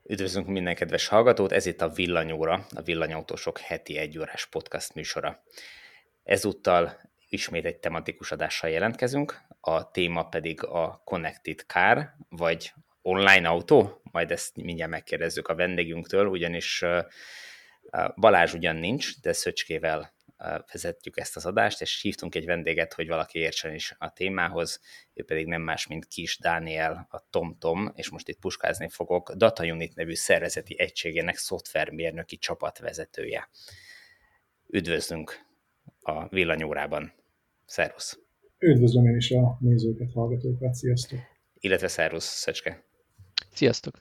Üdvözlünk minden kedves hallgatót, ez itt a Villanyóra, a Villanyautósok heti egyórás podcast műsora. Ezúttal ismét egy tematikus adással jelentkezünk, a téma pedig a Connected Car, vagy online autó, majd ezt mindjárt megkérdezzük a vendégünktől, ugyanis Balázs ugyan nincs, de Szöcskével vezetjük ezt az adást, és hívtunk egy vendéget, hogy valaki értsen is a témához, ő pedig nem más, mint Kis Dániel, a TomTom, és most itt puskázni fogok, Data Unit nevű szervezeti egységének szoftvermérnöki csapatvezetője. Üdvözlünk a Villanyórában. Szervusz! Üdvözlöm én is a nézőket, hallgatókat, sziasztok! Illetve szervusz, Szöcske! Sziasztok!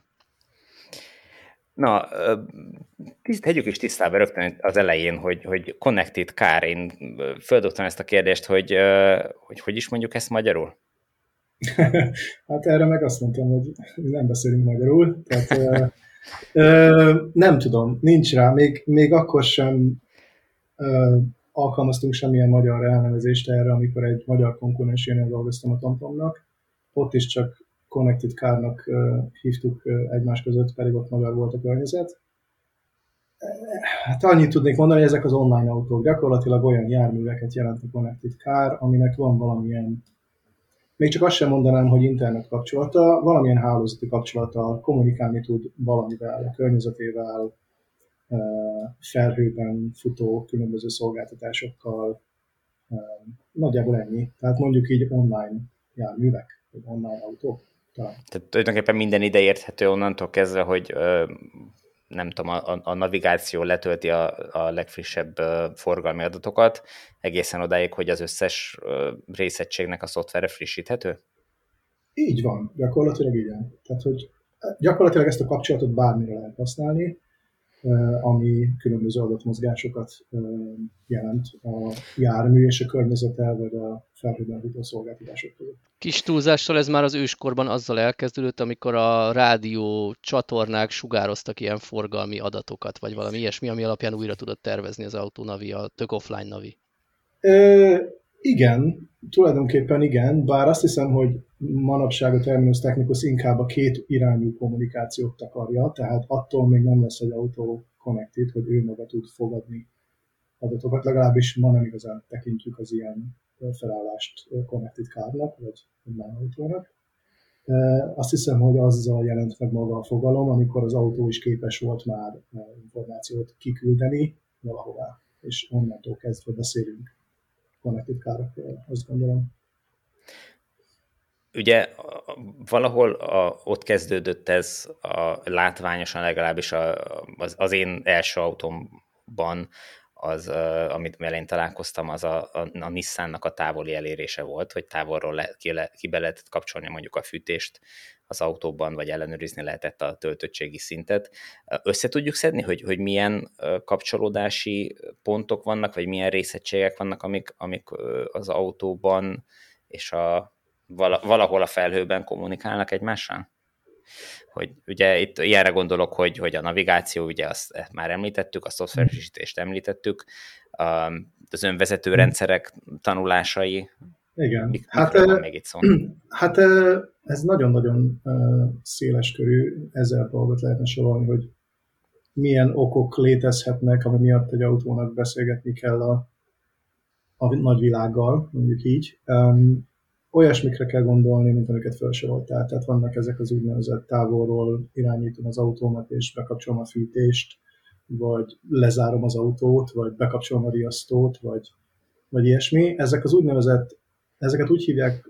Na, tegyük is tisztába rögtön az elején, hogy Connected Car, én földobtam ezt a kérdést, hogy is mondjuk ezt magyarul? Hát erre meg azt mondtam, hogy nem beszélünk magyarul, tehát nem tudom, nincs rá, még akkor sem alkalmaztunk semmilyen magyar elnevezést erre, amikor egy magyar konkurensnél dolgoztam a TomTomnak, ott is csak Connected Car-nak hívtuk egymás között, pedig ott magyar volt a környezet. Hát annyit tudnék mondani, hogy ezek az online autók gyakorlatilag olyan járműveket jelent a Connected Car, aminek van valamilyen, még csak azt sem mondanám, hogy internet kapcsolata, valamilyen hálózati kapcsolata, kommunikálni tud valamivel, a környezetével, felhőben futó különböző szolgáltatásokkal, nagyjából ennyi. Tehát mondjuk így online járművek, vagy online autók. Tehát tulajdonképpen minden ide érthető onnantól kezdve, hogy nem tudom, a navigáció letölti a legfrissebb forgalmi adatokat, egészen odáig, hogy az összes részegységnek a szoftvere frissíthető? Így van, gyakorlatilag igen. Tehát, hogy gyakorlatilag ezt a kapcsolatot bármire lehet használni, ami különböző adatmozgásokat jelent a jármű és a környezete, vagy a felhőben futó szolgáltatások között. Kis túlzással ez már az őskorban azzal elkezdődött, amikor a rádió csatornák sugároztak ilyen forgalmi adatokat, vagy valami ilyesmi, ami alapján újra tudott tervezni az autónavi, a tök offline navi. Igen, tulajdonképpen igen, bár azt hiszem, hogy manapság a Terminus Technicus inkább a két irányú kommunikációt akarja, tehát attól még nem lesz egy autó connected, hogy ő maga tud fogadni adatokat, legalábbis ma nem igazán tekintjük az ilyen felállást Connected Car-nak, vagy online autónak. Azt hiszem, hogy azzal jelent meg maga a fogalom, amikor az autó is képes volt már információt kiküldeni valahová, és onnantól kezdve beszélünk Connected Car-okról, azt gondolom. Ugye valahol ott kezdődött ez látványosan, legalábbis az én első autómban, amit elején találkoztam, az a Nissannak a távoli elérése volt, hogy távolról ki be lehetett kapcsolni mondjuk a fűtést az autóban, vagy ellenőrizni lehetett a töltöttségi szintet. Össze tudjuk szedni, hogy milyen kapcsolódási pontok vannak, vagy milyen részegységek vannak, amik az autóban és valahol a felhőben kommunikálnak egymással? Hogy ugye itt ilyenre gondolok, hogy a navigáció, ugye azt már említettük, a szoftverfrissítést említettük, az önvezető rendszerek tanulásai. Igen. Mikről még itt szó? Hát ez nagyon-nagyon széles körű, ezzel dolgot lehetne sorolni, hogy milyen okok létezhetnek, ami miatt egy autónak beszélgetni kell a nagyvilággal, mondjuk így. Olyasmikre kell gondolni, mint amiket felsoroltál. Tehát vannak ezek az úgynevezett távolról irányítom az autómat, és bekapcsolom a fűtést, vagy lezárom az autót, vagy bekapcsolom a riasztót, vagy ilyesmi. Ezek az úgynevezett, ezeket úgy hívják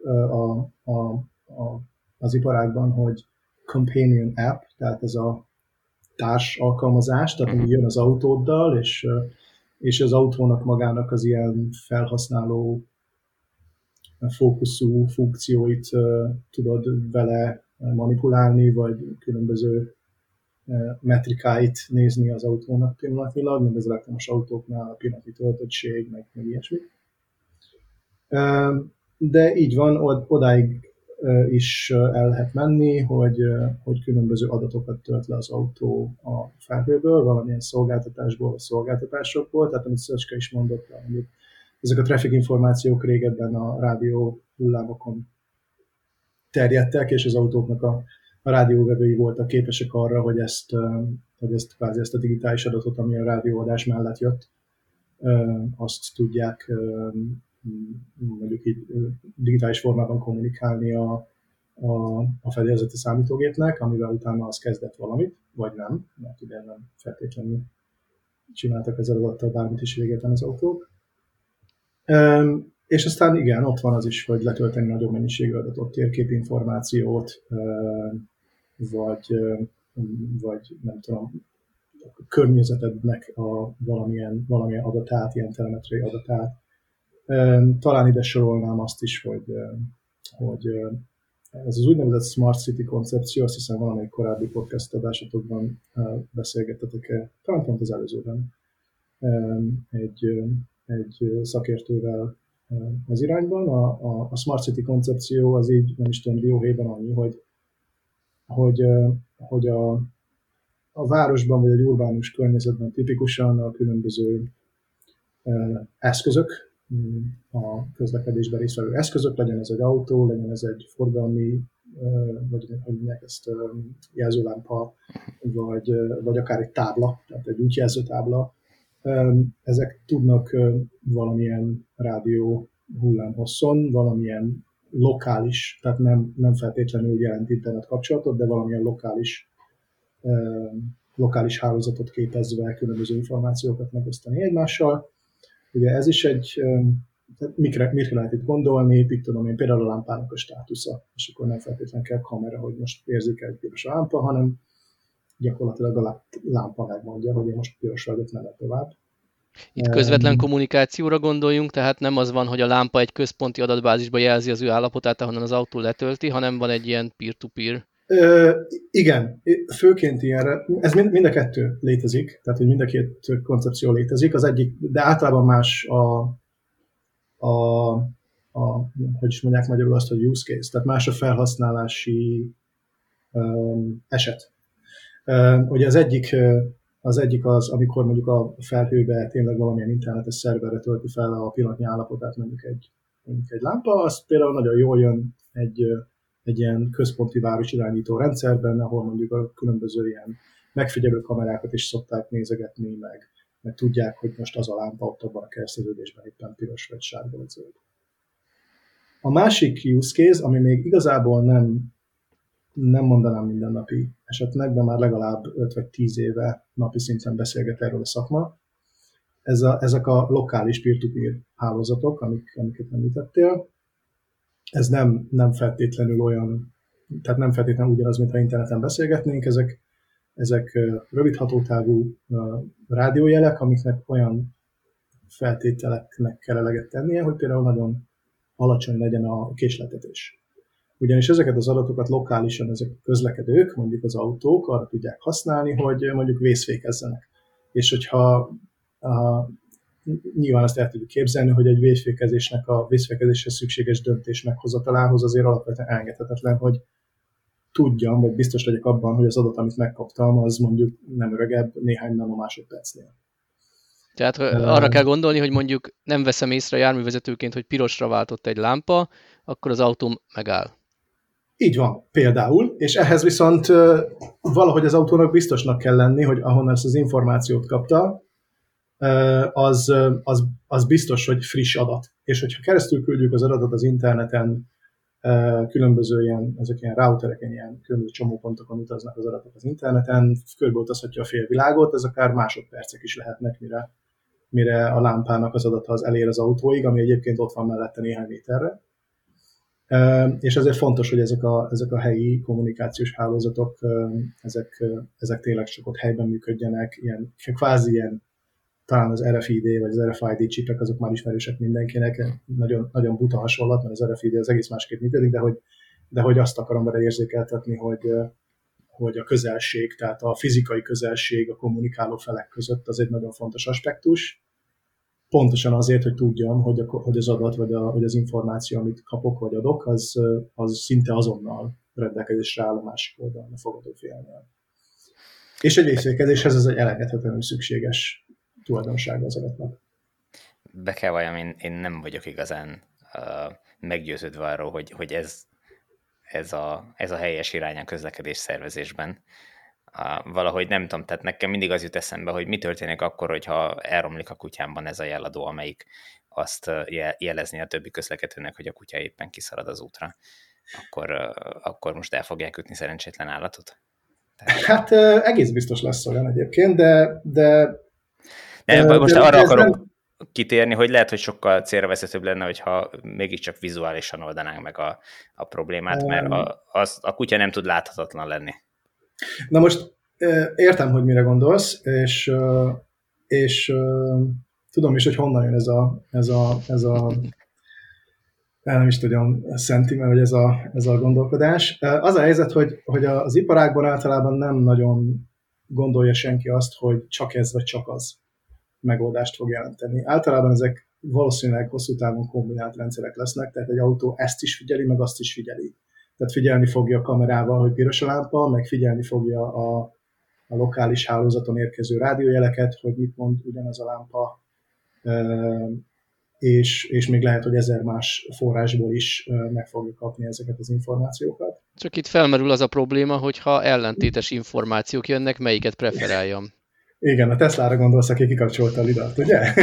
az iparágban, hogy companion app, tehát ez a társ alkalmazás, tehát ami jön az autóddal, és az autónak magának az ilyen felhasználó fókuszú funkcióit tudod vele manipulálni, vagy különböző metrikáit nézni az autónak pillanatnyilag, mint az elektromos autóknál a pillanatnyi töltöttség, meg ilyesmi. De így van, odáig is el lehet menni, hogy különböző adatokat tölt le az autó a felhőből, valamilyen szolgáltatásból, vagy szolgáltatásokból, tehát amit Szöcske is mondott, mondjuk ezek a traffic információk régebben a rádió hullámokon terjedtek, és az autóknak a a rádióvevői voltak képesek arra, hogy kvázi ezt a digitális adatot, ami a rádióadás mellett jött, azt tudják mondjuk így digitális formában kommunikálni a fedélzeti számítógépnek, amivel utána az kezdett valamit, vagy nem, mert ugye nem feltétlenül csináltak ezzel az adattal bármit is végében az autók. És aztán igen, ott van az is, hogy letölteni nagyobb mennyiségű adatot, térképinformációt, vagy nem tudom, a környezetednek valamilyen adatát, ilyen telemetriai adatát. Talán ide sorolnám azt is, hogy ez az úgynevezett Smart City koncepció, azt hiszem valamelyik korábbi podcast adásatokban beszélgettetek, talán pont az előzőben egy szakértővel az irányban. A Smart City koncepció az így, nem is tudom, dióhéjban annyi, hogy a városban vagy egy urbánus környezetben tipikusan a különböző eszközök, a közlekedésben résztvevő eszközök, legyen ez egy autó, legyen ez egy forgalmi, vagy ezt jelzőlámpa, vagy akár egy tábla, tehát egy útjelző tábla, ezek tudnak valamilyen rádió hullámhosszon, valamilyen lokális, tehát nem feltétlenül jelent internet kapcsolatot, de valamilyen lokális hálózatot képezve különböző információkat megosztani egymással. Ugye ez is mikre lehet itt gondolni, itt tudom én, például a lámpának a státusza, és akkor nem feltétlenül kell kamera, hogy most érzékel egy piros a lámpa, hanem gyakorlatilag a lámpa megmondja, hogy én most piros vagyok, nem tovább. Itt közvetlen kommunikációra gondoljunk, tehát nem az van, hogy a lámpa egy központi adatbázisba jelzi az ő állapotát, ahonnan az autó letölti, hanem van egy ilyen peer-to-peer. Igen, főként ilyenre, ez mind a kettő létezik, tehát hogy mind a két koncepció létezik, az egyik, de általában más hogy is mondják magyarul azt, hogy use case, tehát más a felhasználási eset. Ugye az egyik az, amikor mondjuk a felhőbe tényleg valamilyen internetes szerverre tölti fel a pillanatnyi állapotát mondjuk egy lámpa, az például nagyon jól jön egy ilyen központi városirányító rendszerben, ahol mondjuk a különböző ilyen megfigyelő kamerákat is szokták nézegetni, meg tudják, hogy most az a lámpa ott abban a kereszteződésben éppen piros vagy sárga vagy zöld. A másik use case, ami még igazából nem mondanám mindennapi esetnek, de már legalább 5 vagy 10 éve napi szinten beszélget erről a szakma. Ezek a lokális peer-to-peer hálózatok, amiket említettél. Ez nem feltétlenül olyan, tehát nem feltétlenül ugyanaz, mintha interneten beszélgetnénk, ezek rövid hatótávú rádiójelek, amiknek olyan feltételeknek kell eleget tennie, hogy például nagyon alacsony legyen a késleltetés. Ugyanis ezeket az adatokat lokálisan ezek a közlekedők, mondjuk az autók arra tudják használni, hogy mondjuk vészfékezzenek. És hogyha nyilván azt el tudjuk képzelni, hogy egy vészfékezéshez szükséges döntés meghozatalához azért alapvetően engedhetetlen, hogy tudjam, vagy biztos legyek abban, hogy az adat, amit megkaptam, az mondjuk nem öregebb néhány nanomásodpercnél. Tehát arra kell gondolni, hogy mondjuk nem veszem észre járművezetőként, hogy pirosra váltott egy lámpa, akkor az autóm megáll. Így van, például, és ehhez viszont valahogy az autónak biztosnak kell lenni, hogy ahonnan ezt az információt kapta, az biztos, hogy friss adat. És hogyha keresztül küldjük az adatot az interneten, különböző ezek ilyen routereken, ilyen különböző csomópontokon utaznak az adatok az interneten, körbeutazhatja a félvilágot, ez akár másodpercek is lehetnek, mire a lámpának az adata az elér az autóig, ami egyébként ott van mellette néhány méterre. És ezért fontos, hogy ezek a helyi kommunikációs hálózatok, ezek tényleg csak ott helyben működjenek, kvázi ilyen, talán az RFID vagy az RFID csipek, azok már ismerősek mindenkinek, nagyon, nagyon buta hasonlat, mert az RFID az egész másképp működik, de hogy azt akarom vele érzékeltetni, hogy a közelség, tehát a fizikai közelség a kommunikáló felek között az egy nagyon fontos aspektus. Pontosan azért, hogy tudjam, hogy az adat vagy az információ, amit kapok vagy adok, az szinte azonnal rendelkezésre áll a másik oldalon a fogadófélnél. És egy vészfékezéshez ez egy elengedhetetlenül szükséges tulajdonsága az adatnak. Be kell valljam, én nem vagyok igazán meggyőződve arról, hogy ez a helyes irány a közlekedés szervezésben. Valahogy nem tudom, tehát nekem mindig az jut eszembe, hogy mi történik akkor, hogyha elromlik a kutyámban ez a jeladó, amelyik azt jelezni a többi közlekedőnek, hogy a kutya éppen kiszalad az útra. Akkor most el fogják ütni szerencsétlen állatot? Hát egész biztos lesz olyan egyébként, most arra akarok kitérni, hogy lehet, hogy sokkal célravezetőbb lenne, hogyha mégiscsak vizuálisan oldanánk meg a problémát, mert a kutya nem tud láthatatlan lenni. Na most értem, hogy mire gondolsz, és tudom is, hogy honnan jön ez a nem is tudom, szentiment, vagy ez a gondolkodás. Az a helyzet, hogy az iparágban általában nem nagyon gondolja senki azt, hogy csak ez vagy csak az megoldást fog jelenteni. Általában ezek valószínűleg hosszú távon kombinált rendszerek lesznek, tehát egy autó ezt is figyeli, meg azt is figyeli. Tehát figyelni fogja a kamerával, hogy piros a lámpa, meg figyelni fogja a lokális hálózaton érkező rádiójeleket, hogy mit mond ugyanaz a lámpa, és még lehet, hogy 1000 más forrásból is meg fogja kapni ezeket az információkat. Csak itt felmerül az a probléma, hogy ha ellentétes információk jönnek, melyiket preferáljam. Igen, a Teslára gondolsz, aki kikapcsolta a lidart, ugye?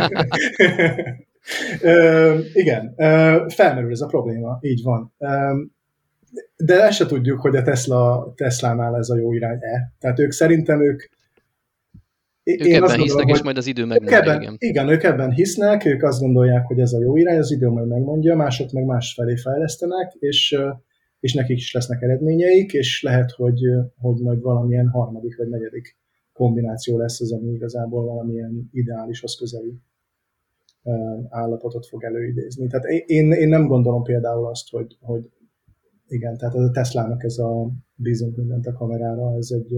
Igen, felmerül ez a probléma, így van. De ezt se tudjuk, hogy a Teslánál ez a jó irány-e. Tehát szerintem ők ebben hisznek, és majd az idő megmondja. Igen, ők ebben hisznek, ők azt gondolják, hogy ez a jó irány, az idő majd megmondja, mások meg másfelé fejlesztenek, és nekik is lesznek eredményeik, és lehet, hogy majd valamilyen harmadik vagy negyedik kombináció lesz az, ami igazából valamilyen ideálishoz közeli állapotot fog előidézni. Tehát én nem gondolom például azt, hogy igen, tehát a Teslának ez a bízunk mindent a kamerára,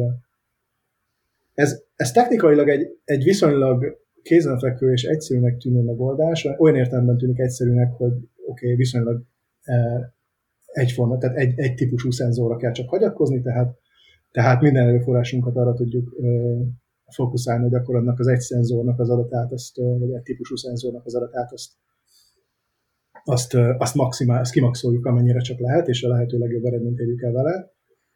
ez technikailag egy viszonylag kézenfekvő és egyszerűnek tűnő megoldás, olyan értelemben tűnik egyszerűnek, hogy oké, viszonylag egyforma, tehát egy típusú szenzorra kell csak hagyatkozni, tehát minden erőforrásunkat arra tudjuk fókuszálni, hogy akkor annak az egy szenzornak az adatát, vagy egy típusú szenzornak az adatát, azt kimaxoljuk, amennyire csak lehet, és a lehető legjobb eredményt érjük el vele.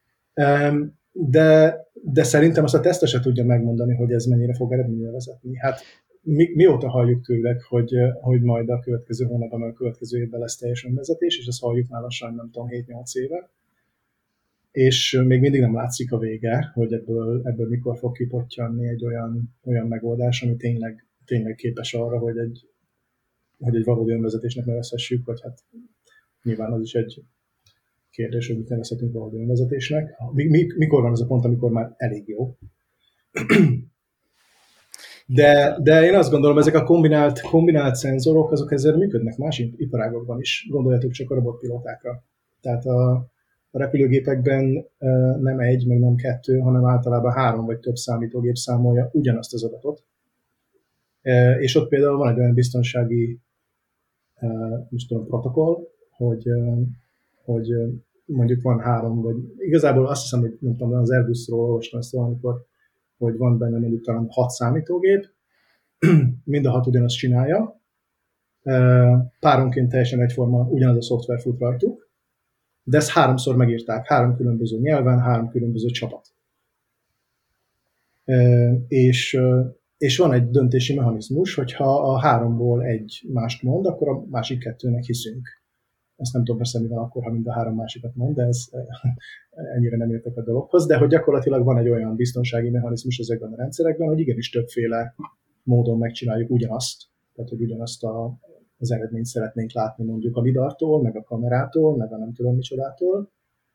De szerintem azt a Tesla se tudja megmondani, hogy ez mennyire fog eredményre vezetni. Hát mióta halljuk tőlük, hogy majd a következő hónapban, a következő évben lesz teljes önvezetés, és ezt halljuk már lassan, nem tudom, 7-8 éve. És még mindig nem látszik a vége, hogy ebből mikor fog kipottyanni egy olyan megoldás, ami tényleg képes arra, hogy egy valódi önvezetésnek nevezhessük, vagy hát nyilván az is egy kérdés, hogy mit nevezhetünk valódi önvezetésnek. Mikor van az a pont, amikor már elég jó? De én azt gondolom, ezek a kombinált szenzorok, azok ezzel működnek más iparágokban is. Gondoljatok csak a robotpilótákra. Tehát a repülőgépekben nem egy, meg nem kettő, hanem általában 3 vagy több számítógép számolja ugyanazt az adatot. És ott például van egy olyan biztonsági protokoll, hogy mondjuk van 3, vagy igazából azt hiszem, hogy nem tudom, az Airbusról olvastam ezt valamikor, hogy van benne mondjuk talán 6 számítógép, mind a 6 ugyanazt csinálja, páronként teljesen egyforma, ugyanaz a szoftver fut rajtuk, de ezt 3-szor megírták, 3 különböző nyelven, 3 különböző csapat. És van egy döntési mechanizmus, hogyha a 3-ból egy mást mond, akkor a másik 2-nek hiszünk. Ezt nem tudom persze, mi van akkor, ha mind a 3 másikat mond, de ez ennyire nem értek a dologhoz, de hogy gyakorlatilag van egy olyan biztonsági mechanizmus ezekben a rendszerekben, hogy igenis többféle módon megcsináljuk ugyanazt, tehát hogy ugyanazt az eredményt szeretnénk látni mondjuk a lidartól, meg a kamerától, meg a nem tudom micsodától,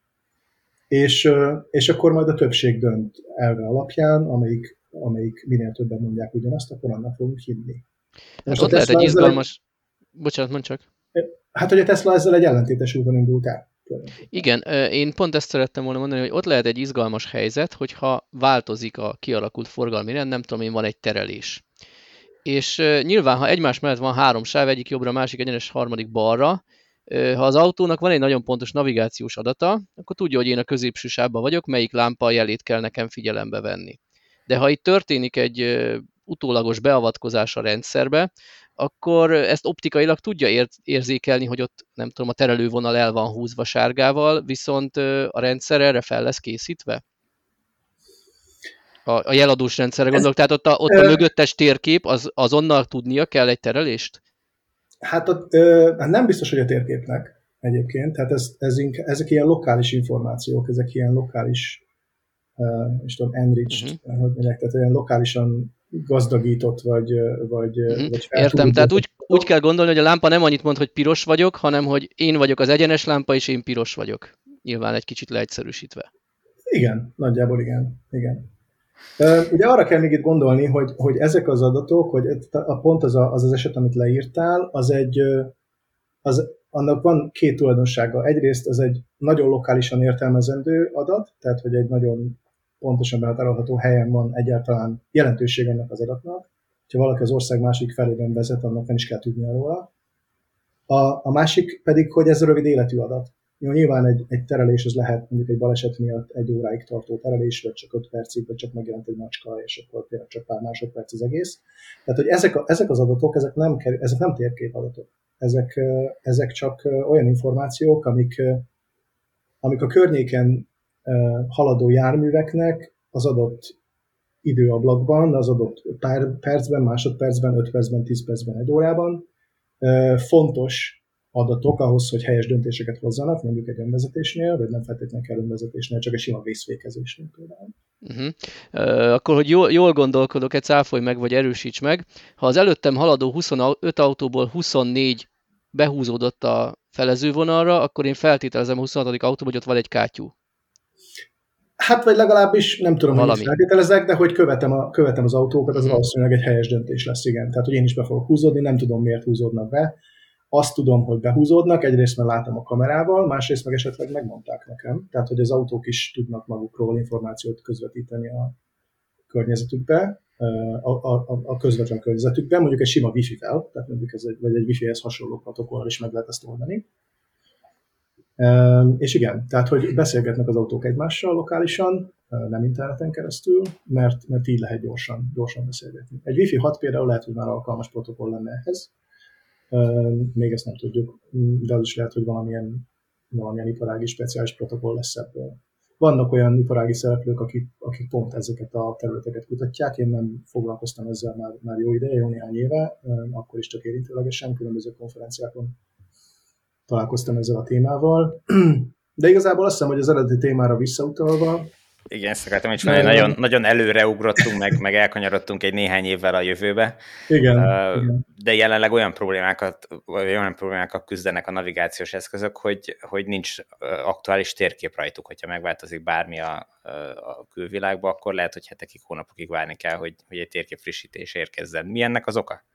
és akkor majd a többség dönt elve alapján, amelyik minél többen mondják ugyanazt, akkor annak fogunk hinni. Hát ott lehet egy izgalmas... Bocsánat, mondd csak. Hát, hogy a Tesla ezzel egy ellentétes úton indult el. Igen, én pont ezt szerettem volna mondani, hogy ott lehet egy izgalmas helyzet, hogyha változik a kialakult forgalmi rend, nem tudom én, van egy terelés. És nyilván, ha egymás mellett van 3 sáv, egyik jobbra, másik egyenes, harmadik balra, ha az autónak van egy nagyon pontos navigációs adata, akkor tudja, hogy én a középső sávban vagyok, melyik lámpa jelét kell nekem figyelembe venni. De ha itt történik egy utólagos beavatkozás a rendszerbe, akkor ezt optikailag tudja érzékelni, hogy ott nem tudom, a terelővonal el van húzva sárgával, viszont a rendszer erre fel lesz készítve? A jeladós rendszerre gondolok, tehát ott a mögöttes térkép, azonnal tudnia kell egy terelést? Hát nem biztos, hogy a térképnek egyébként, tehát ezek ilyen lokális információk, ezek ilyen lokális, és tudom, enriched, hogy mondják, tehát olyan lokálisan gazdagított, vagy Értem, tehát úgy kell gondolni, hogy a lámpa nem annyit mond, hogy piros vagyok, hanem hogy én vagyok az egyenes lámpa, és én piros vagyok. Nyilván egy kicsit leegyszerűsítve. Igen, nagyjából igen. Ugye arra kell még itt gondolni, hogy ezek az adatok, hogy pont az eset, amit leírtál, annak van két tulajdonsága. Egyrészt az egy nagyon lokálisan értelmezendő adat, tehát hogy egy nagyon pontosan behatárolható helyen van egyáltalán jelentőség ennek az adatnak. Ha valaki az ország másik felében vezet, annak nem is kell tudnia róla. A másik pedig, hogy ez rövid életű adat. Jó, nyilván egy terelés az lehet mondjuk egy baleset miatt 1 óráig tartó terelés, vagy csak 5 percig, vagy csak megjelent egy macska, és akkor tényleg csak pár másodperc az egész. Tehát, hogy ezek az adatok, ezek nem térképadatok. Ezek csak olyan információk, amik a környéken haladó járműveknek az adott időablakban, az adott pár percben, másodpercben, 5 percben, 10 percben, 1 órában fontos adatok ahhoz, hogy helyes döntéseket hozzanak, mondjuk egy önvezetésnél, vagy nem feltétlenül kell önvezetésnél, csak egy sima vészfékezésnél például. Akkor, hogy jól gondolkodok, egy cáfolj meg, vagy erősíts meg. Ha az előttem haladó 25 autóból 24 behúzódott a felezővonalra, akkor én feltételezem a 26. autóban, hogy ott van egy kátyú. Hát, vagy legalábbis nem tudom, hogy mit feltételezek, de hogy követem az autókat, az valószínűleg egy helyes döntés lesz, igen. Tehát, hogy én is be fogok húzódni, nem tudom, miért húzódnak be. Azt tudom, hogy behúzódnak, egyrészt mert látom a kamerával, másrészt meg esetleg megmondták nekem. Tehát, hogy az autók is tudnak magukról információt közvetíteni a környezetükbe, a közvetlen környezetükben, mondjuk egy sima wifi-vel, tehát mondjuk vagy egy wifi-hez hasonló protokollal is meg lehet ezt oldani. És igen, tehát, hogy beszélgetnek az autók egymással lokálisan, nem interneten keresztül, mert így lehet gyorsan beszélgetni. Egy Wi-Fi 6 például lehet, hogy már alkalmas protokoll lenne ehhez, még ezt nem tudjuk, de az is lehet, hogy valamilyen iparági speciális protokoll lesz ebből. Vannak olyan iparági szereplők, akik pont ezeket a területeket kutatják, én nem foglalkoztam ezzel már jó ideje, jó néhány éve, akkor is csak érintőlegesen, különböző konferenciákon találkoztam ezzel a témával, de igazából azt hiszem, hogy az eredeti témára visszautalva. Igen, ezt akartam is mondani, nagyon előreugrottunk, meg elkanyarodtunk egy néhány évvel a jövőbe. Igen. De jelenleg olyan problémákkal küzdenek a navigációs eszközök, hogy nincs aktuális térkép rajtuk. Hogyha megváltozik bármi a külvilágba, akkor lehet, hogy hetekig, hónapokig várni kell, hogy egy térkép frissítés érkezzen. Mi ennek az oka?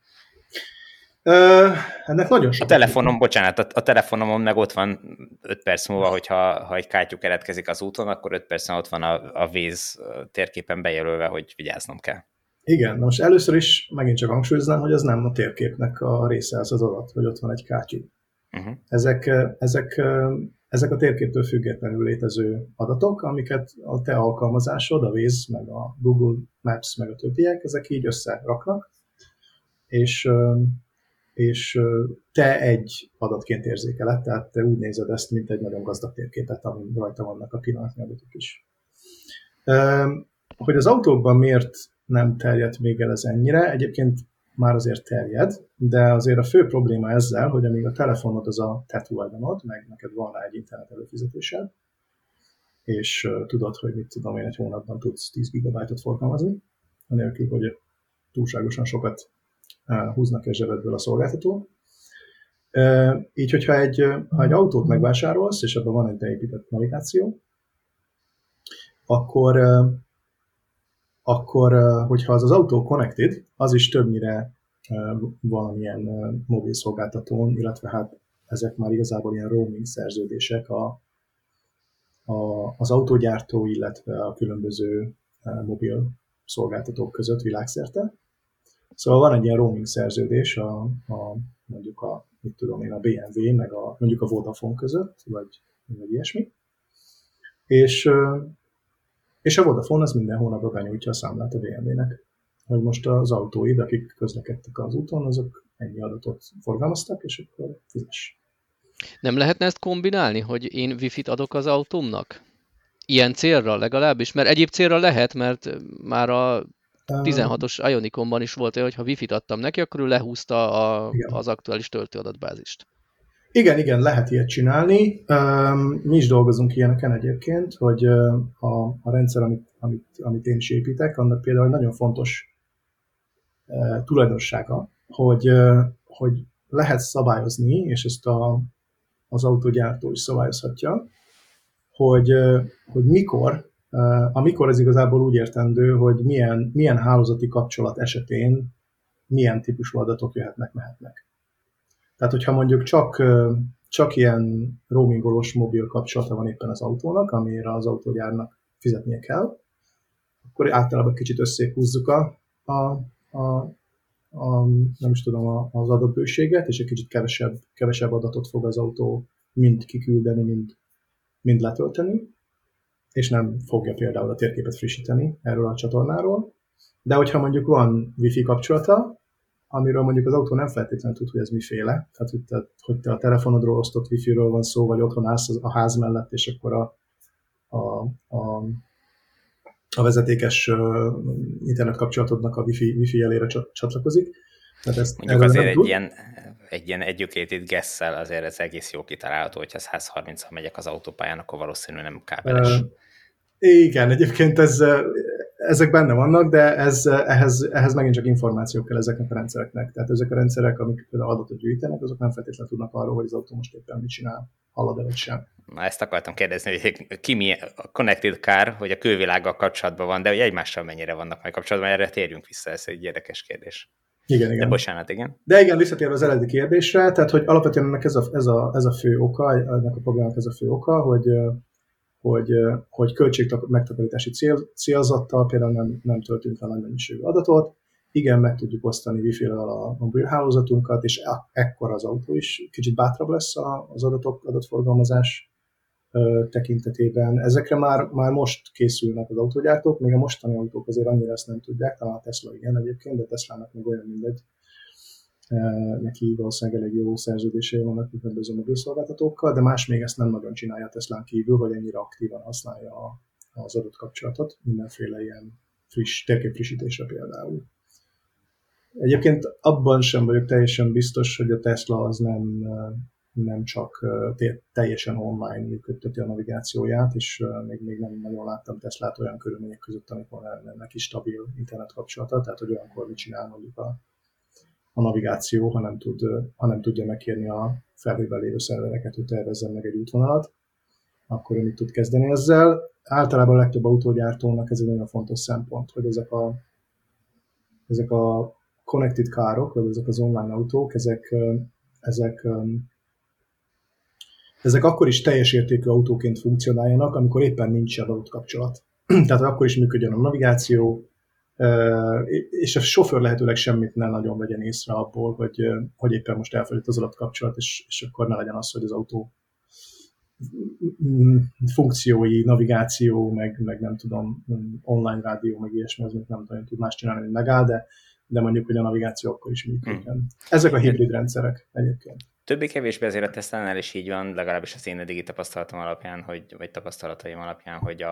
Ennek nagyon sok. A telefonomon meg ott van 5 perc múlva, hogyha egy kátyú keletkezik az úton, akkor 5 percen ott van a Waze térképen bejelölve, hogy vigyáznom kell. Igen, na most először is megint csak hangsúlyoznám, hogy az nem a térképnek a része az adat, hogy ott van egy kátyú. Uh-huh. Ezek a térképtől függetlenül létező adatok, amiket a te alkalmazásod, a Waze, meg a Google Maps, meg a többiek, ezek így összeraknak, és te egy adatként érzékeled, tehát te úgy nézed ezt, mint egy nagyon gazdag térképet, amin rajta vannak a pillanatnyi adatok is. Hogy az autókban miért nem terjedt még el ez ennyire, egyébként már azért terjed, de azért a fő probléma ezzel, hogy amíg a telefonod az a te tulajdonod, meg neked van rá egy internet előfizetésed, és tudod, hogy mit tudom én, egy hónapban tudsz 10 GB-ot forgalmazni, anélkül, hogy túlságosan sokat húznak a zsebedből a szolgáltató. Így, hogyha egy autót megvásárolsz, és abban van egy beépített navigáció, akkor hogyha az autó connected, az is többnyire valamilyen mobil szolgáltatón, illetve hát ezek már igazából ilyen roaming szerződések az autógyártó, illetve a különböző mobil szolgáltatók között világszerte. Szóval van egy ilyen roaming szerződés mondjuk a BMW, meg mondjuk a Vodafone között, vagy ilyesmi. És a Vodafone az minden hónapban benyújtja a számlát a BMW-nek. hogy most az autóid, akik közlekedtek az úton, azok ennyi adatot forgalmaztak, és akkor fizess. Nem lehetne ezt kombinálni, hogy én wifi-t adok az autómnak? Ilyen célra legalábbis? Mert egyéb célra lehet, mert már a 16-os Ioniconban is volt olyan, hogy ha wifi-t adtam neki, akkor ő lehúzta az aktuális töltőadatbázist. Igen, lehet ilyet csinálni. Mi is dolgozunk ilyeneken egyébként, hogy a rendszer, amit én is építek, annak például nagyon fontos tulajdonsága, hogy lehet szabályozni, és ezt az autógyártó is szabályozhatja, hogy mikor ez igazából úgy értendő, hogy milyen hálózati kapcsolat esetén milyen típusú adatok mehetnek. Tehát, hogyha mondjuk csak ilyen roamingolós mobil kapcsolata van éppen az autónak, amire az autógyárnak fizetnie kell, akkor általában kicsit összehúzzuk nem is tudom, az adatbőséget, és egy kicsit kevesebb adatot fog az autó mind kiküldeni, mind letölteni, és nem fogja például a térképet frissíteni erről a csatornáról. De hogyha mondjuk van wifi kapcsolata, amiről mondjuk az autó nem feltétlenül tud, hogy ez miféle, tehát hogy te a telefonodról osztott wifi-ről van szó, vagy otthon állsz a ház mellett, és akkor a vezetékes internet kapcsolatodnak a wifi jelére csatlakozik. Tehát mondjuk azért egy ilyen educated guess-szel azért ez egész jó kitalálható, hogyha 130-al megyek az autópályán, akkor valószínűleg nem kábeles. Igen, egyébként ezek benne vannak, de ehhez megint csak információk kell ezeknek a rendszereknek. Tehát ezek a rendszerek, amik például adatot gyűjtenek, azok nem feltétlenül tudnak arról, hogy az autó most éppen mit csinál, halad-e vagy sem. Na, ezt akartam kérdezni, hogy ki mi a connected car, hogy a külvilággal kapcsolatban van, de hogy egymással mennyire vannak majd kapcsolatban, erre térjünk vissza, ez egy érdekes kérdés. Igen. De bocsánat, igen. De igen, visszatérve az eredeti kérdésre, tehát hogy alapvetően ennek ez a fő oka, ennek a problémának ez a fő oka, hogy költségmegtakarítási célzattal például nem töltünk le nagy mennyiségű adatot, igen, meg tudjuk osztani wifi-vel a mobil hálózatunkat, és ekkor az autó is kicsit bátrabb lesz az adatforgalmazás tekintetében. Ezekre már most készülnek az autógyártók, még a mostani autók azért annyira ezt nem tudják, talán a Tesla igen egyébként, de Teslának meg olyan mindegy. Neki valószínűleg elég jó szerződései vannak különböző mobilszolgáltatókkal, de más még ezt nem nagyon csinálja a Teslán kívül, hogy ennyire aktívan használja az adott kapcsolatot, mindenféle ilyen térképfrissítésre például. Egyébként abban sem vagyok teljesen biztos, hogy a Tesla az nem csak teljesen online működteti a navigációját, és még nem nagyon láttam Teslát olyan körülmények között, amikor neki stabil internet kapcsolata, tehát hogy olyankor mit csinál mondjuk a navigáció, ha nem tudja megkérni a felhőben lévő szervereket, hogy tervezzen meg egy útvonalat, akkor ő mit tud kezdeni ezzel. Általában a legtöbb autógyártónak ez egy nagyon fontos szempont, hogy ezek a connected carok, vagy ezek az online autók, ezek akkor is teljes értékű autóként funkcionáljanak, amikor éppen nincs adott kapcsolat. Tehát akkor is működjön a navigáció, és a sofőr lehetőleg semmit ne nagyon vegyen észre abból, hogy éppen most elfogyott az adatkapcsolat, és akkor ne legyen az, hogy az autó funkciói, navigáció, meg nem tudom, online rádió, meg ilyesmi, az nem nagyon tud más csinálni, hogy megáll, de mondjuk, hogy a navigáció akkor is működjön. Ezek a hibrid rendszerek egyébként. Többé-kevésbé azért a Teslánál is így van, legalábbis az én eddigi tapasztalatom alapján, vagy tapasztalataim alapján, hogy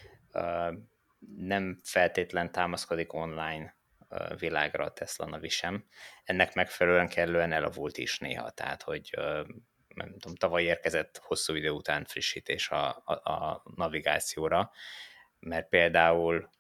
nem feltétlen támaszkodik online világra a Tesla Navi sem. Ennek megfelelően kellően elavult is néha, tehát hogy nem tudom, tavaly érkezett hosszú idő után frissítés a navigációra, mert például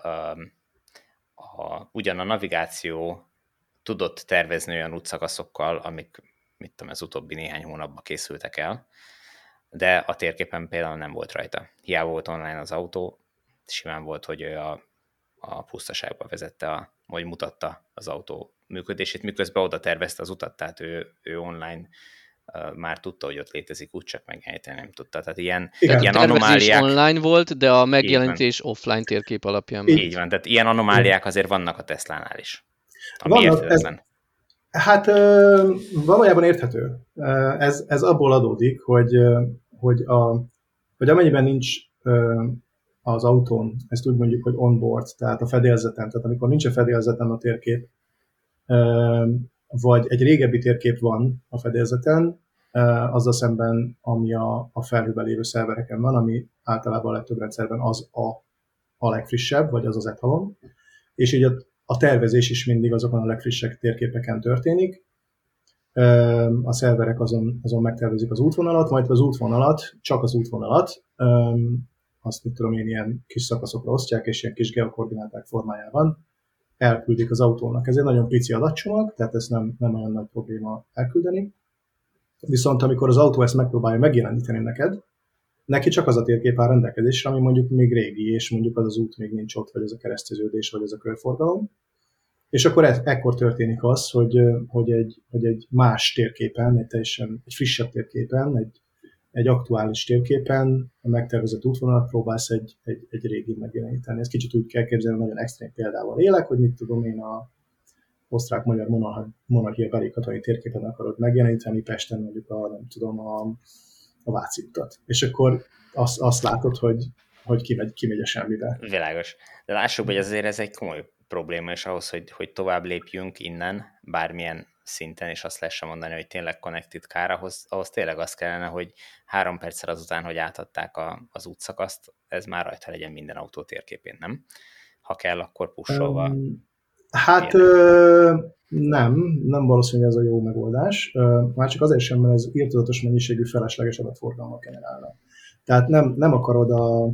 ugyan a navigáció tudott tervezni olyan útszakaszokkal, amik, mit tudom, az utóbbi néhány hónapban készültek el, de a térképen például nem volt rajta. Hiába volt online az autó, simán volt, hogy ő a pusztaságba vezette, vagy mutatta az autó működését, miközben oda tervezte az utat, tehát ő online már tudta, hogy ott létezik út, csak megjeleníteni nem tudta. Tehát ilyen anomáliák... online volt, de a megjelenítés offline térkép alapján. Így van, tehát ilyen anomáliák azért vannak a Teslánál is. Ami érthetetlen. Hát valójában érthető. Ez abból adódik, hogy amennyiben nincs az autón, ezt úgy mondjuk, hogy onboard, tehát a fedélzeten, tehát amikor nincs a fedélzeten a térkép, vagy egy régebbi térkép van a fedélzeten, azzal szemben, ami a felhőben lévő szervereken van, ami általában a legtöbb rendszerben az a legfrissebb, vagy az etalon, és így a tervezés is mindig azokon a legfrissebb térképeken történik. A szerverek azon megtervezik az útvonalat, majd az útvonalat, csak az útvonalat, azt mit tudom én, ilyen kis szakaszokra osztják, és ilyen kis geokoordináták formájában elküldik az autónak. Ez egy nagyon pici adatcsomag, tehát ez nem olyan nagy probléma elküldeni. Viszont amikor az autó ezt megpróbálja megjeleníteni neked, neki csak az a térkép áll rendelkezésre, ami mondjuk még régi, és mondjuk az út még nincs ott, vagy ez a kereszteződés, vagy ez a körforgalom. És akkor ekkor történik az, hogy egy más térképen, egy frissebb térképen, egy aktuális térképen a megtervezett útvonalat próbálsz egy régi megjeleníteni. Ezt kicsit úgy kell képzelni, nagyon extrém példával élek, hogy mit tudom én, a osztrák-magyar monarchia beli katonai térképen akarod megjeleníteni, Pesten mondjuk a Váci utat. És akkor azt látod, hogy kimegy a semmibe. Világos. De lássuk, hogy azért ez egy komoly probléma, és ahhoz, hogy tovább lépjünk innen, bármilyen szinten, és azt lehessen mondani, hogy tényleg connected car, ahhoz tényleg az kellene, hogy 3 perccel azután, hogy átadták az útszakaszt, ez már rajta legyen minden autó térképén, nem? Ha kell, akkor pusolva. Hát nem valószínűleg ez a jó megoldás. Már csak azért sem, mert ez irtózatos mennyiségű felesleges adatforgalmat generálna. Tehát nem akarod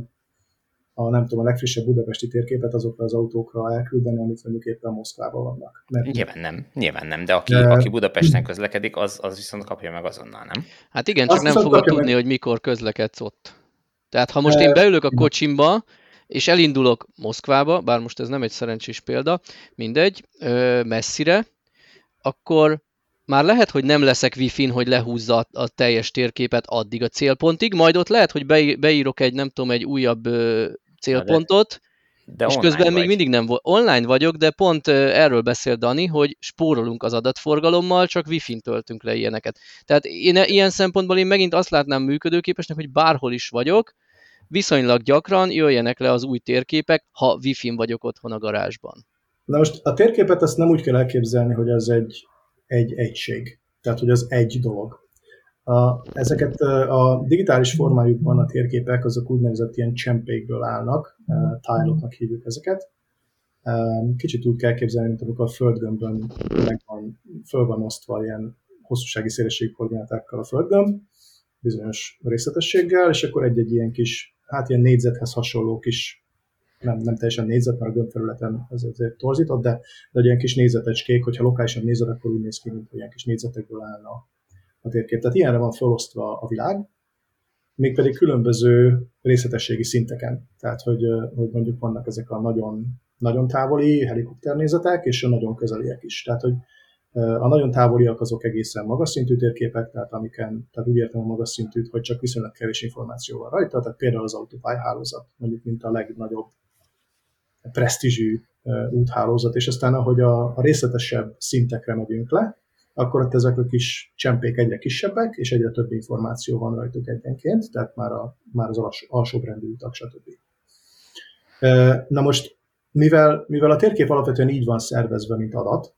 nem tudom, a legfrissebb budapesti térképet azokra az autókra elküldeni, amit mondjuk éppen Moszkvában vannak. Nyilván nem, de aki Budapesten közlekedik, az viszont kapja meg azonnal, nem? Hát igen, csak nem fogod tudni, hogy mikor közlekedsz ott. Tehát ha most én beülök a kocsimba, és elindulok Moszkvába, bár most ez nem egy szerencsés példa, mindegy, messzire, akkor már lehet, hogy nem leszek Wi-Fi-n, hogy lehúzza a teljes térképet addig a célpontig, majd ott lehet, hogy beírok egy újabb célpontot, de és közben még mindig nem online vagyok, de pont erről beszél Dani, hogy spórolunk az adatforgalommal, csak Wi-Fi-n töltünk le ilyeneket. Tehát ilyen szempontból én megint azt látnám működőképesnek, hogy bárhol is vagyok, viszonylag gyakran jöjjenek le az új térképek, ha Wi-Fi-n vagyok otthon a garázsban. Na most a térképet azt nem úgy kell elképzelni, hogy az egy egység, tehát hogy az egy dolog. Ezeket a digitális formájukban a térképek azok úgynevezett ilyen csempékből állnak, tile-oknak hívjuk ezeket. Kicsit úgy kell képzelni, mint amikor a földgömbön föl van osztva ilyen hosszúsági szélességi koordinátákkal a földgömb, bizonyos részletességgel, és akkor egy ilyen kis, hát ilyen négyzethez hasonló kis, nem teljesen négyzet, mert a gömbfelületen ez azért torzított, de egy ilyen kis négyzetecskék, hogyha lokálisan nézed, akkor úgy néz ki, mint hogy ilyen kis négyzetekből állna a térkép. Tehát ilyenre van felosztva a világ, mégpedig különböző részletességi szinteken. Tehát, hogy mondjuk vannak ezek a nagyon, nagyon távoli helikopternézetek, és a nagyon közeliek is. Tehát, hogy a nagyon távoliak azok egészen magas szintű térképek, tehát úgy értem a magas szintűt, hogy csak viszonylag kevés információ van rajta, tehát például az autópályahálózat, mondjuk mint a legnagyobb presztízsű úthálózat, és aztán ahogy a részletesebb szintekre megyünk le, akkor ott ezek a kis csempék egyre kisebbek, és egyre több információ van rajtuk egyenként, tehát már az alsóbrendű utak, stb. Na most, mivel a térkép alapvetően így van szervezve, mint adat,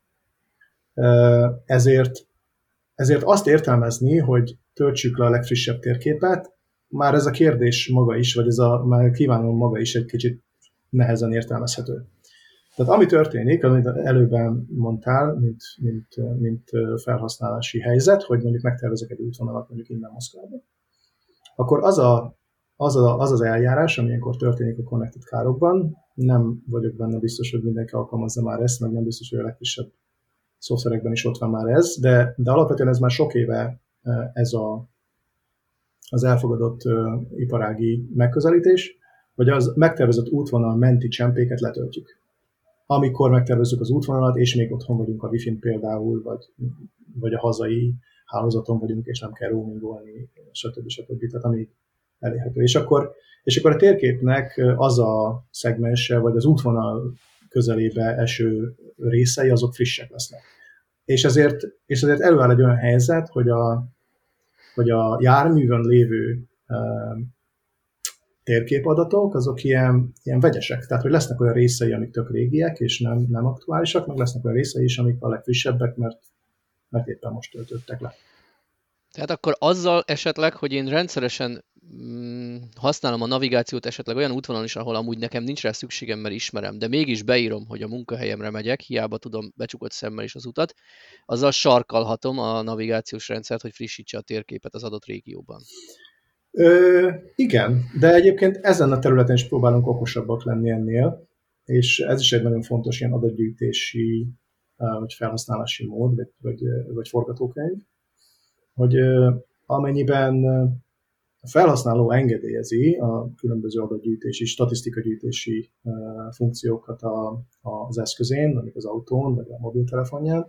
ezért azt értelmezni, hogy töltsük le a legfrissebb térképet, már ez a kérdés maga is, vagy már kívánalom maga is egy kicsit nehezen értelmezhető. Tehát ami történik, amit előbb mondtál, mint felhasználási helyzet, hogy mondjuk megtervezek egy útvonalat mondjuk innen Moszkvába, akkor az eljárás, ami ilyenkor történik a connected car-okban, nem vagyok benne biztos, hogy mindenki alkalmazza már ezt, meg nem biztos, hogy a legfrissebb szoftverekben is ott van már ez, de alapvetően ez már sok éve ez az elfogadott iparági megközelítés, hogy az megtervezett útvonal menti csempéket letöltjük. Amikor megtervezzük az útvonalat, és még otthon vagyunk a Wi-Fi-n például, vagy a hazai hálózaton vagyunk, és nem kell roamingolni, stb. Tehát ami elérhető. És akkor a térképnek az a szegmense, vagy az útvonal közelébe eső részei, azok frissek lesznek. És ezért előáll egy olyan helyzet, hogy a járművön lévő térképadatok, azok ilyen vegyesek. Tehát, hogy lesznek olyan részei, amik tök régiek, és nem aktuálisak, meg lesznek olyan részei is, amik a legfrissebbek, mert éppen most töltöttek le. Tehát akkor azzal esetleg, hogy én rendszeresen használom a navigációt esetleg olyan útvonalon is, ahol amúgy nekem nincs rá szükségem, mert ismerem, de mégis beírom, hogy a munkahelyemre megyek, hiába tudom becsukott szemmel is az utat, azzal sarkalhatom a navigációs rendszert, hogy frissítse a térképet az adott régióban. Igen, de egyébként ezen a területen is próbálunk okosabbak lenni ennél, és ez is egy nagyon fontos ilyen adatgyűjtési vagy felhasználási mód, vagy forgatókönyv, hogy amennyiben a felhasználó engedélyezi a különböző adatgyűjtési, statisztikagyűjtési funkciókat az eszközén, mondjuk az autón, vagy a mobiltelefonján,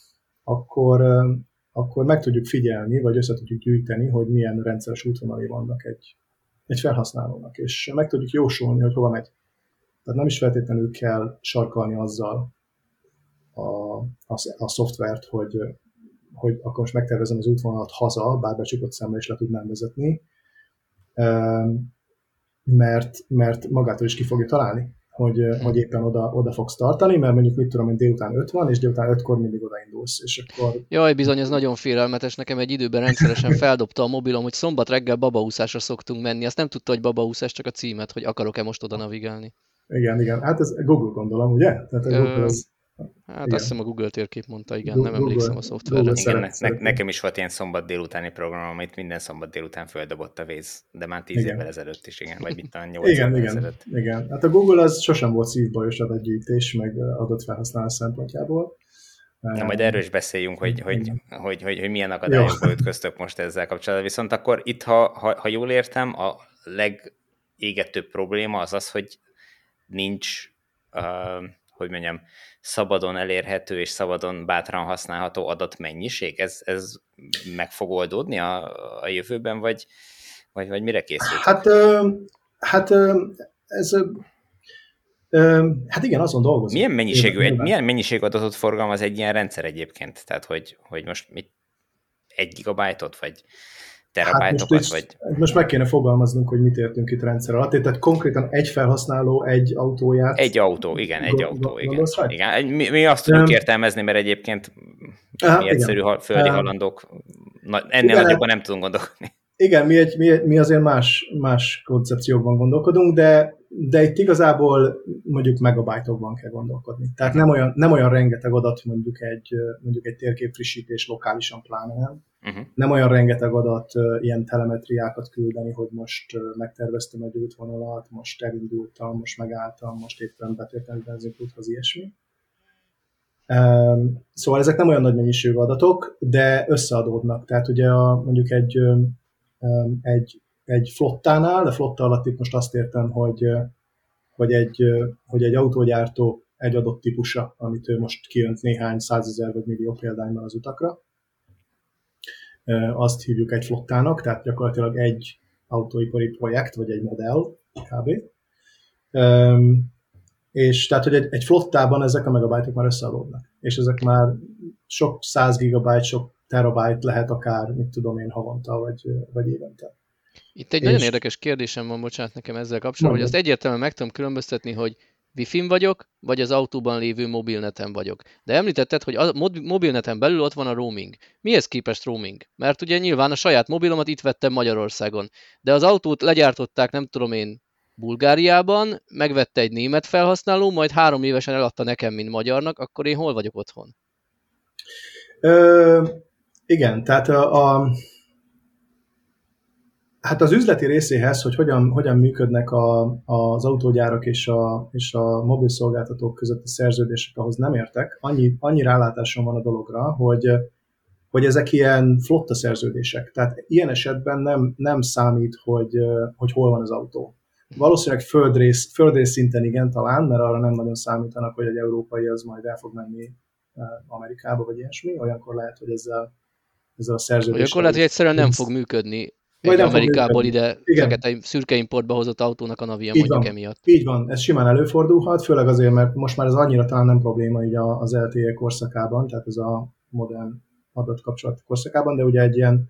akkor meg tudjuk figyelni, vagy össze tudjuk gyűjteni, hogy milyen rendszeres útvonalai vannak egy felhasználónak, és meg tudjuk jósolni, hogy hova megy. Tehát nem is feltétlenül kell sarkalni azzal a szoftvert, hogy akkor most megtervezem az útvonalat haza, bár becsukott szemmel is le tudnám vezetni, mert magától is ki fogja találni, hogy éppen oda fogsz tartani, mert mondjuk mit tudom én, délután 5 van, és délután 5-kor mindig odaindulsz, és akkor... Jaj, bizony, ez nagyon félelmetes, nekem egy időben rendszeresen feldobta a mobilom, hogy szombat reggel babaúszásra szoktunk menni, azt nem tudta, hogy babaúszás, csak a címet, hogy akarok-e most oda navigálni. Igen, hát ez Google gondolom, ugye? Tehát a Google az... Hát igen. Azt hiszem a Google térkép mondta, igen, nem emlékszem a szoftverre. Igen, nekem is volt ilyen szombat délutáni program, amit minden szombat délután földobott a Waze, de már 10 évvel ezelőtt is, igen, vagy mit talán 8 évvel ezelőtt. Igen, hát a Google az sosem volt szívbajos adatgyűjtés, meg adatfelhasználás szempontjából. Na, majd erről is beszéljünk, hogy milyen akadályokba ütköztök most ezzel kapcsolatban. Viszont akkor itt, ha jól értem, a legégetőbb probléma az, hogy nincs... hogy mondjam, szabadon elérhető és szabadon bátran használható adatmennyiség? Ez meg fog oldódni a jövőben, vagy mire készült? Hát igen, azon dolgozunk. Milyen mennyiségű adatot forgalmaz egy ilyen rendszer egyébként? Tehát, hogy most 1 gigabájtot, vagy terabájtokat? Most meg kéne fogalmaznunk, hogy mit értünk itt rendszer alatt. Tehát konkrétan egy felhasználó, egy autóját... Egy autó, igen. Igen. Mi azt tudjuk értelmezni, mert egyébként mi egyszerű földi halandók, ennél nagyobban nem tudunk gondolkodni. Igen, mi azért más koncepciókban gondolkodunk, de itt igazából mondjuk megabájtokban kell gondolkodni. Tehát nem olyan rengeteg adat mondjuk egy térképfrissítés lokálisan pláne nem. Nem olyan rengeteg adat ilyen telemetriákat küldeni, hogy most megterveztem egy útvonalat, most elindultam, most megálltam, most éppen betértem egy benzinkúthoz, ilyesmi. Szóval ezek nem olyan nagy mennyiségű adatok, de összeadódnak. Tehát ugye mondjuk egy flottánál, de flotta alatt itt most azt értem, hogy egy autógyártó egy adott típusa, amit ő most kijönt néhány százezer vagy millió példányban az utakra, azt hívjuk egy flottának, tehát gyakorlatilag egy autóipari projekt, vagy egy modell, kb. És tehát, hogy egy flottában ezek a megabájtok már összeadódnak. És ezek már sok 100 gigabyte, sok terabyte lehet akár, mit tudom én, havonta, vagy évente. Itt egy nagyon érdekes kérdésem van, bocsánat, nekem ezzel kapcsolatban, hogy azt egyértelműen meg tudom különböztetni, hogy Wi-Fi-n vagyok, vagy az autóban lévő mobilneten vagyok. De említetted, hogy a mobilneten belül ott van a roaming. Mihez képest roaming? Mert ugye nyilván a saját mobilomat itt vettem Magyarországon, de az autót legyártották, nem tudom én, Bulgáriában, megvette egy német felhasználó, majd 3 évesen eladta nekem, mint magyarnak, akkor én hol vagyok otthon? Igen, tehát hát az üzleti részéhez, hogy hogyan működnek az autógyárak és a mobilszolgáltatók közötti szerződések, ahhoz nem értek. Annyi rálátásom van a dologra, hogy ezek ilyen flotta szerződések. Tehát ilyen esetben nem számít, hogy hol van az autó. Valószínűleg földrész szinten igen talán, mert arra nem nagyon számítanak, hogy egy európai az majd el fog menni Amerikába, vagy ilyesmi. Olyankor lehet, hogy ezzel a szerződéssel... Olyankor lehet, hogy egyszerűen nem fog működni egy Amerikából ide fekete szürke importba hozott autónak a navia mondjuk emiatt. Így van, ez simán előfordulhat, főleg azért, mert most már ez annyira talán nem probléma így az LTE korszakában, tehát ez a modern adatkapcsolat korszakában, de ugye egy ilyen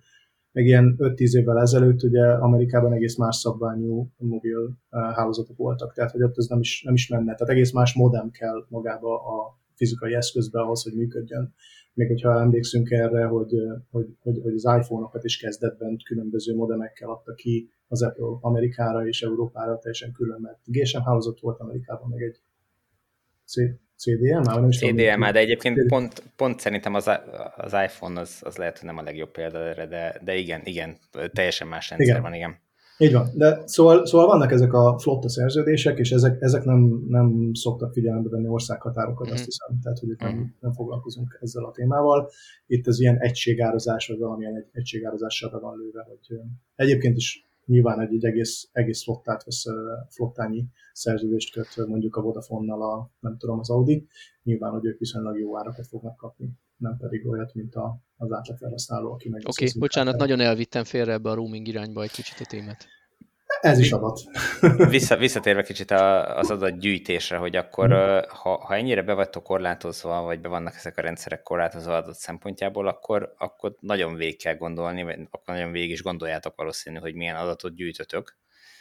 meg ilyen 5-10 évvel ezelőtt ugye Amerikában egész más szabványú mobil hálózatok voltak, tehát hogy ott ez nem is menne, tehát egész más modem kell magába a fizikai eszközbe ahhoz, hogy működjön. Még hogyha emlékszünk erre, hogy az iPhone-okat is kezdetben különböző modemekkel adta ki az Apple Amerikára és Európára teljesen külön, mert GSM hálózat volt Amerikában, meg egy CDMA, nem is tudom. CDMA, de egyébként pont szerintem az iPhone az lehet, hogy nem a legjobb példa erre, de igen, teljesen más rendszer van, igen. Így van, de szóval vannak ezek a flotta szerződések, és ezek nem szoktak figyelembe venni országhatárokat, azt hiszem, tehát hogy itt nem foglalkozunk ezzel a témával. Itt az ilyen egységárazás, vagy valamilyen egységárazással van lőve, hogy egyébként is nyilván egy egész flottát vesz, flottányi szerződést köt mondjuk a Vodafone-nal az Audi, nyilván, hogy ők viszonylag jó árakat fognak kapni, nem pedig olyat, mint az átlagfelhasználó, aki meg... Oké, bocsánat, nagyon elvittem félre ebbe a roaming irányba egy kicsit a témát. Ez is adat. Visszatérve kicsit az adatgyűjtésre, hogy akkor ha ennyire be vagytok korlátozva, vagy be vannak ezek a rendszerek korlátozva adat szempontjából, akkor nagyon végig kell gondolni, vagy akkor nagyon végig is gondoljátok valószínű, hogy milyen adatot gyűjtötök.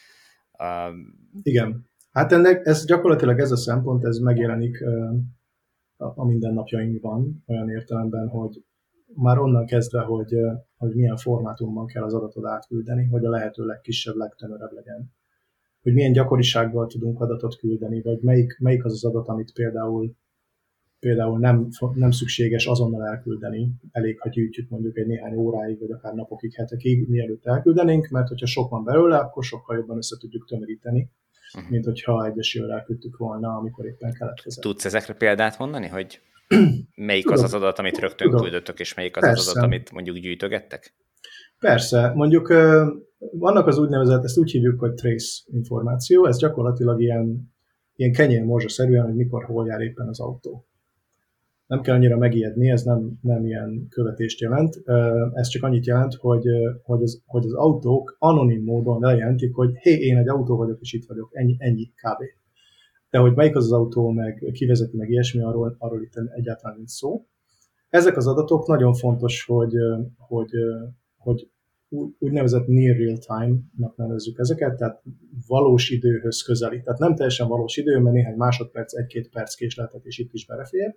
Igen. Hát ez gyakorlatilag ez a szempont, ez megjelenik a mindennapjainkban, olyan értelemben, hogy már onnan kezdve, hogy milyen formátumban kell az adatot átküldeni, hogy a lehető legkisebb, legtömörebb legyen. Hogy milyen gyakorisággal tudunk adatot küldeni, vagy melyik az adat, amit például nem szükséges azonnal elküldeni, elég, ha gyűjtjük mondjuk egy néhány óráig, vagy akár napokig, hetekig, mielőtt elküldenénk, mert hogyha sok van belőle, akkor sokkal jobban össze tudjuk tömöríteni, mint hogyha egyesével elküldtük volna, amikor éppen keletkezett. Tudsz ezekre példát mondani, hogy melyik az adat, amit rögtön küldöttök, és melyik az adat, amit mondjuk gyűjtögettek? Persze. Mondjuk vannak az úgynevezett, ezt úgy hívjuk, hogy trace információ, ez gyakorlatilag ilyen kenyér-morzsa-szerűen, hogy mikor, hol jár éppen az autó. Nem kell annyira megijedni, ez nem ilyen követést jelent. Ez csak annyit jelent, hogy az autók anonim módon lejelentik, hogy hé, én egy autó vagyok, és itt vagyok, ennyi kb. De hogy melyik az autó, meg kivezeti, meg ilyesmi, arról itt egyáltalán nincs szó. Ezek az adatok nagyon fontos, hogy úgynevezett near real time-nak nevezzük ezeket, tehát valós időhöz közeli. Tehát nem teljesen valós idő, mert néhány másodperc, 1-2 perc késletetés itt is belefér.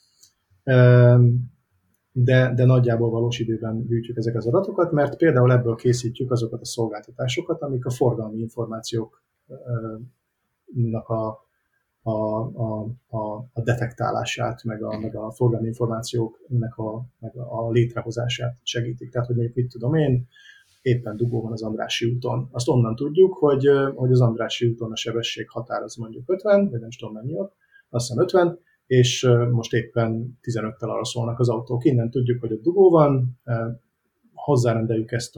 De nagyjából valós időben gyűjtjük ezeket az adatokat, mert például ebből készítjük azokat a szolgáltatásokat, amik a forgalmi információknak a detektálását, meg a forgalmi információknak a létrehozását segítik. Tehát, hogy mondjuk mit tudom én, éppen dugó van az Andrássy úton. Azt onnan tudjuk, hogy az Andrássy úton a sebesség határ az mondjuk 50, vagy nem tudom mennyi ott, azt hiszem 50, és most éppen 15-tel arra szólnak az autók. Innen tudjuk, hogy ott dugó van, hozzárendeljük ezt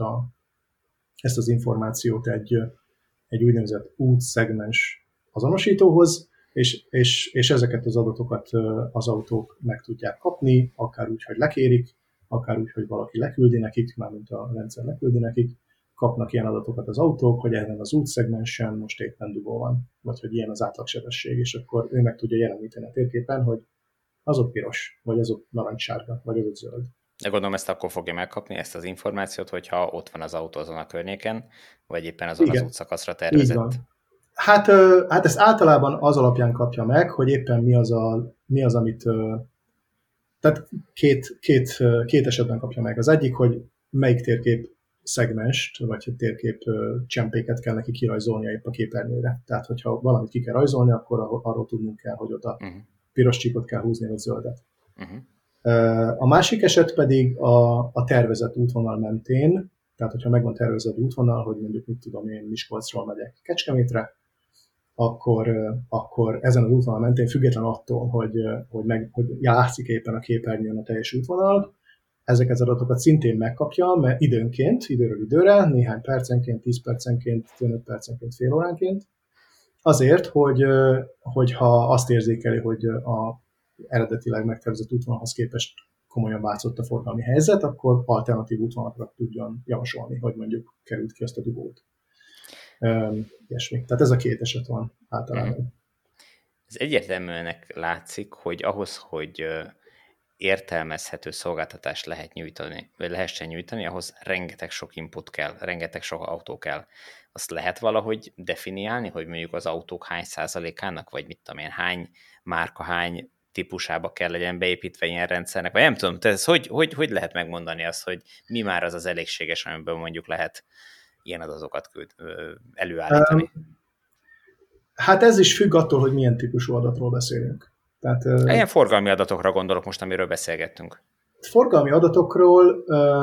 az információt egy úgynevezett útszegmens azonosítóhoz, és ezeket az adatokat az autók meg tudják kapni, akár úgy, hogy lekérik, akár úgy, hogy valaki leküldi nekik, mármint a rendszer leküldi nekik, kapnak ilyen adatokat az autók, hogy ezen az útszegmensen most éppen dugó van, vagy hogy ilyen az átlagsebesség, és akkor ő meg tudja jeleníteni a térképen, hogy az ott piros, vagy az ott narancssárga, vagy az ott zöld. De gondolom ezt akkor fogja megkapni, ezt az információt, hogyha ott van az autó azon a környéken, vagy éppen azon az útszakaszra tervezett. Hát ezt általában az alapján kapja meg, hogy éppen mi az amit... Tehát két esetben kapja meg. Az egyik, hogy melyik térkép szegmest, vagy térkép csempéket kell neki kirajzolnia épp a képernyőre. Tehát, hogyha valamit ki kell rajzolni, akkor arról tudnunk kell, hogy oda piros csíkot kell húzni, vagy zöldet. A másik eset pedig a tervezett útvonal mentén, tehát hogyha megvan tervezett útvonal, hogy mondjuk mit tudom én, Miskolcról megyek Kecskemétre, akkor ezen az útvonal mentén független attól, hogy játszik éppen a képernyőn a teljes útvonal, ezeket az adatokat szintén megkapja, mert időről időre, néhány percenként, 10 percenként, 15 percenként, fél óránként, azért, hogy ha azt érzékeli, hogy a eredetileg megtervezett útvonalhoz képest komolyan változott a forgalmi helyzet, akkor alternatív útvonalakat tudjon javasolni, hogy mondjuk került ki azt a dugót. Ilyesmi. Tehát ez a két eset van általában. Ez egyértelműen látszik, hogy ahhoz, hogy értelmezhető szolgáltatást lehet nyújtani, vagy lehessen nyújtani, ahhoz rengeteg sok input kell, rengeteg sok autó kell. Azt lehet valahogy definiálni, hogy mondjuk az autók hány százalékának, vagy mit tudom én, hány márka, hány típusába kell legyen beépítve ilyen rendszernek, vagy nem tudom, ez hogy lehet megmondani azt, hogy mi már az az elégséges, amiből mondjuk lehet ilyen adatokat előállítani? Hát ez is függ attól, hogy milyen típusú adatról beszélünk. Tehát, ilyen forgalmi adatokra gondolok most, amiről beszélgettünk. Forgalmi adatokról,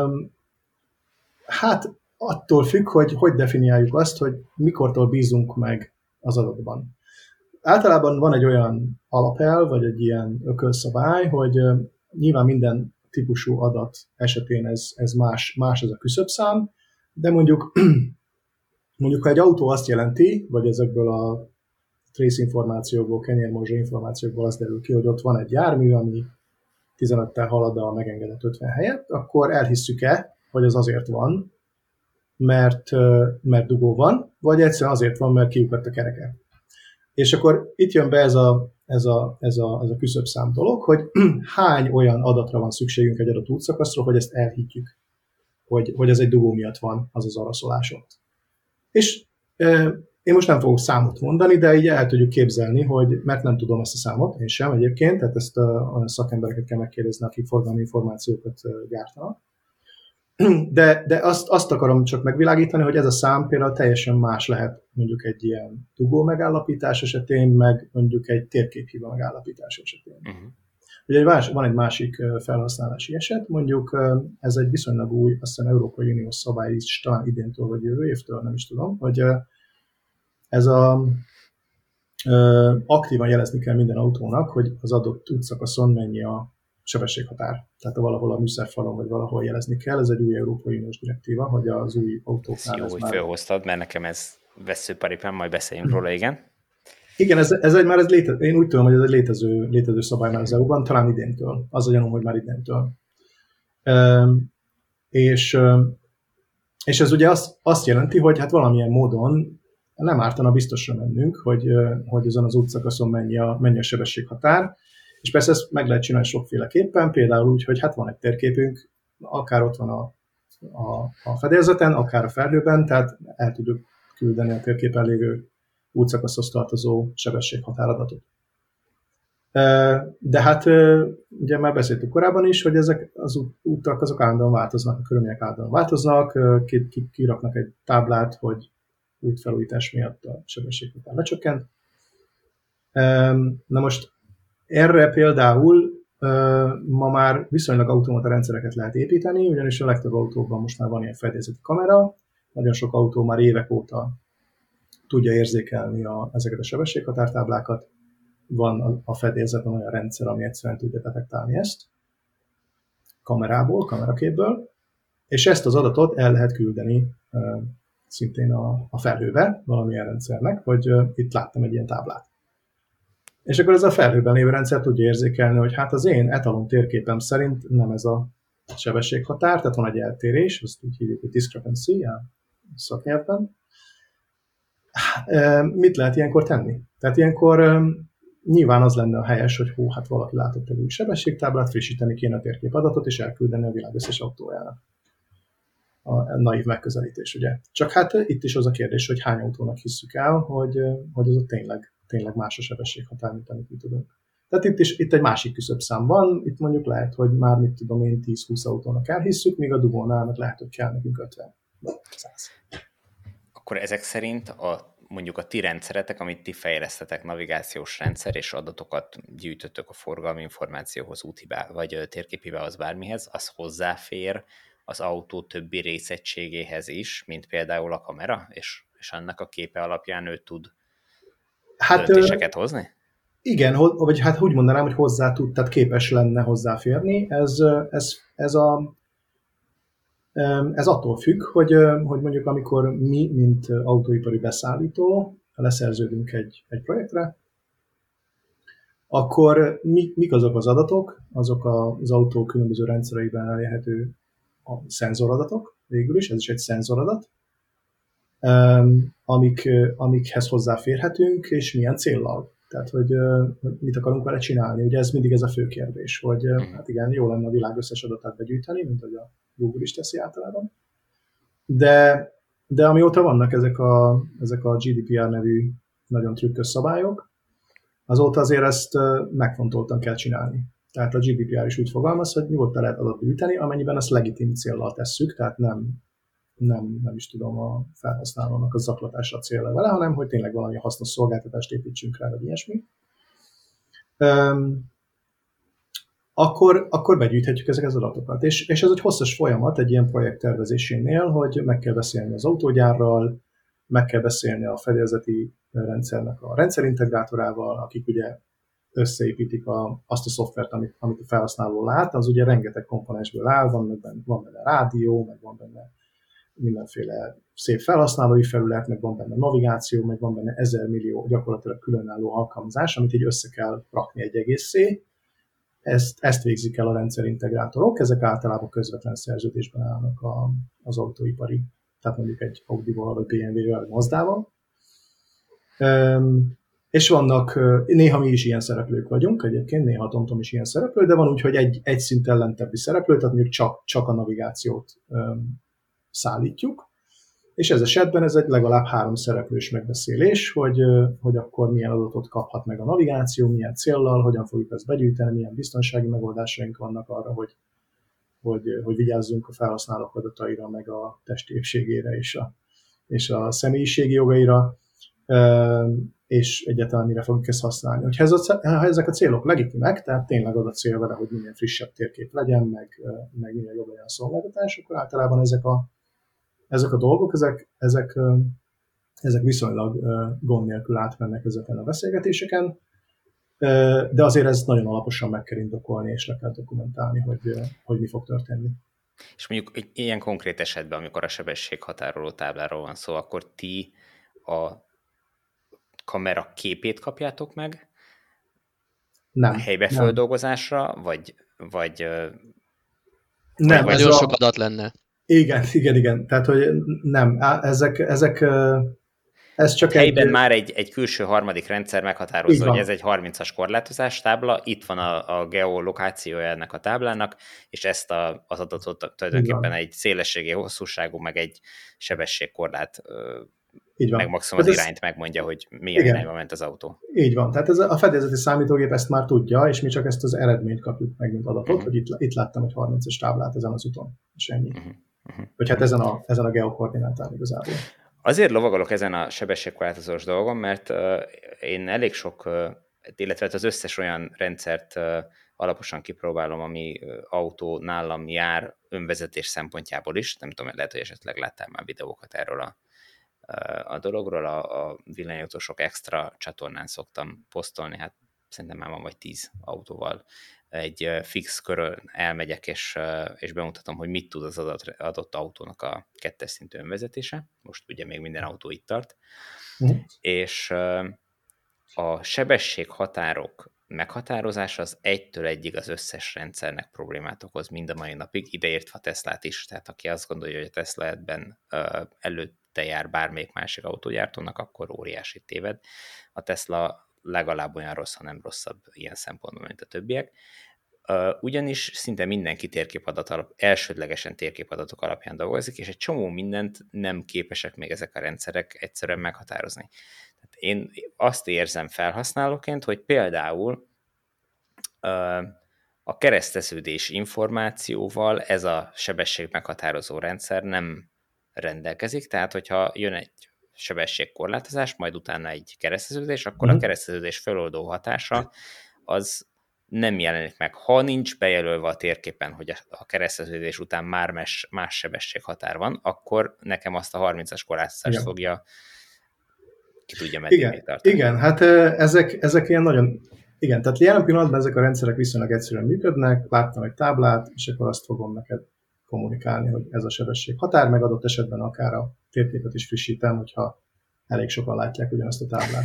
hát attól függ, hogy definiáljuk azt, hogy mikortól bízunk meg az adatban. Általában van egy olyan alapelv, vagy egy ilyen ökölszabály, hogy nyilván minden típusú adat esetén ez más ez a küszöbszám, de mondjuk ha egy autó azt jelenti, vagy ezekből a trace információkból, kenyérmorzsa információkból az derül ki, hogy ott van egy jármű, ami 15-tel halad a megengedett 50 helyett, akkor elhisszük-e, hogy az azért van, mert dugó van, vagy egyszerűen azért van, mert kiukadt a kereke. És akkor itt jön be ez a küszöbszám dolog, hogy hány olyan adatra van szükségünk egy adott útszakaszról, hogy ezt elhiggyük, hogy ez egy dugó miatt van, az az araszolás ott. És én most nem fogok számot mondani, de így el tudjuk képzelni, hogy, mert nem tudom ezt a számot, én sem egyébként, tehát ezt olyan szakembereket kell megkérdezni, akik forgalmi információkat gyártanak. De azt akarom csak megvilágítani, hogy ez a szám például teljesen más lehet mondjuk egy ilyen dugó megállapítás esetén, meg mondjuk egy térképhiba megállapítás esetén. Ugye van egy másik felhasználási eset, mondjuk ez egy viszonylag új, azt hiszem Európai Uniós szabály is, talán idéntől vagy jövő évtől, nem is tudom, hogy ez aktívan jelezni kell minden autónak, hogy az adott útszakaszon mennyi a sebességhatár. Tehát valahol a műszerfalon, vagy valahol jelezni kell. Ez egy új Európai Uniós direktíva, hogy az új autóknál... Jó, hogy felhoztad, mert nekem ez veszőparipám, majd beszéljünk róla, igen. Igen, én úgy tudom, hogy ez egy létező szabály már az EU-ban, talán idéntől. Az a gyanúm, hogy már idéntől. És ez ugye azt jelenti, hogy hát valamilyen módon nem ártana biztosra mennünk, hogy ezen az útszakaszon mennyi a sebességhatár, és persze ezt meg lehet csinálni sokféleképpen, például úgy, hogy hát van egy térképünk, akár ott van a fedélzeten, akár a felhőben, tehát el tudjuk küldeni a térképen lévő útszakaszhoz tartozó sebességhatáradatot. De hát ugye már beszéltük korábban is, hogy ezek az útak azok állandóan változnak, a körülmények állandóan változnak, kiraknak egy táblát, hogy útfelújítás miatt a sebességhatár lecsökkent. Na most erre például ma már viszonylag automata rendszereket lehet építeni, ugyanis a legtöbb autóban most már van ilyen fedélzeti kamera, nagyon sok autó már évek óta tudja érzékelni ezeket a sebességhatártáblákat, van a fedélzeten olyan rendszer, ami egyszerűen tudja detektálni ezt kameraképből, és ezt az adatot el lehet küldeni szintén a felhőbe valamilyen rendszernek, hogy itt láttam egy ilyen táblát. És akkor ez a felhőben lévő rendszer tudja érzékelni, hogy hát az én etalon térképem szerint nem ez a sebességhatár, tehát van egy eltérés, azt úgy hívjuk, hogy discrepancy a szaknyelvben. Mit lehet ilyenkor tenni? Tehát ilyenkor nyilván az lenne a helyes, hogy hát valaki látott egy új sebességtáblát, frissíteni kéne a térképadatot, és elküldeni a világ összes autójának. A naív megközelítés, ugye. Csak hát itt is az a kérdés, hogy hány autónak hisszük el, hogy az ott tényleg más a sebességhatár, mint amit mi tudunk. Tehát itt egy másik küszöbszám van, itt mondjuk lehet, hogy már mit tudom én 10-20 autónak elhisszük, míg a dugónál meg lehet, hogy kell nekünk 50. 100. Akkor ezek szerint mondjuk a ti rendszeretek, amit ti fejlesztetek, navigációs rendszer, és adatokat gyűjtöttök a forgalmi információhoz, úthibá, vagy térképhibához, bármihez, az hozzáfér az autó többi részegységéhez is, mint például a kamera, és annak a képe alapján ő tud döntéseket hozni? Igen, vagy hát úgy mondanám, hogy hozzá tud, tehát képes lenne hozzáférni. Ez attól függ, hogy mondjuk amikor mi, mint autóipari beszállító leszerződünk egy projektre, akkor mik azok az adatok, azok az autó különböző rendszereiben elérhető a szenzoradatok, végül is, ez is egy szenzoradat, amikhez hozzáférhetünk, és milyen céllal. Tehát, hogy mit akarunk vele csinálni. Ugye ez mindig ez a fő kérdés, hogy hát igen, jó lenne a világ összes adatát begyűjteni, mint ahogy a Google is teszi általában. De amióta vannak ezek a GDPR nevű nagyon trükkös szabályok, azóta azért ezt megfontoltan kell csinálni. Tehát a GDPR is úgy fogalmaz, hogy nyugodtan lehet adatot gyűjteni, amennyiben ezt legitim céllal tesszük, tehát nem is tudom, a felhasználónak a zaklatásra célra vele, hanem hogy tényleg valami hasznos szolgáltatást építsünk rá, vagy ilyesmi. Akkor begyűjthetjük ezeket az adatokat. És ez egy hosszas folyamat egy ilyen projekt tervezésénél, hogy meg kell beszélni az autógyárral, meg kell beszélni a fedélzeti rendszernek a rendszerintegrátorával, akik ugye összeépítik azt a szoftvert, amit a felhasználó lát, az ugye rengeteg komponensből áll, van benne rádió, meg van benne mindenféle szép felhasználói felület, meg van benne navigáció, meg van benne 1000 millió gyakorlatilag különálló alkalmazás, amit így össze kell rakni egy egészé. Ezt végzik el a rendszerintegrátorok, ezek általában közvetlen szerződésben állnak az autóipari, tehát mondjuk egy Audi-val, vagy BMW-vel, vagy Mazdával. És vannak, néha mi is ilyen szereplők vagyunk, egyébként néha TomTom is ilyen szereplő, de van úgy, hogy egy szinten lentebbi szereplő, tehát mondjuk csak a navigációt szállítjuk, és ez esetben ez egy legalább 3 szereplős megbeszélés, hogy akkor milyen adatot kaphat meg a navigáció, milyen céllal, hogyan fogjuk ezt begyűjteni, milyen biztonsági megoldásaink vannak arra, hogy vigyázzunk a felhasználók adataira, meg a testi épségére és a személyiségi jogaira, és egyáltalán mire fogjuk ezt használni. Ha ezek a célok legitimek, tehát tényleg az a cél vele, hogy minél frissebb térkép legyen, meg minél jobb legyen a szolgáltatás, akkor általában ezek a dolgok, ezek viszonylag gond nélkül átmennek ezeken a beszélgetéseken, de azért ezt nagyon alaposan meg kell indokolni, és le kell dokumentálni, hogy mi fog történni. És mondjuk egy ilyen konkrét esetben, amikor a sebességhatároló tábláról van szó, akkor ti a kamera képét kapjátok meg? Nem. A helybefeldolgozásra, vagy nem, nagyon sok adat lenne. Igen. Tehát, hogy nem, ez csak helyben már egy külső harmadik rendszer meghatározza, hogy ez egy 30-as korlátozás tábla, itt van a geolokációja ennek a táblának, és ezt az adatot tulajdonképpen egy szélességi, hosszúságú, meg egy sebességkorlát, meg maximum az irányt megmondja, hogy milyen irányba ment az autó. Így van, tehát a fedélzeti számítógép ezt már tudja, és mi csak ezt az eredményt kapjuk meg, mint adatot, hogy itt láttam egy 30-as táblát ezen az úton, és ennyi. Vagy hát ezen a geokoordinátán igazából. Azért lovagolok ezen a sebességkorlátozós dolgon, mert én elég sok, illetve az összes olyan rendszert alaposan kipróbálom, ami autó nálam jár önvezetés szempontjából is. Nem tudom, lehet, hogy esetleg láttál már videókat erről a dologról. A villanyautósok extra csatornán szoktam posztolni, hát szerintem már van vagy 10 autóval. Egy fix körül elmegyek, és bemutatom, hogy mit tud az adott autónak a 2-es szintű önvezetése. Most ugye még minden autó itt tart. És a sebességhatárok meghatározása az 1-től 1-ig az összes rendszernek problémát okoz mind a mai napig, ideértve a Teslát is. Tehát aki azt gondolja, hogy a Tesla ebben előtte jár bármelyik másik autógyártónak, akkor óriási téved. A Tesla legalább olyan rossz, ha nem rosszabb ilyen szempontból, mint a többiek. Ugyanis szinte mindenki elsődlegesen térképadatok alapján dolgozik, és egy csomó mindent nem képesek még ezek a rendszerek egyszerűen meghatározni. Tehát én azt érzem felhasználóként, hogy például a kereszteződés információval ez a sebesség meghatározó rendszer nem rendelkezik, tehát hogyha jön egy sebességkorlátozás, majd utána egy kereszteződés, akkor a kereszteződés feloldó hatása az nem jelenik meg. Ha nincs bejelölve a térképen, hogy a kereszteződés után már más sebességhatár van, akkor nekem azt a 30-as korlátozást fogja ki tudja meddig tartani. Igen, hát ezek ilyen nagyon... Igen, tehát jelen pillanatban ezek a rendszerek viszonylag egyszerűen működnek, láttam egy táblát, és akkor azt fogom neked kommunikálni, hogy ez a sebességhatár, meg adott esetben akár a térképet is frissítem, hogyha elég sokan látják ugyanazt a táblát.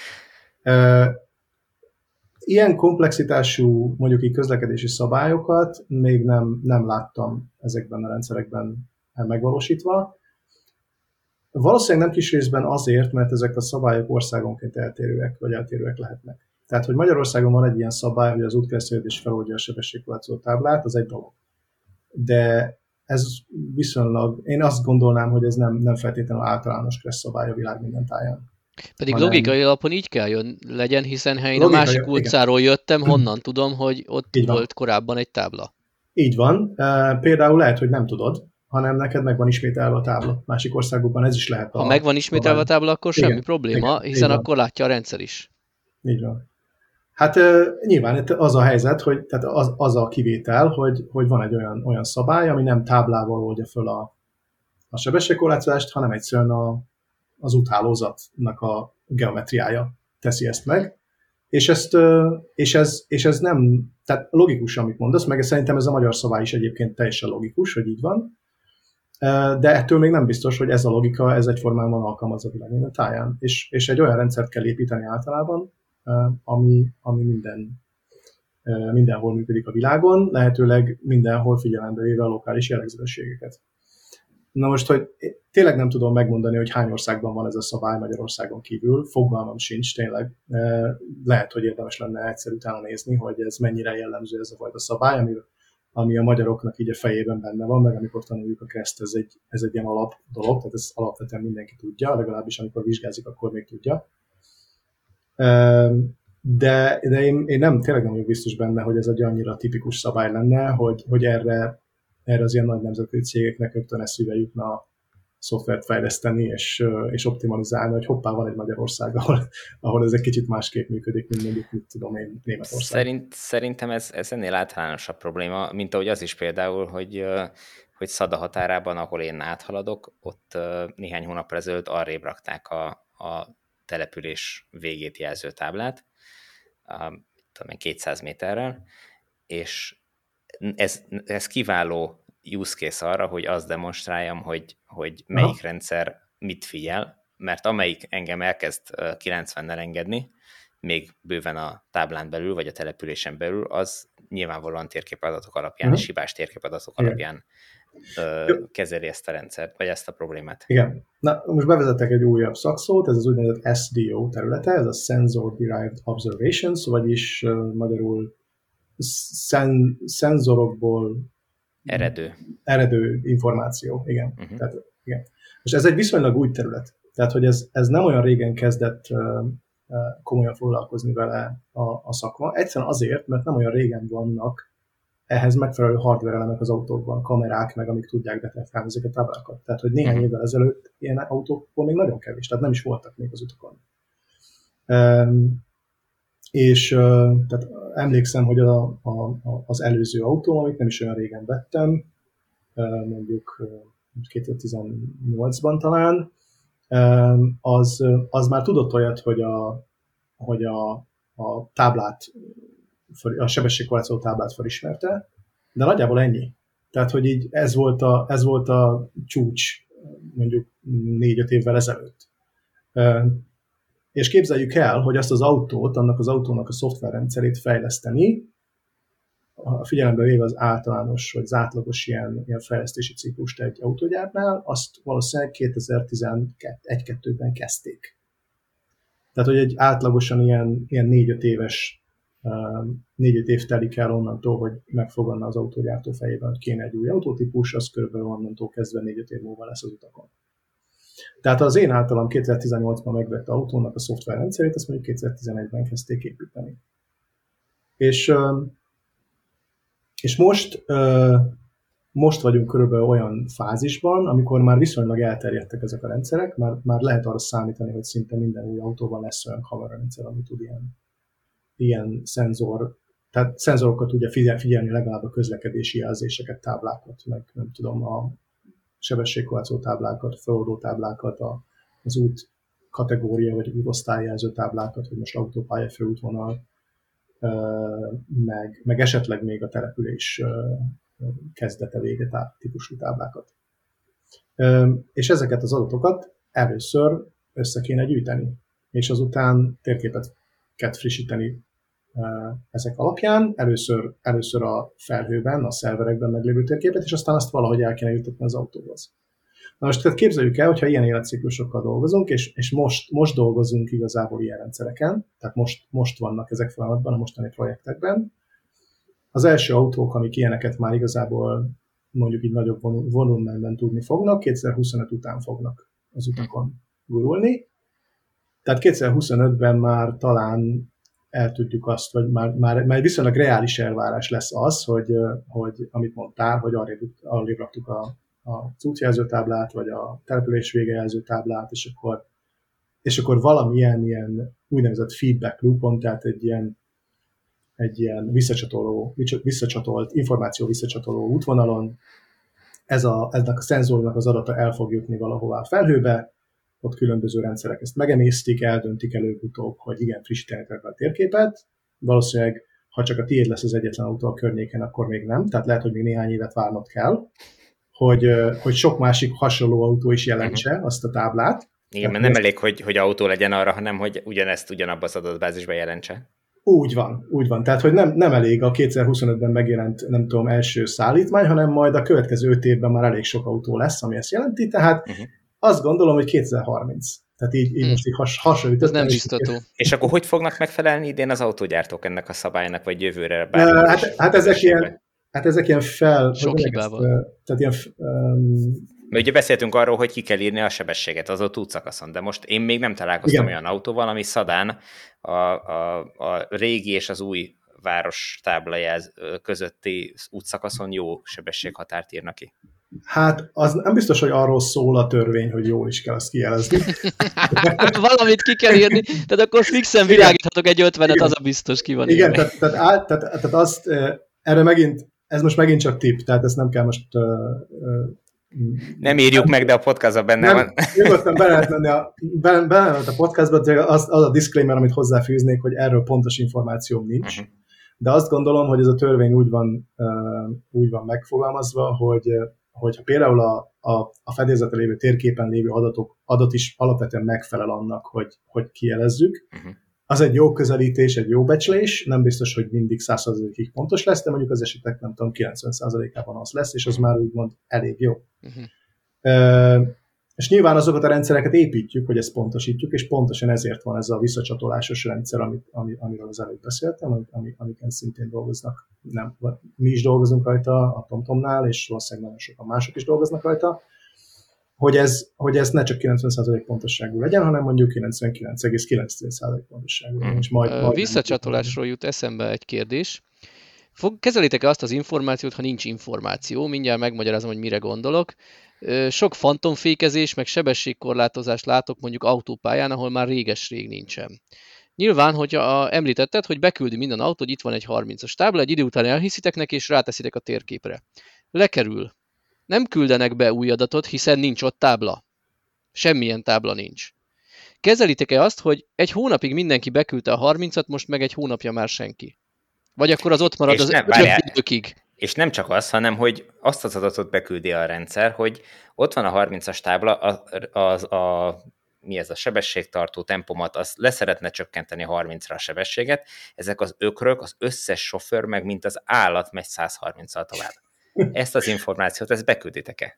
Ilyen komplexitású, mondjuk így közlekedési szabályokat még nem láttam ezekben a rendszerekben megvalósítva. Valószínűleg nem kis részben azért, mert ezek a szabályok országonként eltérőek, vagy eltérőek lehetnek. Tehát, hogy Magyarországon van egy ilyen szabály, hogy az útkereszteződés feloldja a sebességkorlátozó táblát, az egy dolog. De ez viszonylag, én azt gondolnám, hogy ez nem feltétlenül általános kressz szabály a világ minden táján. Pedig logikai alapon így kell legyen, hiszen ha én a másik utcáról jöttem, honnan tudom, hogy ott volt korábban egy tábla. Így van. Például lehet, hogy nem tudod, hanem neked meg van ismételve a tábla. Másik országokban ez is lehet. Ha meg van ismételve a tábla, akkor semmi probléma, hiszen akkor látja a rendszer is. Így van. Hát nyilván itt az a helyzet, hogy tehát az a kivétel, hogy van egy olyan szabály, ami nem táblával oldja föl a sebességkorlátozást, hanem egyszerűen az úthálózatnak a geometriája teszi ezt meg. És ez nem, tehát logikus, amit mondasz, meg szerintem ez a magyar szabály is egyébként teljesen logikus, hogy így van, de ettől még nem biztos, hogy ez a logika, ez egyformán van alkalmazva a világ minden táján. És egy olyan rendszert kell építeni általában, ami mindenhol működik a világon, lehetőleg mindenhol figyelembe véve a lokális jellegzetességeket. Na most, hogy tényleg nem tudom megmondani, hogy hány országban van ez a szabály Magyarországon kívül, fogalmam sincs tényleg. Lehet, hogy érdemes lenne egyszer utána nézni, hogy ez mennyire jellemző ez a fajta szabály, ami a magyaroknak így a fejében benne van, meg amikor tanuljuk a KREST, ez egy ilyen alap dolog, tehát ez alapvetően mindenki tudja, legalábbis amikor vizsgázik, akkor még tudja. De én tényleg nem vagyok biztos benne, hogy ez egy annyira tipikus szabály lenne, hogy erre az ilyen nagy nemzetközi cégeknek rögtön eszébe jutna szoftvert fejleszteni és optimalizálni, hogy hoppá, van egy Magyarország, ahol ez egy kicsit másképp működik, mint mondjuk, mit tudom én, Németország. Szerintem ez ennél általánosabb probléma, mint ahogy az is például, hogy Szada határában, ahol én áthaladok, ott néhány hónappal ezelőtt arrébb rakták a település végét jelző táblát, 200 méterrel, és ez kiváló use case arra, hogy azt demonstráljam, hogy melyik rendszer mit figyel, mert amelyik engem elkezd 90-nel engedni, még bőven a táblán belül, vagy a településen belül, az nyilvánvalóan térképadatok alapján, és hibás térképadatok alapján kezeli ezt a rendszert, vagy ezt a problémát. Igen. Na, most bevezettek egy újabb szakszót, ez az úgynevezett SDO területe, ez a Sensor Derived Observations, vagyis magyarul szenzorokból eredő információ. Igen. Tehát, igen. Most ez egy viszonylag új terület. Tehát, hogy ez nem olyan régen kezdett komolyan foglalkozni vele a szakma. Egyszerűen azért, mert nem olyan régen vannak ehhez megfelelő hardware elemek az autókban, kamerák, meg amik tudják detektálni ezeket a táblákat. Tehát, hogy néhány évvel ezelőtt ilyen autókból még nagyon kevés, tehát nem is voltak még az utakon. És tehát emlékszem, hogy az előző autó, amit nem is olyan régen vettem, mondjuk 2018-ban talán, az már tudott olyat, hogy a táblát, a sebességkorlátozó táblát felismerte, de nagyjából ennyi. Tehát, hogy így ez volt a csúcs mondjuk 4-5 évvel ezelőtt. És képzeljük el, hogy azt az autót, annak az autónak a szoftverrendszerét fejleszteni, figyelembe véve az általános, vagy az átlagos ilyen fejlesztési ciklust egy autógyárnál, azt valószínűleg 2011-2-ben kezdték. Tehát, hogy egy átlagosan ilyen 4-5 éves 4-5 év telik el onnantól, hogy megfogadna az autógyártó fejében, hogy kéne egy új autótípus, az körülbelül onnantól kezdve 4-5 év múlva lesz az utakon. Tehát az én általam 2018-ban megvett autónak a szoftverrendszerét, azt mondjuk 2011-ben kezdték építeni. És most vagyunk körülbelül olyan fázisban, amikor már viszonylag elterjedtek ezek a rendszerek, már lehet arra számítani, hogy szinte minden új autóban lesz olyan kamerarendszer, ami tud ilyen szenzor, tehát szenzorokat tudja figyelni legalább a közlekedési jelzéseket, táblákat, meg nem tudom, a sebességkorlátozó táblákat, feloldó táblákat, az út kategória vagy útosztályjelző táblákat, hogy most autópálya, főútvonal, meg esetleg még a település kezdete vége típusú táblákat. És ezeket az adatokat először össze kéne gyűjteni, és azután térképet frissíteni ezek alapján, először a felhőben, a szerverekben meglévő térképet, és aztán azt valahogy el kéne juttatni az autóhoz. Na most tehát képzeljük el, hogyha ilyen életciklusokkal dolgozunk, és most dolgozunk igazából ilyen rendszereken, tehát most vannak ezek folyamatban a mostani projektekben. Az első autók, amik ilyeneket már igazából mondjuk így nagyobb volumenben tudni fognak, 2025 után fognak az utakon gurulni. Tehát 2025-ben már talán el tudjuk azt, vagy már viszonylag reális elvárás lesz az, hogy amit mondtál, hogy arrébb raktuk az útjelzőtáblát, vagy a település végejelzőtáblát, és akkor valamilyen ilyen úgynevezett feedback loopon, tehát egy ilyen visszacsatolt, információ visszacsatoló útvonalon ennek a szenzornak az adata el fog jutni valahová a felhőbe, ott különböző rendszerek ezt megemésztik, eldöntik előbb-utóbb, hogy igen, frissíteni kell a térképet. Valószínűleg, ha csak a tiéd lesz az egyetlen autó a környéken, akkor még nem. Tehát lehet, hogy még néhány évet várnod kell, hogy sok másik hasonló autó is jelentse azt a táblát. Igen, mert nem elég, hogy autó legyen arra, hanem hogy ugyanabban az adatbázisban jelentse. Úgy van. Tehát, hogy nem elég a 2025-ben megjelent, nem tudom, első szállítmány, hanem majd a következő 5 évben már elég sok autó lesz, ami ezt jelenti, tehát azt gondolom, hogy 2030. Tehát így most így hasonlítottam. Ez nem biztató. És akkor hogy fognak megfelelni idén az autógyártók ennek a szabálynak, vagy jövőre? Hát ezek ilyen sok hibával. Tehát ilyen... Mert ugye beszéltünk arról, hogy ki kell írni a sebességet az ott útszakaszon, de most én még nem találkoztam olyan autóval, ami szadán a régi és az új város táblajelz közötti útszakaszon jó sebességhatárt írna ki. Hát az nem biztos, hogy arról szól a törvény, hogy jól is kell azt kijelezni. Valamit ki kell írni, tehát akkor fixen világíthatok egy 50-et, az a biztos ki van. Igen, tehát azt, erre megint, ez most megint csak tipp, tehát ezt nem kell most... nem írjuk meg, de a podcastban benne van. Nyugodtan be lehet menni a podcastba, az a disclaimer, amit hozzáfűznék, hogy erről pontos információm nincs. De azt gondolom, hogy ez a törvény úgy van megfogalmazva, hogyha például a fedélzeten lévő térképen lévő adat is alapvetően megfelel annak, hogy kijelezzük, az egy jó közelítés, egy jó becslés, nem biztos, hogy mindig 100%-ig pontos lesz, de mondjuk az esetek, nem tudom, 90%-ában az lesz, és az már úgymond elég jó. És nyilván azokat a rendszereket építjük, hogy ezt pontosítjuk, és pontosan ezért van ez a visszacsatolásos rendszer, amiről az előbb beszéltem, amiken szintén dolgoznak. Mi is dolgozunk rajta a TomTomnál, és valószínűleg nagyon sokan mások is dolgoznak rajta, hogy ez ne csak 90% pontosságú legyen, hanem mondjuk 99,9% pontosságú legyen. És majd visszacsatolásról jut eszembe egy kérdés. Kezelitek-e azt az információt, ha nincs információ? Mindjárt megmagyarázom, hogy mire gondolok. Sok fantomfékezés, meg sebességkorlátozást látok mondjuk autópályán, ahol már réges-rég nincsen. Nyilván, hogyha említetted, hogy beküldi minden autó, hogy itt van egy 30-as tábla, egy idő után elhiszitek neki, és ráteszitek a térképre. Lekerül. Nem küldenek be új adatot, hiszen nincs ott tábla. Semmilyen tábla nincs. Kezelitek-e azt, hogy egy hónapig mindenki beküldte a 30-at, most meg egy hónapja már senki? Vagy akkor az ott marad az időkig? És nem csak az, hanem hogy azt az adatot beküldi a rendszer, hogy ott van a 30-as tábla, mi ez a sebességtartó tempomat, az leszeretne csökkenteni 30-ra a sebességet, ezek az ökrök, az összes sofőr meg mint az állat megy 130-al tovább. Ezt az információt, ezt bekülditek-e?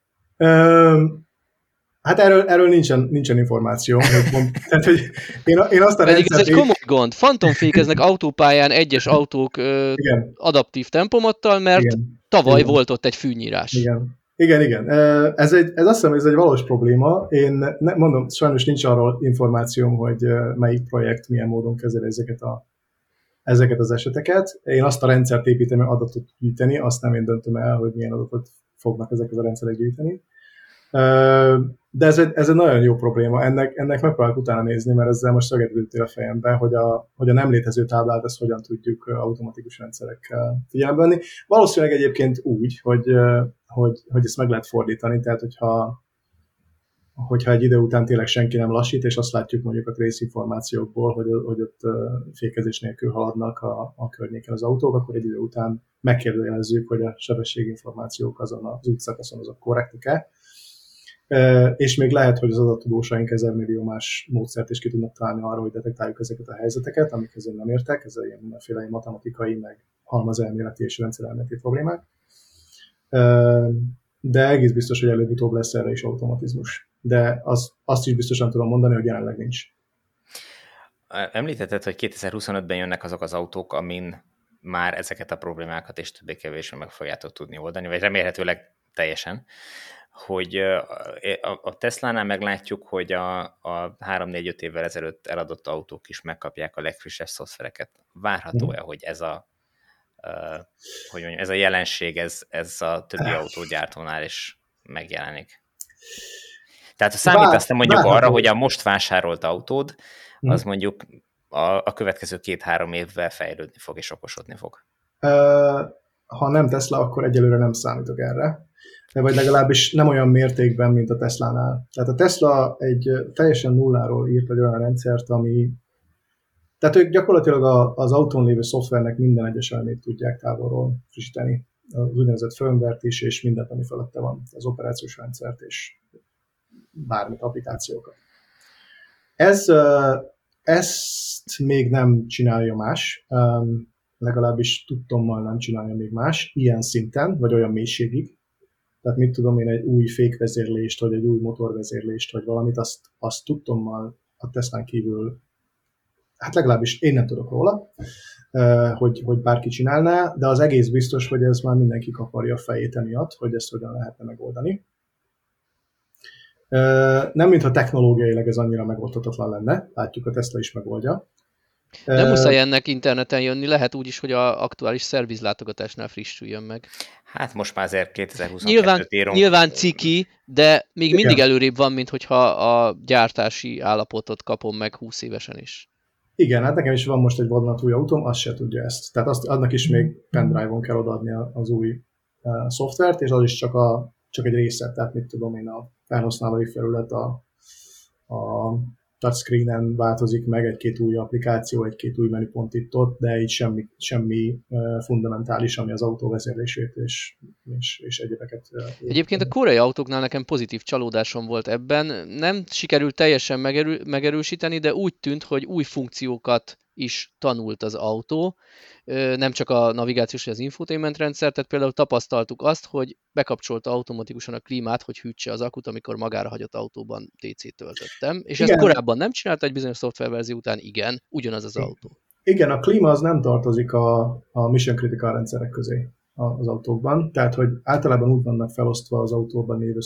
Hát erről nincsen információ. Tehát, hogy én azt a pedig ez egy komoly gond. Fantomfékeznek autópályán egyes autók adaptív tempomattal, mert tavaly volt ott egy fűnyírás. Igen. Ez azt hiszem, ez egy valós probléma. Én mondom, sajnos nincs arról információm, hogy melyik projekt milyen módon kezeli ezeket az eseteket. Én azt a rendszert építem, hogy adatot gyűjteni, azt nem én döntöm el, hogy milyen adatot fognak ezek a rendszerek gyűjteni. De ez egy nagyon jó probléma. Ennek megpróbálok utána nézni, mert ezzel most szögetültél a fejembe, hogy a nem létező táblát ezt hogyan tudjuk automatikus rendszerekkel figyelembe venni. Valószínűleg egyébként úgy, hogy ezt meg lehet fordítani, tehát hogyha egy idő után tényleg senki nem lassít, és azt látjuk mondjuk a trace információkból, hogy ott fékezés nélkül haladnak a környéken az autók, akkor egy idő után megkérdőjelezzük, hogy a sebességinformációk azon az útszakaszon azok korrektek-e. És még lehet, hogy az adattudósaink 1000 millió más módszert is ki tudnak találni arra, hogy detektáljuk ezeket a helyzeteket, amikhez én nem értek, ez ilyen mindenféle matematikai, meg halmazelméleti és rendszerelméleti problémák. de egész biztos, hogy előbb-utóbb lesz erre is automatizmus. De azt is biztosan tudom mondani, hogy jelenleg nincs. Említetted, hogy 2025-ben jönnek azok az autók, amin már ezeket a problémákat és többé-kevésbé meg fogjátok tudni oldani, vagy remélhetőleg teljesen, hogy a Teslánál meglátjuk, hogy a 3-4-5 évvel ezelőtt eladott autók is megkapják a legfrissebb szoftvereket. Várható-e, hogy ez ez a jelenség, ez a többi autógyártónál is megjelenik? Tehát a számítasz te mondjuk arra, hogy a most vásárolt autód, az mondjuk a következő 2-3 évvel fejlődni fog és okosodni fog. Ha nem Tesla, akkor egyelőre nem számítok erre. Vagy legalábbis nem olyan mértékben, mint a Teslánál. Tehát a Tesla egy teljesen nulláról írt egy olyan rendszert, ami... Tehát ők gyakorlatilag az autón lévő szoftvernek minden egyes elemét tudják távolról frissíteni. Az úgynevezett firmware-t is, és mindent, ami fölötte van. Az operációs rendszert, és bármit, applikációkat. Ezt még nem csinálja más, legalábbis tudtommal nem csinálja még más, ilyen szinten, vagy olyan mélységig. Tehát mit tudom én, egy új fékvezérlést, vagy egy új motorvezérlést, vagy valamit, azt tudtommal a Teslán kívül, hát legalábbis én nem tudok róla, hogy bárki csinálná, de az egész biztos, hogy ez már mindenki kaparja a fejét emiatt, hogy ezt hogyan lehetne megoldani. Nem mintha technológiailag ez annyira megoldhatatlan lenne, látjuk, a Tesla is megoldja. Nem muszáj ennek interneten jönni, lehet úgy is, hogy az aktuális szervizlátogatásnál frissüljön meg. Hát most már azért 2022-t írunk. Nyilván ciki, de még mindig előrébb van, mint hogyha a gyártási állapotot kapom meg 20 évesen is. Igen, hát nekem is van most egy vadonatúj autóm, az se tudja ezt. Tehát annak is még pendrive-on kell odaadni az új szoftvert, és az is csak egy része, tehát mit tudom én, a felhasználói felület a touchscreenen változik meg, egy-két új applikáció, egy-két új menüpont itt-ott, de így semmi fundamentális, ami az autóvezérlését és egyébeket. Egyébként a koreai autóknál nekem pozitív csalódásom volt ebben. Nem sikerült teljesen megerősíteni, de úgy tűnt, hogy új funkciókat is tanult az autó, nem csak a navigációs vagy az infotainment rendszer, tehát például tapasztaltuk azt, hogy bekapcsolta automatikusan a klímát, hogy hűtse az akut, amikor magára hagyott autóban DC-t töltöttem, és igen. Ezt korábban nem csinálta, egy bizonyos szoftververzió után igen, ugyanaz az autó. Igen, a klíma az nem tartozik a mission critical rendszerek közé az autókban, tehát hogy általában úgy vannak felosztva az autóban lévő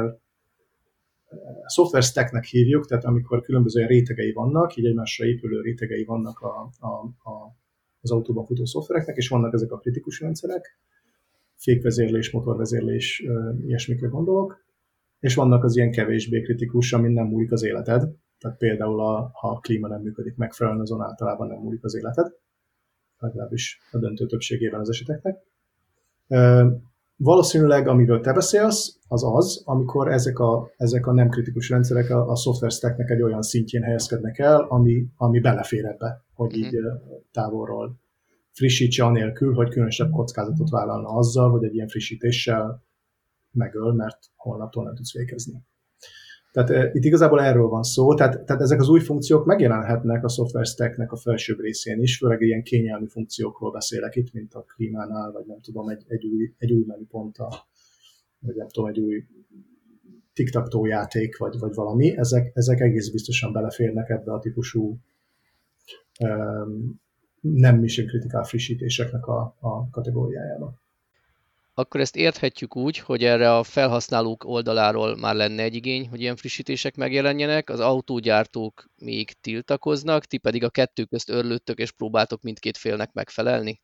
software stacknek hívjuk, tehát amikor különböző rétegei vannak, így egymásra épülő rétegei vannak az autóban futó szoftvereknek, és vannak ezek a kritikus rendszerek, fékvezérlés, motorvezérlés, ilyesmikre gondolok, és vannak az ilyen kevésbé kritikus, amin nem múlik az életed, tehát például ha a klíma nem működik megfelelően, azon általában nem múlik az életed, legalábbis a döntő többségében az eseteknek. Valószínűleg, amiről te beszélsz, az, amikor ezek a nem kritikus rendszerek a software stacknek egy olyan szintjén helyezkednek el, ami belefér ebbe, hogy így távolról frissítse anélkül, hogy különösebb kockázatot vállalna azzal, hogy egy ilyen frissítéssel megöl, mert holnaptól nem tudsz végezni. Tehát itt igazából erről van szó, tehát ezek az új funkciók megjelenhetnek a software stacknek a felsőbb részén is, főleg ilyen kényelmi funkciókról beszélek itt, mint a klímánál, vagy nem tudom, egy új menüpont, vagy nem tudom, egy új tic-tac-toe játék, vagy valami, ezek egész biztosan beleférnek ebbe a típusú nem mission critical frissítéseknek a kategóriájába. Akkor ezt érthetjük úgy, hogy erre a felhasználók oldaláról már lenne egy igény, hogy ilyen frissítések megjelenjenek, az autógyártók még tiltakoznak, ti pedig a kettő közt örlődtök és próbáltok mindkét félnek megfelelni?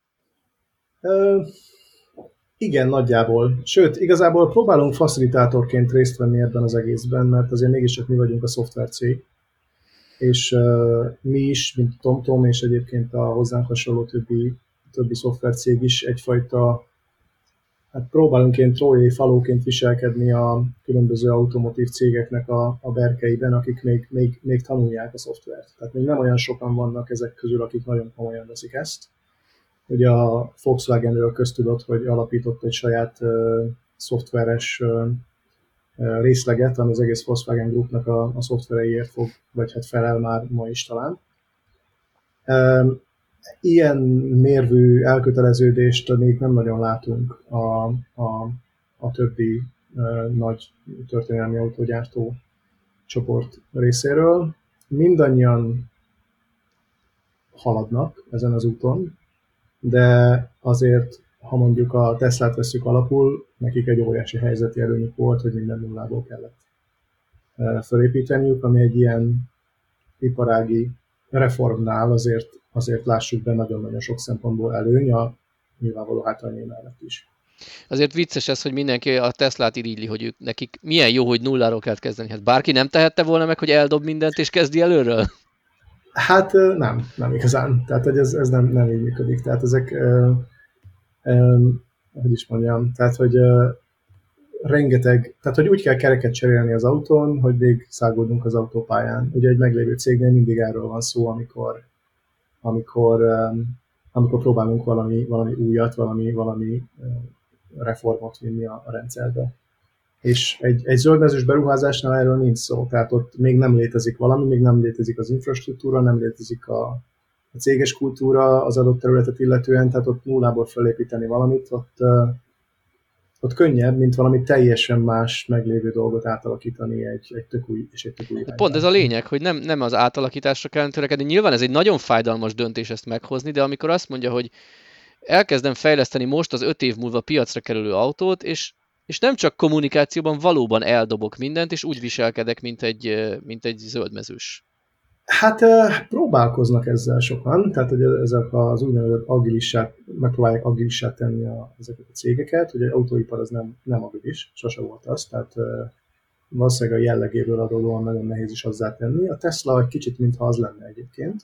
Igen, nagyjából. Sőt, igazából próbálunk facilitátorként részt venni ebben az egészben, mert azért mégiscsak mi vagyunk a szoftvercég, és mi is, mint TomTom, és egyébként a hozzánk hasonló többi szoftvercég is egyfajta, hát próbálunk ilyen trójai falóként viselkedni a különböző automotív cégeknek a berkeiben, akik még tanulják a szoftvert. Tehát még nem olyan sokan vannak ezek közül, akik nagyon komolyan veszik ezt. Ugye a Volkswagenről köztudott, hogy alapított egy saját szoftveres részleget, ami az egész Volkswagen Groupnak a szoftvereiért fog, vagy hát felel már ma is talán. Ilyen mérvű elköteleződést még nem nagyon látunk a többi nagy történelmi autógyártó csoport részéről. Mindannyian haladnak ezen az úton, de azért, ha mondjuk a Teslát vesszük alapul, nekik egy óriási helyzeti előnyük volt, hogy minden nullából kellett felépíteniük, ami egy ilyen iparági reformnál azért lássuk be nagyon-nagyon sok szempontból előny, a nyilvánvaló hátrányai mellett is. Azért vicces ez, hogy mindenki a Teslát irigyli, hogy nekik milyen jó, hogy nulláról kellett kezdeni. Hát bárki nem tehette volna meg, hogy eldob mindent és kezdi előről? Hát nem igazán. Tehát hogy ez nem így működik. Tehát ezek, hogy is mondjam, tehát hogy rengeteg, tehát hogy úgy kell kereket cserélni az autón, hogy még száguldunk az autópályán. Ugye egy meglévő cégnél mindig erről van szó, amikor próbálunk valami újat, valami reformot vinni a rendszerbe. És egy zöldmezős beruházásnál erről nincs szó, tehát ott még nem létezik valami, még nem létezik az infrastruktúra, nem létezik a céges kultúra az adott területet illetően, tehát ott nullából felépíteni valamit, ott könnyebb, mint valami teljesen más meglévő dolgot átalakítani egy tök új irányba. Pont ez a lényeg, hogy nem az átalakításra kell törekedni. Nyilván ez egy nagyon fájdalmas döntés ezt meghozni, de amikor azt mondja, hogy elkezdem fejleszteni most az 5 év múlva piacra kerülő autót, és nem csak kommunikációban valóban eldobok mindent, és úgy viselkedek, mint egy zöldmezős. Hát próbálkoznak ezzel sokan, tehát hogy ezek az úgynevezett agilissát, megpróbálják agilissá tenni ezeket a cégeket, ugye az autóipar az nem agilis, sose volt az, tehát valószínűleg a jellegéből adódóan nagyon nehéz is hozzá-tenni. A Tesla egy kicsit mintha az lenne egyébként,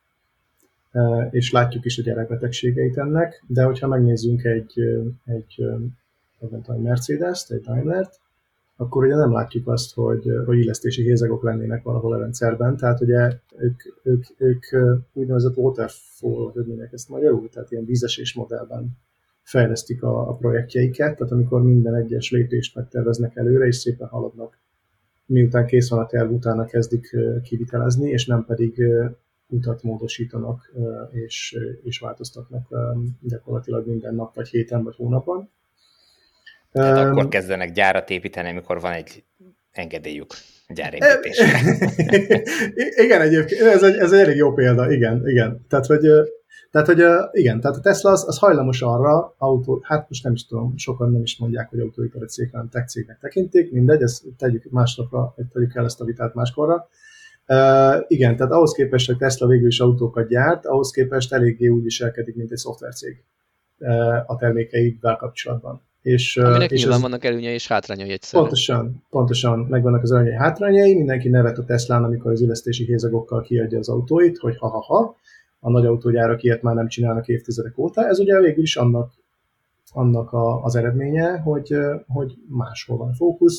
és látjuk is a gyerekbetegségeit ennek, de hogyha megnézzünk egy Mercedes-t, egy Daimlert, akkor ugye nem látjuk azt, hogy illesztési hézagok lennének valahol a rendszerben, tehát ugye ők úgynevezett waterfall, hogy mondják ezt magyarul, tehát ilyen vízesés modellben fejlesztik a projektjeiket, tehát amikor minden egyes lépést megterveznek előre, és szépen haladnak, miután kész van a terv, utána kezdik kivitelezni, és nem pedig utat módosítanak és változtatnak gyakorlatilag minden nap, vagy héten, vagy hónapon. Tehát akkor kezdenek gyárat építeni, amikor van egy engedélyük gyárépítésre. Igen, egyébként, ez egy elég jó példa, igen. Tehát, hogy a Tesla az hajlamos arra, hát most nem is tudom, sokan nem is mondják, hogy autóipari cég, hanem tech cégnek tekintik, mindegy, ezt tegyük másnapra, tegyük el ezt a vitát máskorra. Igen, tehát ahhoz képest, hogy Tesla végül is autókat gyárt, ahhoz képest eléggé úgy viselkedik, mint egy szoftvercég a termékeivel kapcsolatban. Aminek nyilván vannak előnyei és hátrányai egyszerűen. Pontosan megvannak az előnyei hátrányai, mindenki nevet a Teslán, amikor az illesztési hézagokkal kiadja az autóit, hogy ha-ha-ha, a nagy autógyárak ilyet már nem csinálnak évtizedek óta. Ez ugye végül is annak az eredménye, hogy máshol van a fókusz,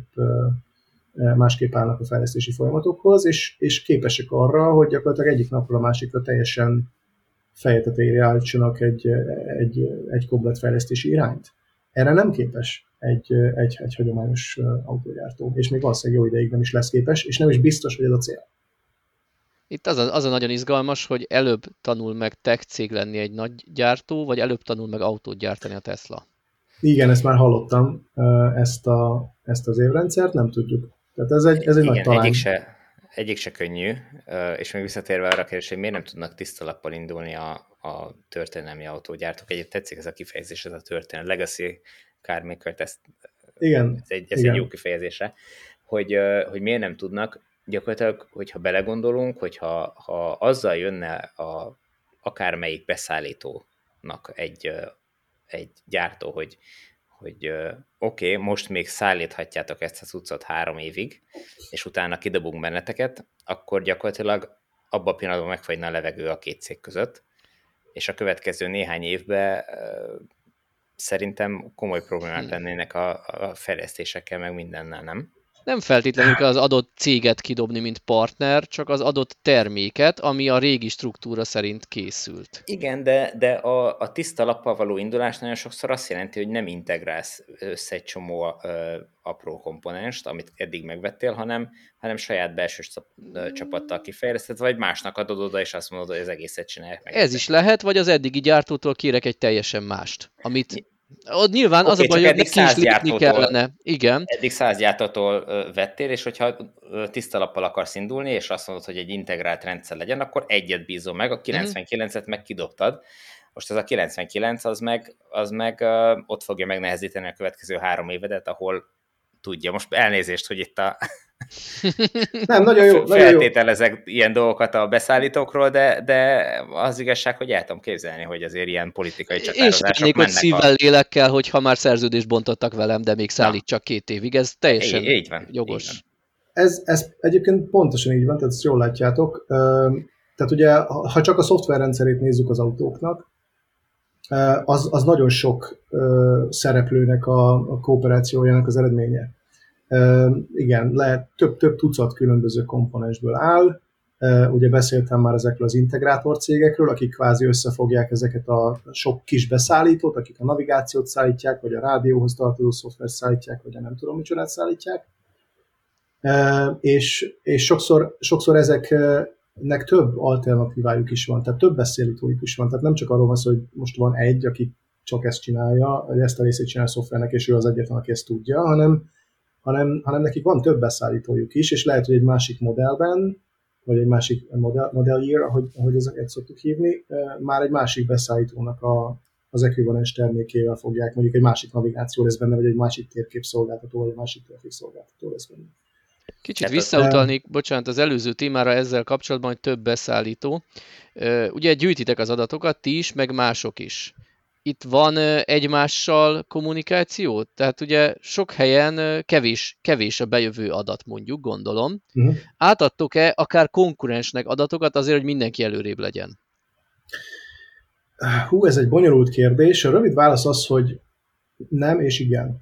másképp állnak a fejlesztési folyamatokhoz, és képesek arra, hogy gyakorlatilag egyik napról a másikra teljesen feje tetejére állítsanak egy komplet fejlesztési irányt. Erre nem képes egy hagyományos autógyártó, és még valószínűleg jó ideig nem is lesz képes, és nem is biztos, hogy ez a cél. Itt az a nagyon izgalmas, hogy előbb tanul meg tech cég lenni egy nagy gyártó, vagy előbb tanul meg autót gyártani a Tesla? Igen, ezt már hallottam, ezt az évrendszert, nem tudjuk. Tehát ez egy nagy talány. Egyik se könnyű, és még visszatérve arra a kérdés, hogy miért nem tudnak tiszta lappal indulni a történelmi autógyártók. Egyébként tetszik ez a kifejezés, ez a történelmi legacy carmaker, ez egy jó kifejezése, hogy miért nem tudnak. Gyakorlatilag, hogyha belegondolunk, hogyha azzal jönne akármelyik beszállítónak egy gyártó, hogy oké, most még szállíthatjátok ezt a cuccot 3 évig, és utána kidobunk benneteket, akkor gyakorlatilag abban a pillanatban megfagyna a levegő a két cég között, és a következő néhány évben szerintem komoly problémák lennének a fejlesztésekkel, meg mindennel, nem? Nem feltétlenül kell az adott céget kidobni, mint partner, csak az adott terméket, ami a régi struktúra szerint készült. Igen, de a tiszta lappal való indulás nagyon sokszor azt jelenti, hogy nem integrálsz össze egy csomó apró komponenst, amit eddig megvettél, hanem saját belső csapattal kifejleszted, vagy másnak adod oda, és azt mondod, hogy az egészet csinálják meg. Ez is lehet, vagy az eddigi gyártótól kérek egy teljesen mást, amit Ott nyilván az a baj, hogy neki is lépni kellene. Igen. Eddig 100 gyártótól vettél, és hogyha tiszta lappal akarsz indulni, és azt mondod, hogy egy integrált rendszer legyen, akkor egyet bízom meg, a 99-et meg kidobtad. Most ez a 99 az meg ott fogja megnehezíteni a következő 3 évedet, ahol tudja. Most elnézést, hogy itt nem, nagyon jó, feltételezek ilyen dolgokat a beszállítókról, de az igazság, hogy el tudom képzelni, hogy azért ilyen politikai csatározások mennek. Én is szívvel, lélekkel, hogyha már szerződést bontottak velem, de még szállít csak 2 évig. Ez teljesen így van, jogos. Így van. Ez egyébként pontosan így van, tehát ezt jól látjátok. Tehát ugye, ha csak a szoftverrendszerét nézzük az autóknak, az nagyon sok szereplőnek a kooperációjának az eredménye. Igen, lehet több tucat különböző komponensből áll. Ugye beszéltem már ezekről az integrátor cégekről, akik kvázi összefogják ezeket a sok kis beszállítót, akik a navigációt szállítják, vagy a rádióhoz tartozó szoftvert szállítják, vagy a nem tudom micsodát szállítják. És sokszor ezeknek több alternatívájuk is van, tehát több beszállítójuk is van. Tehát nem csak arról van szó, hogy most van egy, aki csak ezt csinálja, vagy ezt a részét csinálja a szoftvernek, és ő az egyetlen, aki ezt tudja, hanem nekik van több beszállítójuk is, és lehet, hogy egy másik modellben, vagy egy másik model year, ahogy ezeket szoktuk hívni, már egy másik beszállítónak az ekvivalens termékével fogják, mondjuk egy másik navigáció lesz benne, vagy egy másik térképszolgáltató, vagy egy másik trafikszolgáltató lesz benne. Kicsit visszautalnék, bocsánat, az előző témára ezzel kapcsolatban, hogy több beszállító. Ugye gyűjtitek az adatokat, ti is, meg mások is. Itt van egymással kommunikáció? Tehát ugye sok helyen kevés a bejövő adat, mondjuk, gondolom. Átadtok-e akár konkurensnek adatokat azért, hogy mindenki előrébb legyen? Ez egy bonyolult kérdés. A rövid válasz az, hogy nem és igen.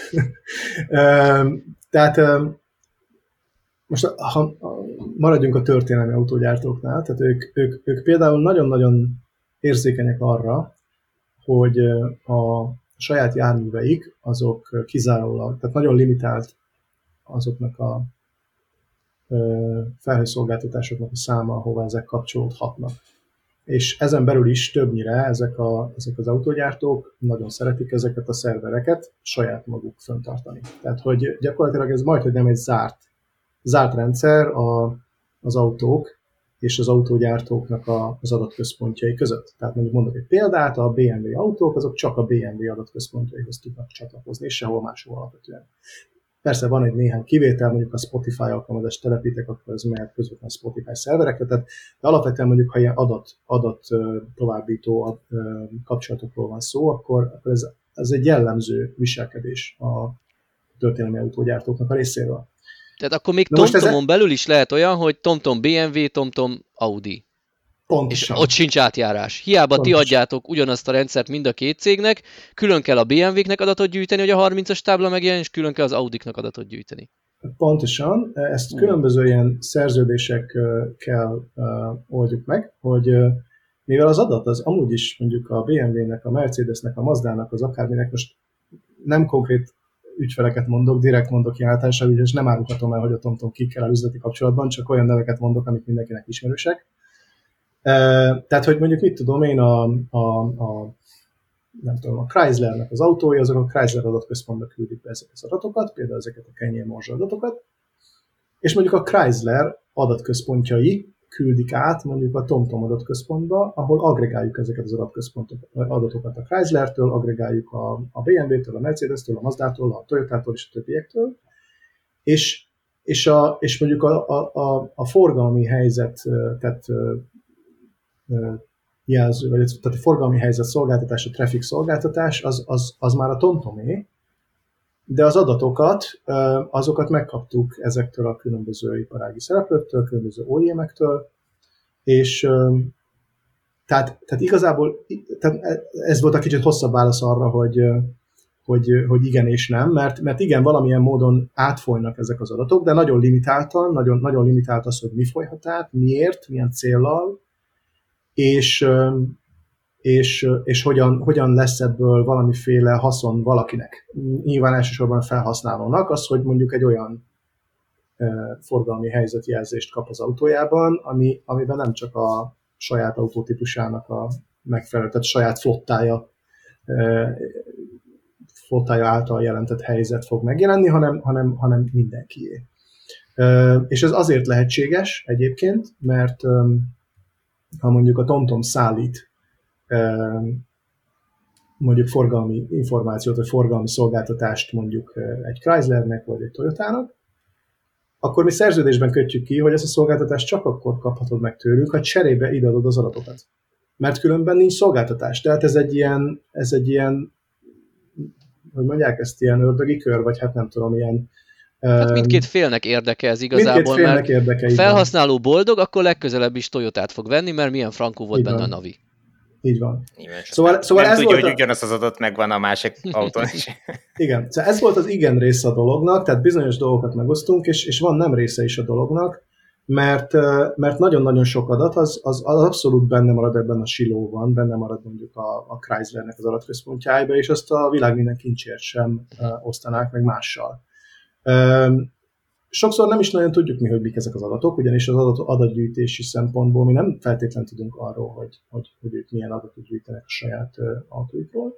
Tehát most ha maradjunk a történelmi autógyártóknál, tehát ők például nagyon-nagyon érzékenyek arra, hogy a saját járműveik azok kizárólag, tehát nagyon limitált azoknak a felhőszolgáltatásoknak a száma, ahová ezek kapcsolódhatnak. És ezen belül is többnyire ezek az autógyártók nagyon szeretik ezeket a szervereket saját maguk fenntartani. Tehát, hogy gyakorlatilag ez majdhogy nem egy zárt rendszer az autók és az autógyártóknak az adatközpontjai között. Tehát mondjuk egy példát, a BMW autók, azok csak a BMW adatközpontjaihoz tudnak csatlakozni, és sehol máshol alapvetően. Persze van egy néhány kivétel, mondjuk a Spotify alkalmazást telepítek, akkor ez mehet közvetlenül a Spotify szerverekre, de alapvetően mondjuk, ha ilyen adat továbbító kapcsolatokról van szó, akkor ez egy jellemző viselkedés a történelmi autógyártóknak a részéről. Tehát akkor még TomTomon belül is lehet olyan, hogy TomTom BMW, TomTom Audi. Pontosan. És ott sincs átjárás. Hiába Pontosan. Ti adjátok ugyanazt a rendszert mind a két cégnek, külön kell a BMW-knek adatot gyűjteni, hogy a 30-as tábla megjelenjen, és külön kell az Audiknak adatot gyűjteni. Pontosan. Ezt különböző ilyen szerződésekkel oldjuk meg, hogy mivel az adat az amúgy is mondjuk a BMW-nek, a Mercedesnek, a Mazdának, az akárminek, most nem konkrét ügyfeleket mondok, direkt mondok kiáltással, és nem árulhatom el, hogy a TomTom kikkel el üzleti kapcsolatban, csak olyan neveket mondok, amik mindenkinek ismerősek. Tehát, hogy mondjuk mit tudom én, nem tudom, a Chryslernek az autói, azok a Chrysler adatközpontba küldik be ezeket az adatokat, például ezeket a Kenyé morzsa adatokat, és mondjuk a Chrysler adatközpontjai küldik át mondjuk a TomTom adatközpontba, ahol agregáljuk ezeket az adatokat a Chryslertől, agregáljuk a BMW-től, a Mercedes-től, a Mazdától, a Toyotától és a többiektől, és mondjuk a forgalmi helyzetet jelző, vagy tehát a forgalmi helyzet szolgáltatás, a traffic szolgáltatás, az már a TomTomé, de az adatokat, azokat megkaptuk ezektől a különböző iparági szereplőktől, különböző OEM-ektől, és tehát igazából tehát ez volt a kicsit hosszabb válasz arra, hogy igen és nem, mert igen, valamilyen módon átfolynak ezek az adatok, de nagyon limitáltan, nagyon limitált az, hogy mi folyhat át, miért, milyen céllal, és hogyan lesz ebből valamiféle haszon valakinek. Nyilván elsősorban a felhasználónak az, hogy mondjuk egy olyan forgalmi helyzetjelzést kap az autójában, amiben nem csak a saját autótípusának a megfelelő, tehát saját flottája flottája által jelentett helyzet fog megjelenni, hanem mindenkié. És ez azért lehetséges egyébként, mert ha mondjuk a TomTom szállít mondjuk forgalmi információt, vagy forgalmi szolgáltatást mondjuk egy Chryslernek, vagy egy Toyotának, akkor mi szerződésben kötjük ki, hogy ezt a szolgáltatást csak akkor kaphatod meg tőlük, ha cserébe ideadod az adatokat. Mert különben nincs szolgáltatás. Tehát ez egy ilyen, hogy mondják ezt, ilyen ördögi kör, vagy hát nem tudom, ilyen... Hát mindkét félnek érdeke ez igazából, mert érdeke, felhasználó boldog, akkor legközelebb is Toyotát fog venni, mert milyen frankó volt benne a Navi. Így van. Szóval nem ez tudja, volt hogy ugyanaz az adat megvan a másik autón is. Igen, szóval ez volt az igen része a dolognak, tehát bizonyos dolgokat megosztunk, és van nem része is a dolognak, mert nagyon-nagyon sok adat az abszolút benne marad ebben a silóban, benne marad mondjuk a Chryslernek az adatközpontjába, és azt a világ minden kincsért sem osztanák meg mással. Sokszor nem is nagyon tudjuk mi, hogy mik ezek az adatok, ugyanis az adatgyűjtési szempontból mi nem feltétlenül tudunk arról, hogy ők milyen adatot gyűjtenek a saját autóikról.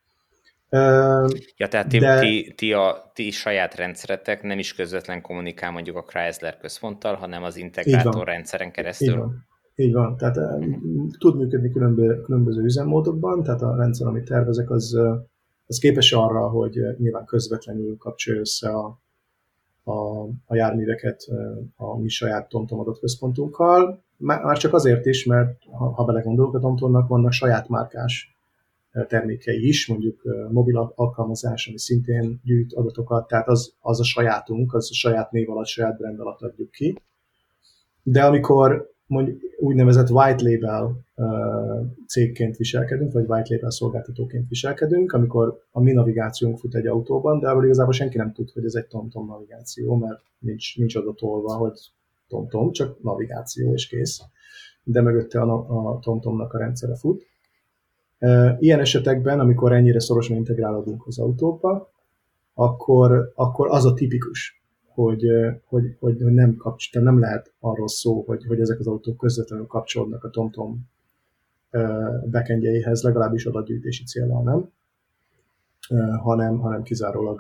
Ja, tehát ti saját rendszeretek nem is közvetlen kommunikál mondjuk a Chrysler központtal, hanem az integrátor rendszeren keresztül. Így van. Tehát tud működni különböző üzemmódokban, tehát a rendszer, amit tervezek, az képes arra, hogy nyilván közvetlenül kapcsolja össze a járműveket a mi saját TomTom adatközpontunkkal. Már csak azért is, mert ha belegondolunk, a TomTomnak vannak saját márkás termékei is, mondjuk mobil alkalmazás, ami szintén gyűjt adatokat, tehát az a sajátunk, az a saját név alatt, saját brand alatt adjuk ki. De amikor mondjuk úgynevezett white label cégként viselkedünk, vagy white label szolgáltatóként viselkedünk, amikor a mi navigációnk fut egy autóban, de igazából senki nem tud, hogy ez egy TomTom navigáció, mert nincs adatolva, hogy TomTom, csak navigáció és kész. De mögötte a TomTomnak a rendszere fut. Ilyen esetekben, amikor ennyire szorosan integrálódunk az autóba, akkor az a tipikus, hogy nem lehet arról szó, hogy ezek az autók közvetlenül kapcsolódnak a TomTom backendjeihez, legalábbis adatgyűjtési céllal nem, hanem kizárólag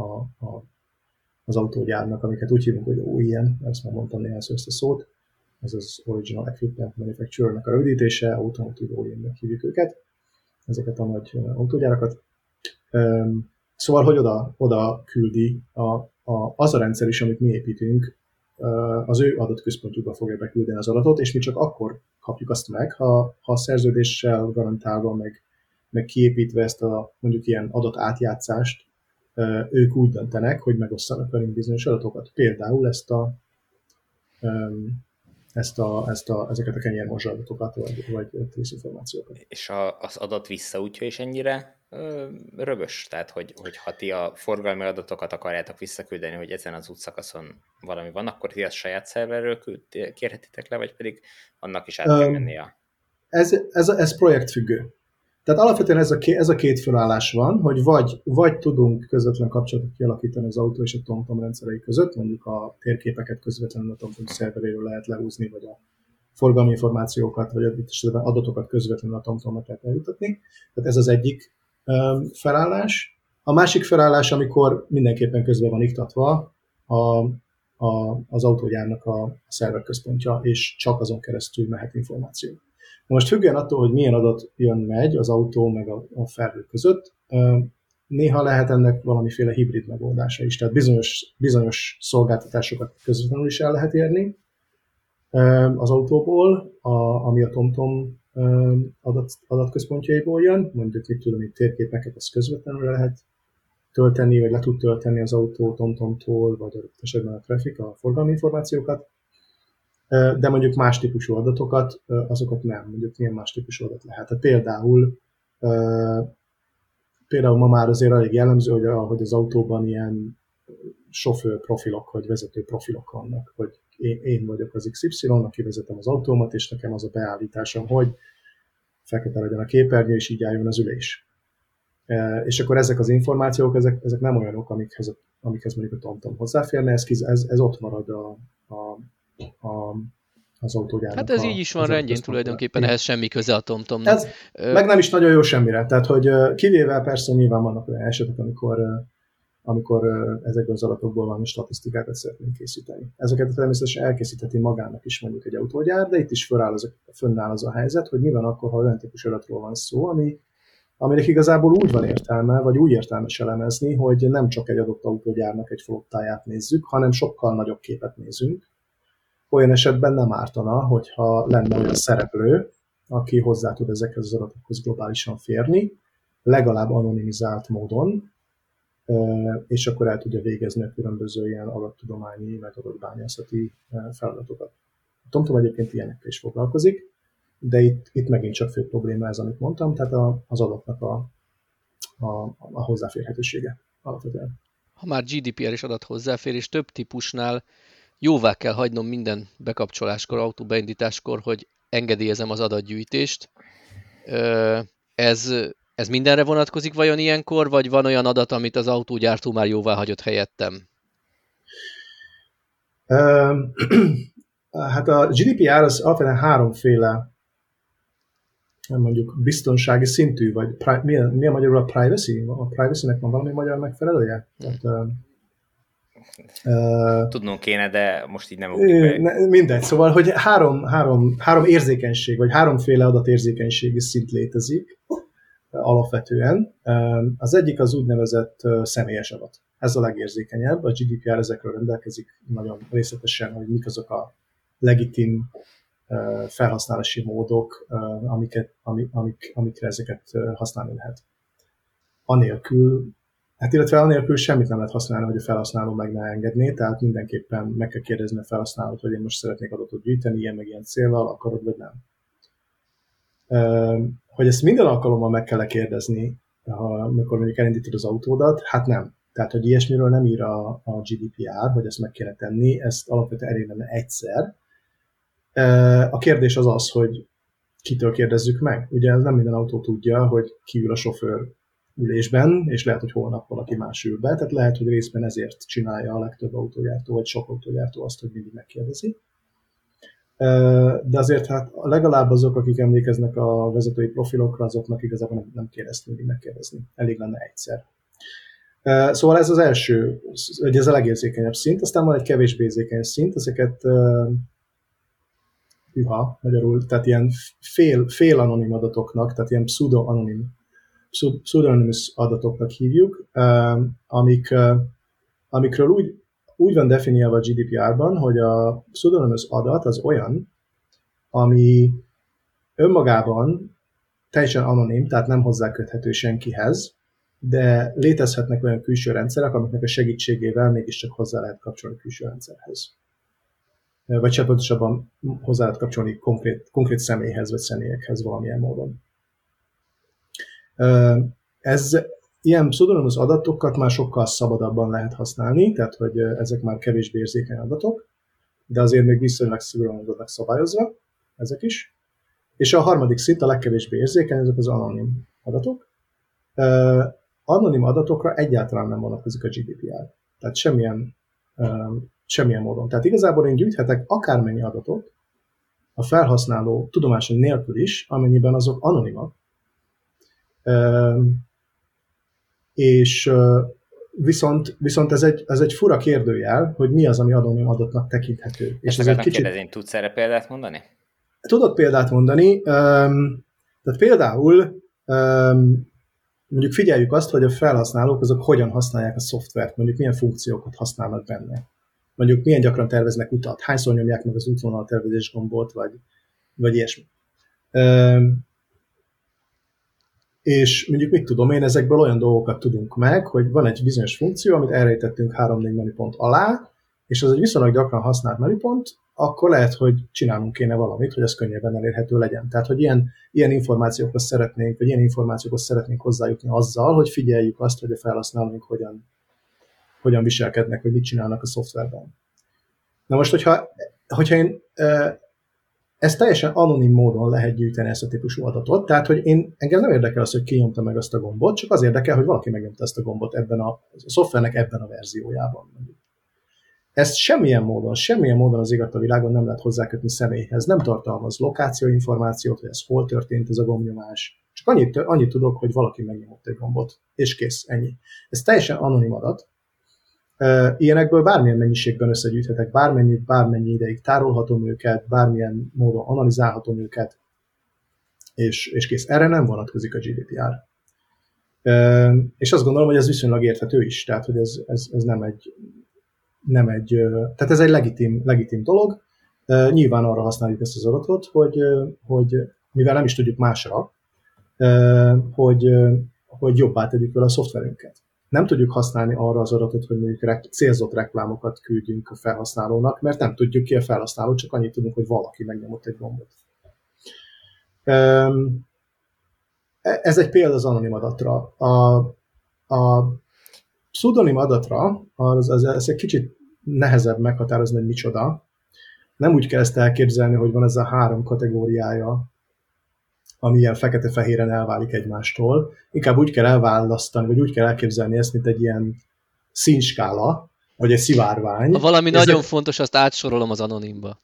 az autógyárnak, amiket úgy hívunk, hogy OEM, ezt már mondtam néhányszor ezt a szót, ez az Original Equipment Manufacturer-nek a rövidítése, Automotive OEM-nek hívjuk őket, ezeket a nagy autógyárakat. Szóval, hogy oda küldi az a rendszer is, amit mi építünk, az ő adatközpontjukba fogja beküldeni az adatot, és mi csak akkor kapjuk azt meg, ha a szerződéssel garantálva, meg kiépítve ezt a mondjuk ilyen adat átjátszást, ők úgy döntenek, hogy megosztanak velünk bizonyos adatokat. Például ezeket a kenyérmozsa adatokat, vagy részinformációkat. És az adat visszaútja is ennyire rögös? Tehát, hogy ha ti a forgalmi adatokat akarjátok visszaküldeni, hogy ezen az útszakaszon valami van, akkor ti azt saját szerverről kérhetitek le, vagy pedig annak is át kell mennie? Ez projektfüggő. Tehát alapvetően ez a két felállás van, hogy vagy tudunk közvetlen kapcsolatot kialakítani az autó és a TomTom rendszerei között, mondjuk a térképeket közvetlenül a TomTom szerveréről lehet lehúzni, vagy a forgalmi információkat, vagy adatokat közvetlenül a TomTomnak lehet eljutatni. Tehát ez az egyik felállás. A másik felállás, amikor mindenképpen közben van iktatva az autógyárnak a szerverközpontja, és csak azon keresztül mehet információ. Most függően attól, hogy milyen adat megy az autó meg a felhő között, néha lehet ennek valamiféle hibrid megoldása is. Tehát bizonyos szolgáltatásokat közvetlenül is el lehet érni az autóból, ami a TomTom adatközpontjaiból jön. Mondjuk itt tudom, hogy térképeket ezt közvetlenül lehet tölteni, vagy le tud tölteni az autó TomTomtól, vagy esetben a traffic, a forgalmi információkat. De mondjuk más típusú adatokat, azokat nem. Mondjuk milyen más típusú adat lehet. Tehát például ma már azért elég jellemző, hogy az autóban ilyen sofőr profilok, vagy vezető profilok vannak, hogy én vagyok az XY, aki vezetem az autómat, és nekem az a beállításom, hogy fekete legyen a képernyő, és így álljon az ülés. És akkor ezek az információk, ezek nem olyanok, amikhez mondjuk a TomTom hozzáférne, ez ott marad az autógyárnak. Hát ez így is van rendjén tulajdonképpen, ehhez semmi köze a TomTomnak. Ez meg nem is nagyon jó semmire. Tehát, hogy kivéve persze nyilván vannak olyan esetek, amikor ezekből az adatokból valami statisztikákat szeretnénk készíteni. Ezeket természetesen elkészítheti magának is mondjuk egy autógyár, de itt is fönnáll az a helyzet, hogy mi van akkor, ha olyan típus adatról van szó, aminek igazából úgy van értelme, vagy úgy értelmes elemezni, hogy nem csak egy adott autógyárnak egy flottáját nézzük, hanem sokkal nagyobb képet nézünk. Olyan esetben nem ártana, hogyha lenne olyan szereplő, aki hozzá tud ezekhez az adatokhoz globálisan férni, legalább anonimizált módon, és akkor el tudja végezni a különböző ilyen adattudományi, meg adatbányászati feladatokat. A TomTom egyébként ilyenekkel is foglalkozik, de itt megint csak fő probléma ez, amit mondtam, tehát az adatnak a hozzáférhetősége alapvetően. Ha már GDPR és adat hozzáférés, több típusnál jóvá kell hagynom minden bekapcsoláskor, autóbeindításkor, hogy engedélyezem az adatgyűjtést. Ez mindenre vonatkozik vajon ilyenkor, vagy van olyan adat, amit az autógyártó már jóvá hagyott helyettem? Hát a GDPR az alapvetően háromféle mondjuk biztonsági szintű, vagy mi a magyarul a privacy? A privacy-nek van valami magyar megfelelője? Tehát, tudnunk kéne, de most így nem mindegy, szóval, hogy három érzékenység, vagy háromféle adatérzékenységi szint létezik alapvetően. Az egyik az úgynevezett személyes adat. Ez a legérzékenyebb, a GDPR ezekről rendelkezik nagyon részletesen, hogy mik azok a legitim felhasználási módok, amikre ezeket használni lehet. Anélkül semmit nem lehet használni, hogy a felhasználó meg ne engedné, tehát mindenképpen meg kell kérdezni a felhasználót, hogy én most szeretnék adatot gyűjteni, ilyen meg ilyen céllal, akarod vagy nem. Hogy ezt minden alkalommal meg kell kérdezni, amikor mondjuk elindítod az autódat, hát nem. Tehát, hogy ilyesmiről nem ír a GDPR, hogy ezt meg kéne tenni, ezt alapvetően elég lenne egyszer. A kérdés az, hogy kitől kérdezzük meg. Ugye nem minden autó tudja, hogy ki ül a sofőr ülésben, és lehet, hogy holnap valaki más ül be, tehát lehet, hogy részben ezért csinálja a legtöbb autógyártó, vagy sok autógyártó azt, hogy mindig megkérdezi. De azért hát legalább azok, akik emlékeznek a vezetői profilokra, azoknak igazából nem kéne ezt mindig megkérdezni. Elég lenne egyszer. Szóval ez az első, hogy ez a legérzékenyebb szint, aztán van egy kevésbé érzékeny szint, ezeket magyarul, tehát ilyen fél anonim adatoknak, tehát ilyen pseudonymous adatoknak hívjuk, amikről úgy van definiálva a GDPR-ban, hogy a pseudonymous adat az olyan, ami önmagában teljesen anonim, tehát nem hozzáköthető senkihez, de létezhetnek olyan külső rendszerek, amiknek a segítségével mégiscsak hozzá lehet kapcsolni külső rendszerhez. Vagy se pontosabban hozzá lehet kapcsolni konkrét személyhez, vagy személyekhez valamilyen módon. Ilyen pseudonymous adatokat már sokkal szabadabban lehet használni, tehát hogy ezek már kevésbé érzékeny adatok, de azért még viszonylag szigorúan vannak szabályozva, ezek is. És a harmadik szint, a legkevésbé érzékeny, ezek az anonim adatok. Anonim adatokra egyáltalán nem vonatkozik a GDPR. Tehát semmilyen módon. Tehát igazából én gyűjthetek akármennyi adatot a felhasználó tudomása nélkül is, amennyiben azok anonimak, és viszont ez egy fura kérdőjel, hogy mi az, ami anonim adatnak tekinthető. És ez egy kicsit... Tudsz erre példát mondani? Tudok példát mondani. Tehát például mondjuk figyeljük azt, hogy a felhasználók azok hogyan használják a szoftvert, mondjuk milyen funkciókat használnak benne. Mondjuk milyen gyakran terveznek utat, hányszor nyomják meg az útvonal tervezés gombot, vagy ilyesmi. És mondjuk mit tudom én, ezekből olyan dolgokat tudunk meg, hogy van egy bizonyos funkció, amit elrejtettünk 3-4 menüpont alá, és az egy viszonylag gyakran használt menüpont, akkor lehet, hogy csinálnunk kéne valamit, hogy ez könnyebben elérhető legyen. Tehát, hogy ilyen információkhoz szeretnénk hozzájutni azzal, hogy figyeljük azt, hogy a felhasználóink hogyan viselkednek, vagy mit csinálnak a szoftverben. Na most, hogyha én ezt teljesen anonim módon lehet gyűjteni ezt a típusú adatot, tehát, hogy engem nem érdekel az, hogy ki nyomta meg azt a gombot, csak az érdekel, hogy valaki megnyomta ezt a gombot ebben a szoftvernek ebben a verziójában. ezt semmilyen módon az ég a világon nem lehet hozzákötni személyhez. Nem tartalmaz lokációinformációt, hogy ez hol történt ez a gombnyomás. Csak annyit tudok, hogy valaki megnyomott egy gombot, és kész, ennyi. Ez teljesen anonim adat. Ilyenekből bármilyen mennyiségben összegyűjthetek, bármennyi ideig tárolhatom őket, bármilyen módon analizálhatom őket, és kész. Erre nem vonatkozik a GDPR. És azt gondolom, hogy ez viszonylag érthető is, tehát hogy ez nem egy, tehát ez egy legitim dolog. Nyilván arra használjuk ezt az adatot, hogy mivel nem is tudjuk másra, hogy jobbá tegyük vele a szoftverünket. Nem tudjuk használni arra az adatot, hogy mondjuk célzott reklámokat küldjünk a felhasználónak, mert nem tudjuk ki a felhasználó, csak annyit tudunk, hogy valaki megnyomott egy gombot. Ez egy példa az anonim adatra. A pszeudonim adatra ez egy kicsit nehezebb meghatározni, hogy micsoda. Nem úgy kell ezt elképzelni, hogy van ez a 3 kategóriája, ami ilyen fekete-fehéren elválik egymástól. Inkább úgy kell elválasztani, vagy úgy kell elképzelni ezt, mint egy ilyen színskála, vagy egy szivárvány. Ha valami nagyon fontos, azt átsorolom az anonimba.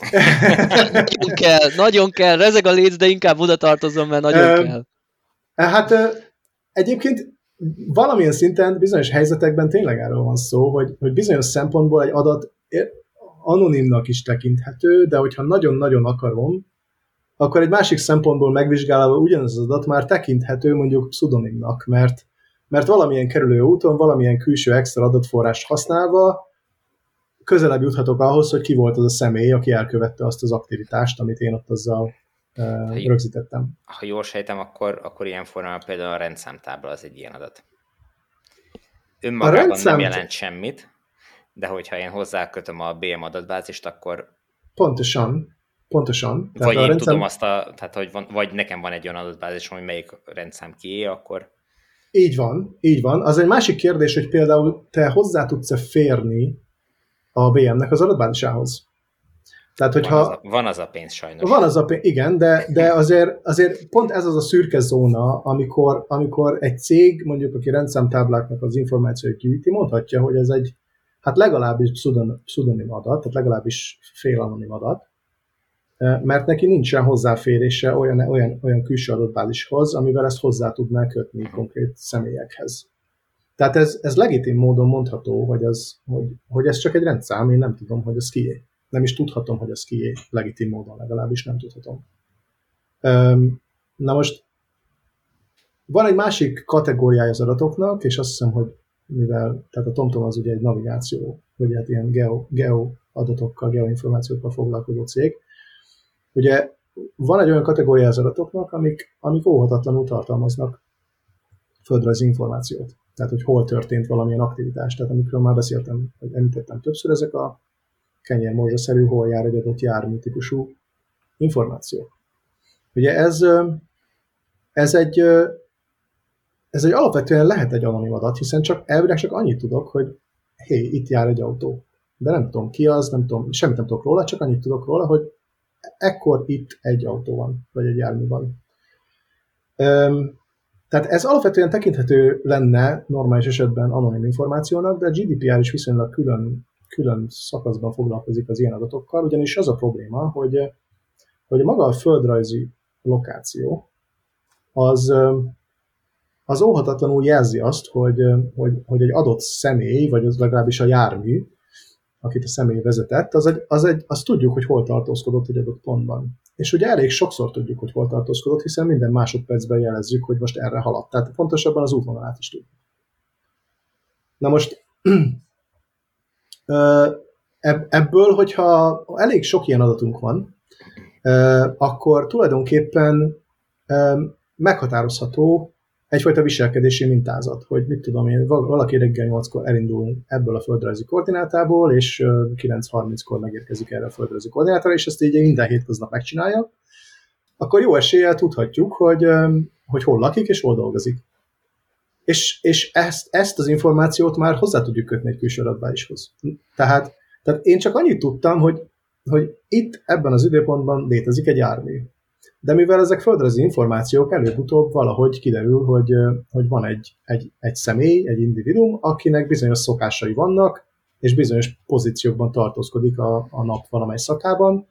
Nagyon kell, rezeg a léc, de inkább oda tartozom, mert nagyon kell. Hát egyébként valamilyen szinten, bizonyos helyzetekben tényleg erről van szó, hogy bizonyos szempontból egy adat anonimnak is tekinthető, de hogyha nagyon-nagyon akarom, akkor egy másik szempontból megvizsgálva ugyanaz az adat már tekinthető mondjuk pseudonimnak, mert valamilyen kerülő úton, valamilyen külső extra adatforrást használva közelebb juthatok ahhoz, hogy ki volt az a személy, aki elkövette azt az aktivitást, amit én ott azzal rögzítettem. Ha jól sejtem, akkor ilyen formában például a rendszámtábla az egy ilyen adat. Önmagában nem jelent semmit, de hogyha én hozzákötöm a BM adatbázist, akkor... Pontosan. Vagy én tudom azt tehát hogy vagy nekem van egy olyan adatbázis, hogy melyik rendszám kié, akkor... Így van. Az egy másik kérdés, hogy például te hozzá tudsz-e férni a BM-nek az adatbázisához. Tehát, hogyha... Van az a pénz sajnos. Van az a pénz, igen, de azért pont ez az a szürke zóna, amikor egy cég, mondjuk aki rendszámtábláknak az információt gyűjti, mondhatja, hogy ez egy, hát legalábbis pseudonim adat, tehát legalábbis félanonim adat, mert neki nincsen hozzáférése olyan külső adatbázishoz, amivel ezt hozzá tudná kötni konkrét személyekhez. Tehát ez legitim módon mondható, hogy ez csak egy rendszám, én nem tudom, hogy ez kié. Nem is tudhatom, hogy ez kié. Legitim módon legalábbis nem tudhatom. Na most van egy másik kategóriája az adatoknak, és azt hiszem, hogy mivel, tehát a TomTom az ugye egy navigáció, vagy hát ilyen geoadatokkal, geoinformációkkal foglalkozó cég. Ugye van egy olyan kategóriája az adatoknak, amik óhatatlanul tartalmaznak földrajzi információt. Tehát, hogy hol történt valamilyen aktivitás. Tehát, amikről már beszéltem, vagy említettem többször, ezek a kenyérmorzsaszerű, hol jár egy adott jármű típusú információ. Ugye ez egy alapvetően lehet egy anonim adat, hiszen elvileg csak annyit tudok, hogy hé, itt jár egy autó. De nem tudom ki az, semmit nem tudok róla, csak annyit tudok róla, hogy ekkor itt egy autó van, vagy egy jármű van. Tehát ez alapvetően tekinthető lenne normális esetben anonim információnak, de a GDPR is viszonylag külön szakaszban foglalkozik az ilyen adatokkal, ugyanis az a probléma, hogy maga a földrajzi lokáció az óhatatlanul jelzi azt, hogy egy adott személy, vagy az legalábbis a jármű, akit a személy vezetett, azt tudjuk, hogy hol tartózkodott egy adott pontban. És ugye elég sokszor tudjuk, hogy hol tartózkodott, hiszen minden másodpercben jelezzük, hogy most erre haladt. Tehát pontosabban az útvonalát is tudjuk. Na most ebből, hogyha elég sok ilyen adatunk van, akkor tulajdonképpen meghatározható egyfajta viselkedési mintázat, hogy mit tudom én, valaki reggel 8-kor elindul ebből a földrajzi koordinátából, és 9:30-kor megérkezik erre a földrajzi koordinátára, és ezt így minden hétköznap megcsinálja, akkor jó eséllyel tudhatjuk, hogy hol lakik és hol dolgozik. És ezt az információt már hozzá tudjuk kötni egy külső adatbázishoz. Tehát én csak annyit tudtam, hogy itt ebben az időpontban létezik egy jármű. De mivel ezek földrajzi információk, előbb-utóbb valahogy kiderül, hogy van egy személy, egy individuum, akinek bizonyos szokásai vannak, és bizonyos pozíciókban tartózkodik a nap valamely szakában,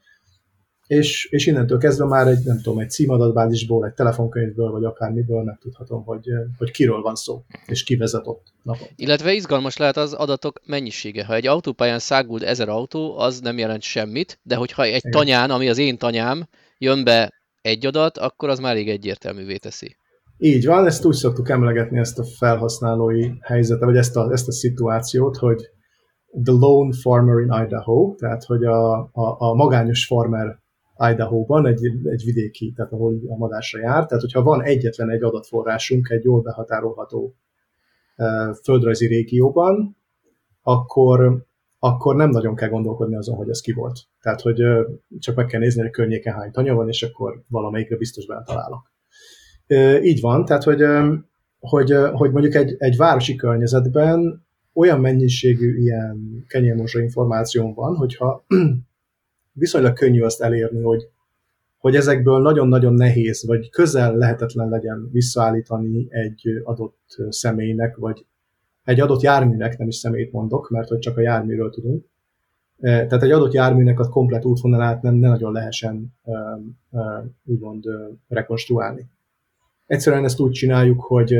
és innentől kezdve már egy címadatbázisból, egy telefonkönyvből, vagy akármiből megtudhatom, hogy kiről van szó, és ki vezet ott napon. Illetve izgalmas lehet az adatok mennyisége. Ha egy autópályán száguld 1000 autó, az nem jelent semmit, de hogyha egy tanyán, ami az én tanyám, jön be egy adat, akkor az már elég egyértelművé teszi. Így van, ezt úgy szoktuk emlegetni, ezt a felhasználói helyzetet, vagy ezt a szituációt, hogy the lone farmer in Idaho, tehát hogy a magányos farmer Idaho-ban, egy vidéki, tehát ahol a madásra jár, tehát hogyha van egyetlen egy adatforrásunk egy jól behatárolható földrajzi régióban, akkor nem nagyon kell gondolkodni azon, hogy ez ki volt. Tehát, hogy csak meg kell nézni, hogy környéken hány tanya van, és akkor valamelyikre biztos beletalálok. Így van, tehát, hogy mondjuk egy városi környezetben olyan mennyiségű ilyen kenyérmorzsa információ van, hogyha viszonylag könnyű azt elérni, hogy ezekből nagyon-nagyon nehéz, vagy közel lehetetlen legyen visszaállítani egy adott személynek, vagy egy adott járműnek, nem is személyt mondok, mert hogy csak a járműről tudunk. Tehát egy adott járműnek a komplett útvonalát nem nagyon lehessen úgymond rekonstruálni. Egyszerűen ezt úgy csináljuk, hogy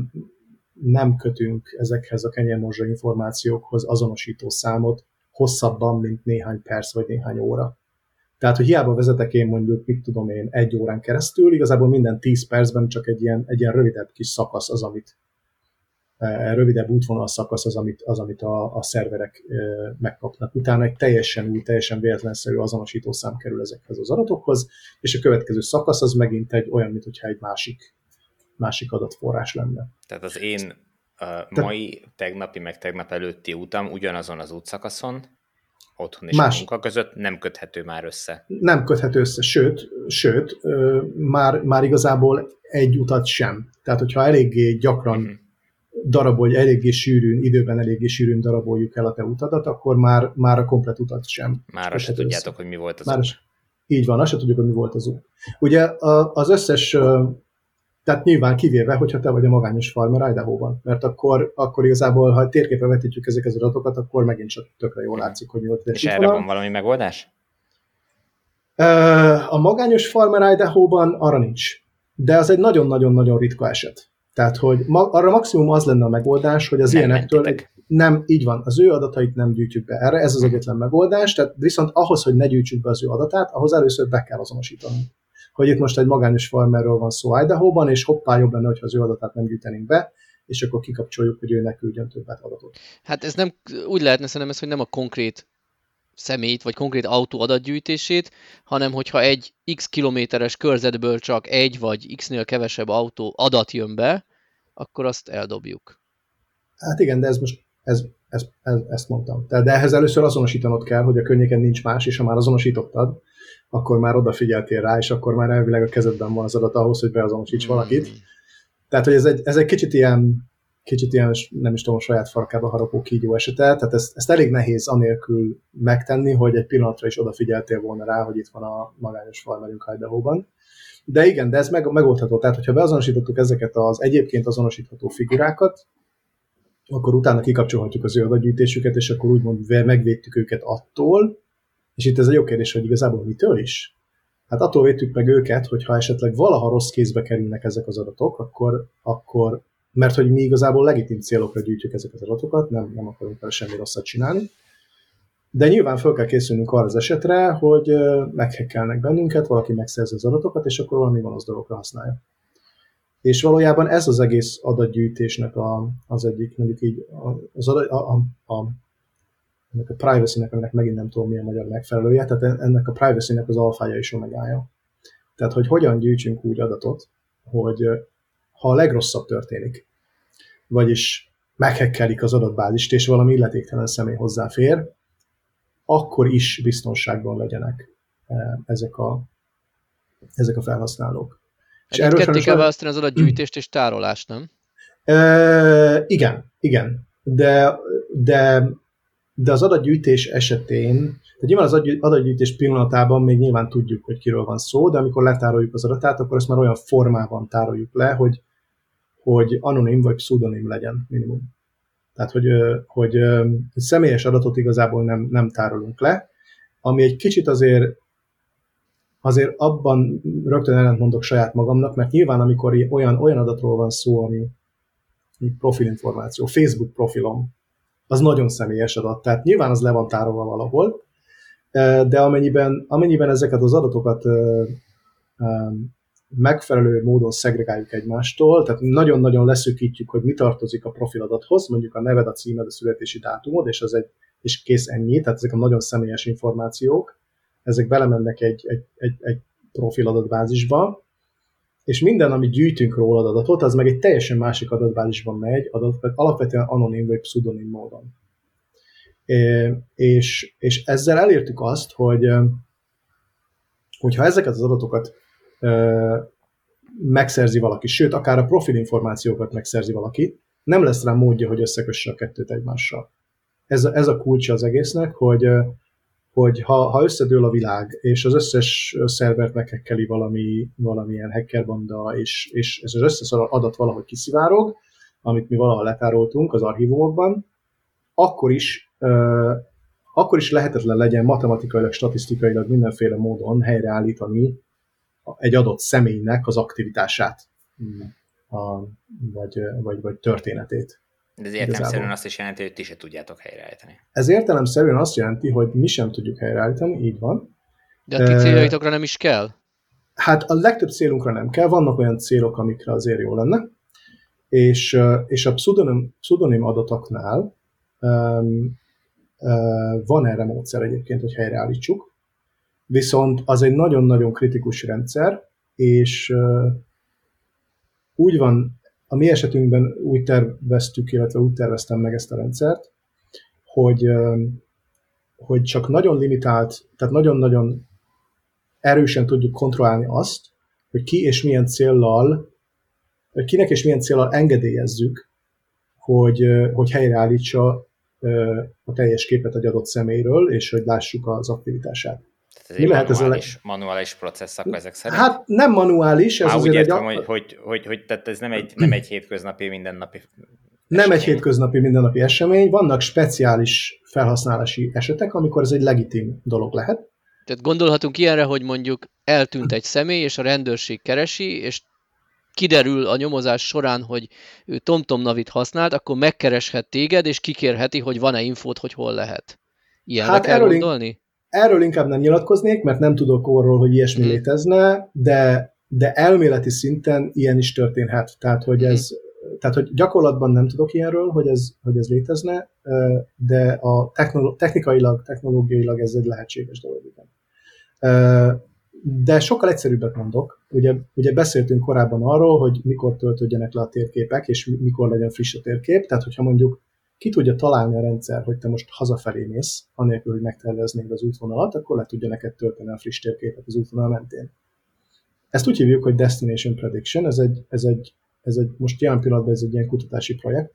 nem kötünk ezekhez a kenyérmorzsa információkhoz azonosító számot hosszabban, mint néhány perc vagy néhány óra. Tehát, hogy hiába vezetek én mondjuk, mit tudom én, 1 órán keresztül, igazából minden 10 percben csak egy ilyen rövidebb kis szakasz az, amit rövidebb útvonal szakasz az, amit a szerverek megkapnak. Utána egy teljesen új, teljesen véletlenszerű azonosítószám kerül ezekhez az adatokhoz, és a következő szakasz az megint egy olyan, mintha egy másik adatforrás lenne. Tehát az én mai, tegnapi, meg tegnap előtti utam ugyanazon az útszakaszon, otthon és a munka között nem köthető már össze. Nem köthető össze, sőt már igazából egy utat sem. Tehát, hogyha eléggé gyakran darabolj, időben eléggé sűrűn daraboljuk el a te utadat, akkor már a komplet utat sem. Már azt se tudjátok, hogy mi volt az út. Így van, azt se tudjuk, hogy mi volt az út. Ugye az összes, tehát nyilván kivéve, hogyha te vagy a magányos farmer Idaho-ban, mert akkor igazából, ha térképre vetítjük ezeket az adatokat, akkor megint csak tökre jól látszik, hogy mi volt. És erre van valami megoldás? A magányos farmer Idaho-ban arra nincs. De az egy nagyon-nagyon-nagyon ritka eset. Tehát, hogy arra maximum az lenne a megoldás, hogy az ilyenektől nem, így van, az ő adatait nem gyűjtjük be erre, ez az egyetlen megoldás, tehát viszont ahhoz, hogy ne gyűjtsük be az ő adatát, ahhoz először be kell azonosítani. Hogy itt most egy magányos farmerről van szó Idaho-ban, és hoppá, jobb lenne, hogyha az ő adatát nem gyűjtenénk be, és akkor kikapcsoljuk, hogy ő ne küldjön többet adatot. Hát ez nem, úgy lehetne szerintem ez, hogy nem a konkrét személyt, vagy konkrét autó adatgyűjtését, hanem hogyha egy x kilométeres körzetből csak egy vagy x-nél kevesebb autó adat jön be, akkor azt eldobjuk. Hát igen, de ezt mondtam. De ehhez először azonosítanod kell, hogy a környéken nincs más, és ha már azonosítottad, akkor már odafigyeltél rá, és akkor már elvileg a kezedben van az adat ahhoz, hogy beazonosíts valakit. Tehát, hogy ez egy kicsit ilyen, nem is tudom, a saját farkába harapó kígyó esete, tehát ezt elég nehéz anélkül megtenni, hogy egy pillanatra is odafigyeltél volna rá, hogy itt van a magányos farmerünk Idaho-ban. De igen, de ez megoldható. Tehát, hogyha beazonosítottuk ezeket az egyébként azonosítható figurákat, akkor utána kikapcsolhatjuk az ő adatgyűjtésüket, és akkor úgymond megvédtük őket attól, és itt ez egy jó kérdés, hogy igazából mitől is? Hát attól védtük meg őket, hogyha esetleg valaha rossz kézbe kerülnek ezek az adatok, akkor mert hogy mi igazából legitim célokra gyűjtjük ezeket az adatokat, nem akarunk vele semmi rosszat csinálni. De nyilván fel kell készülnünk arra az esetre, hogy meghekkelnek bennünket, valaki megszerzi az adatokat, és akkor valami gonosz dologra használja. És valójában ez az egész adatgyűjtésnek az egyik, mondjuk így, ennek a privacy-nek, aminek megint nem tudom, milyen magyar megfelelője, tehát ennek a privacy-nek az alfája és omegája. Tehát, hogy hogyan gyűjtsünk úgy adatot, hogy ha a legrosszabb történik, vagyis meghekkelik az adatbázist, és valami illetéktelen személy hozzáfér, akkor is biztonságban legyenek ezek a felhasználók. És erről ketté kell választani az adatgyűjtést és tárolást, nem? Igen. De az adatgyűjtés esetén, tehát nyilván az adatgyűjtés pillanatában még nyilván tudjuk, hogy kiről van szó, de amikor letároljuk az adatát, akkor ezt már olyan formában tároljuk le, hogy anonim vagy pszeudonim legyen minimum. Tehát, hogy személyes adatot igazából nem tárolunk le, ami egy kicsit azért abban rögtön ellentmondok saját magamnak, mert nyilván amikor olyan adatról van szó, ami profilinformáció, Facebook profilom, az nagyon személyes adat, tehát nyilván az le van tárolva valahol, de amennyiben ezeket az adatokat megfelelő módon szegregáljuk egymástól, tehát nagyon-nagyon leszűkítjük, hogy mi tartozik a profiladathoz, mondjuk a neved, a címed, a születési dátumod, és kész ennyi, tehát ezek a nagyon személyes információk, ezek belemennek egy profiladatbázisba, és minden, amit gyűjtünk róla adatot, az meg egy teljesen másik adatbázisban megy, alapvetően anonim vagy pseudonim módon. És ezzel elértük azt, hogyha ezeket az adatokat megszerzi valaki, sőt, akár a profilinformációkat megszerzi valaki, nem lesz rá módja, hogy összekösse a kettőt egymással. Ez a kulcsa az egésznek, hogy ha összedől a világ, és az összes szervert meghekkeli valamilyen hackerbanda, és ez az összes adat valahogy kiszivárog, amit mi valahol letároltunk az archívumokban, akkor is lehetetlen legyen matematikailag, statisztikailag mindenféle módon helyreállítani egy adott személynek az aktivitását, vagy történetét. De ez értelemszerűen azt is jelenti, hogy ti se tudjátok helyreállítani. Ez értelemszerűen azt jelenti, hogy mi sem tudjuk helyreállítani, így van. De a ti céljaitokra nem is kell? Hát a legtöbb célunkra nem kell, vannak olyan célok, amikre azért jó lenne, és a pseudonim adatoknál van erre módszer egyébként, hogy helyreállítsuk, viszont az egy nagyon-nagyon kritikus rendszer, és úgy van, a mi esetünkben úgy terveztük, illetve úgy terveztem meg ezt a rendszert, hogy csak nagyon limitált, tehát nagyon-nagyon erősen tudjuk kontrollálni azt, hogy kinek és milyen céllal engedélyezzük, hogy helyreállítsa a teljes képet egy adott személyről, és hogy lássuk az aktivitását. Tehát ez egy manuális processz akkor ezek szerint? Hát nem manuális. Ez úgy értem, hogy tehát ez nem egy hétköznapi, mindennapi esemény. Nem egy hétköznapi, mindennapi esemény. Vannak speciális felhasználási esetek, amikor ez egy legitim dolog lehet. Tehát gondolhatunk ilyenre, hogy mondjuk eltűnt egy személy, és a rendőrség keresi, és kiderül a nyomozás során, hogy ő TomTom Navit használt, akkor megkereshet téged, és kikérheti, hogy van-e infót, hogy hol lehet. Ilyenre kell gondolni? Erről inkább nem nyilatkoznék, mert nem tudok arról, hogy ilyesmi létezne, de elméleti szinten ilyen is történhet. Tehát, hogy gyakorlatban nem tudok ilyenről, hogy ez létezne, de technológiailag ez egy lehetséges dolog. De sokkal egyszerűbbet mondok. Ugye beszéltünk korábban arról, hogy mikor töltődjenek le a térképek, és mikor legyen friss a térkép. Tehát, hogyha mondjuk ki tudja találni a rendszer, hogy te most hazafelé mész, anélkül, hogy megterveznéd az útvonalat, akkor le tudja neked tölteni a friss térképet az útvonal mentén. Ezt úgy hívjuk, hogy Destination Prediction, ez egy most jelen pillanatban ez egy ilyen kutatási projekt,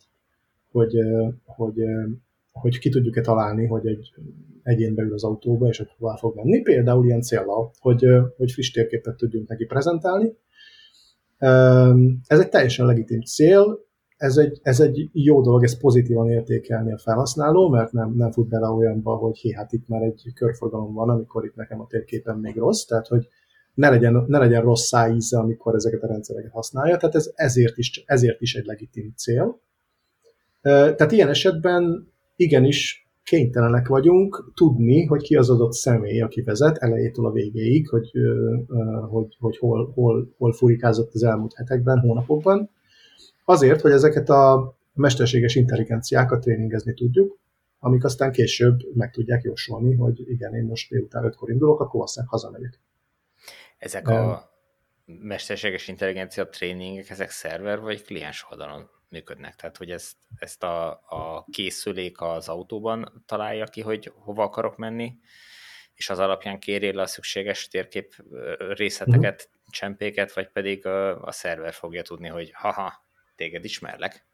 hogy ki tudjuk-e találni, hogy egy egyén beül az autóba, és hogy hová fog menni, például ilyen céllal, hogy friss térképet tudjunk neki prezentálni. Ez egy teljesen legitim cél, ez egy jó dolog, ezt pozitívan értékelni a felhasználó, mert nem fut bele olyanba, hogy hát itt már egy körforgalom van, amikor itt nekem a térképen még rossz, tehát hogy ne legyen rossz szájíze, amikor ezeket a rendszereket használja, tehát ez ezért is egy legitim cél. Tehát ilyen esetben igenis kénytelenek vagyunk tudni, hogy ki az adott személy, aki vezet elejétől a végéig, hogy hol furikázott az elmúlt hetekben, hónapokban, azért, hogy ezeket a mesterséges intelligenciákat tréningezni tudjuk, amik aztán később meg tudják jósolni, hogy igen, én most délután 5-kor indulok, akkor valószínűleg hazamegyek. Ezek a mesterséges intelligencia tréningek, ezek szerver vagy kliens oldalon működnek? Tehát, hogy ezt a készülék az autóban találja ki, hogy hova akarok menni, és az alapján kéri le a szükséges térkép részleteket, csempéket, vagy pedig a szerver fogja tudni, hogy haha, téged ismerlek?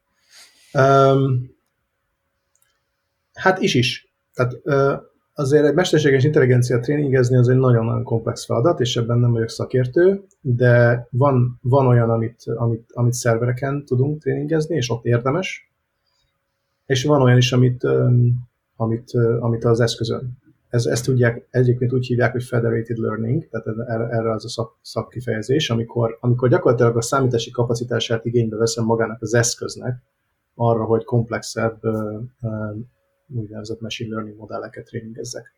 Hát is. Tehát azért egy mesterséges intelligencia tréningezni az egy nagyon-nagyon komplex feladat, és ebben nem vagyok szakértő, de van olyan, amit szervereken tudunk tréningezni, és ott érdemes. és van olyan is, amit az eszközön. Ezt tudják, egyébként úgy hívják, hogy federated learning, tehát erre az a szakkifejezés, amikor gyakorlatilag a számítási kapacitását igénybe veszem magának az eszköznek arra, hogy komplexebb úgynevezett machine learning modelleket tréningezzek.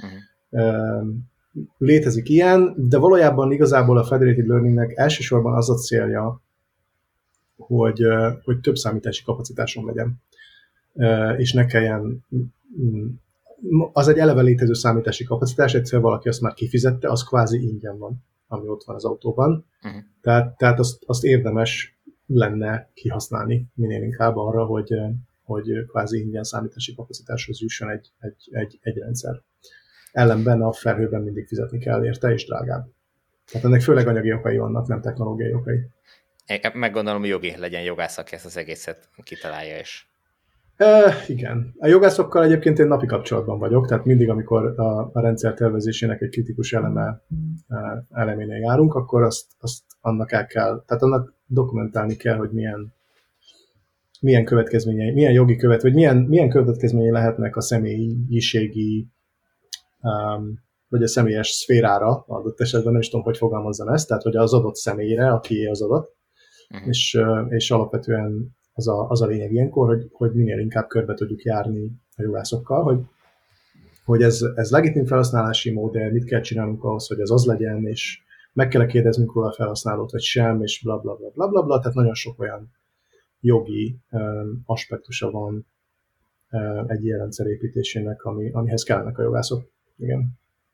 Létezik ilyen, de valójában igazából a federated learningnek elsősorban az a célja, hogy több számítási kapacitásom legyen. És ne kelljen, az egy eleve létező számítási kapacitás, egyszer valaki azt már kifizette, az kvázi ingyen van, ami ott van az autóban. Tehát azt érdemes lenne kihasználni minél inkább arra, hogy kvázi ingyen számítási kapacitáshoz jusson egy rendszer. Ellenben a felhőben mindig fizetni kell érte, és drágább. Tehát ennek főleg anyagi okai vannak, nem technológiai okai. Meggondolom, hogy jogi legyen jogász, aki ezt az egészet kitalálja is. Igen. A jogászokkal egyébként én napi kapcsolatban vagyok, tehát mindig, amikor a rendszer tervezésének egy kritikus eleménél járunk, akkor azt annak el kell, tehát annak dokumentálni kell, hogy milyen következményei, milyen jogi vagy milyen következményei lehetnek a személyiségi vagy a személyes szférára, adott esetben nem is tudom, hogy fogalmazzam ezt, tehát hogy az adott személyre, akié az adat, és alapvetően az a lényeg ilyenkor, hogy minél inkább körbe tudjuk járni a jogászokkal, hogy ez legitim felhasználási modell, mit kell csinálnunk ahhoz, hogy ez az legyen, és meg kell kérdeznünk róla a felhasználót, vagy sem, és bla bla bla bla bla bla, tehát nagyon sok olyan jogi aspektusa van egy ilyen rendszer építésének, amihez kellenek a jogászok. Igen.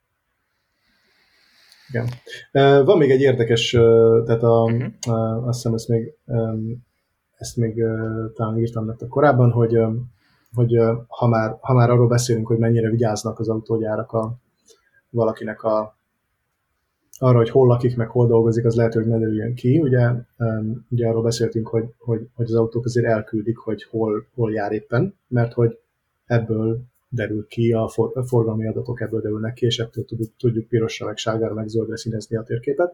Igen. Van még egy érdekes, tehát azt hiszem ezt még talán írtam nektek korábban, hogy ha már arról beszélünk, hogy mennyire vigyáznak az autógyárak valakinek arra, hogy hol lakik, meg hol dolgozik, az lehet, hogy ne derüljön ki. Ugye arról beszéltünk, hogy az autók azért elküldik, hogy hol jár éppen, mert hogy ebből derül ki, a forgalmi adatok ebből derülnek ki, és ettől tudjuk pirosra, meg sárgára, meg zöldre színezni a térképet.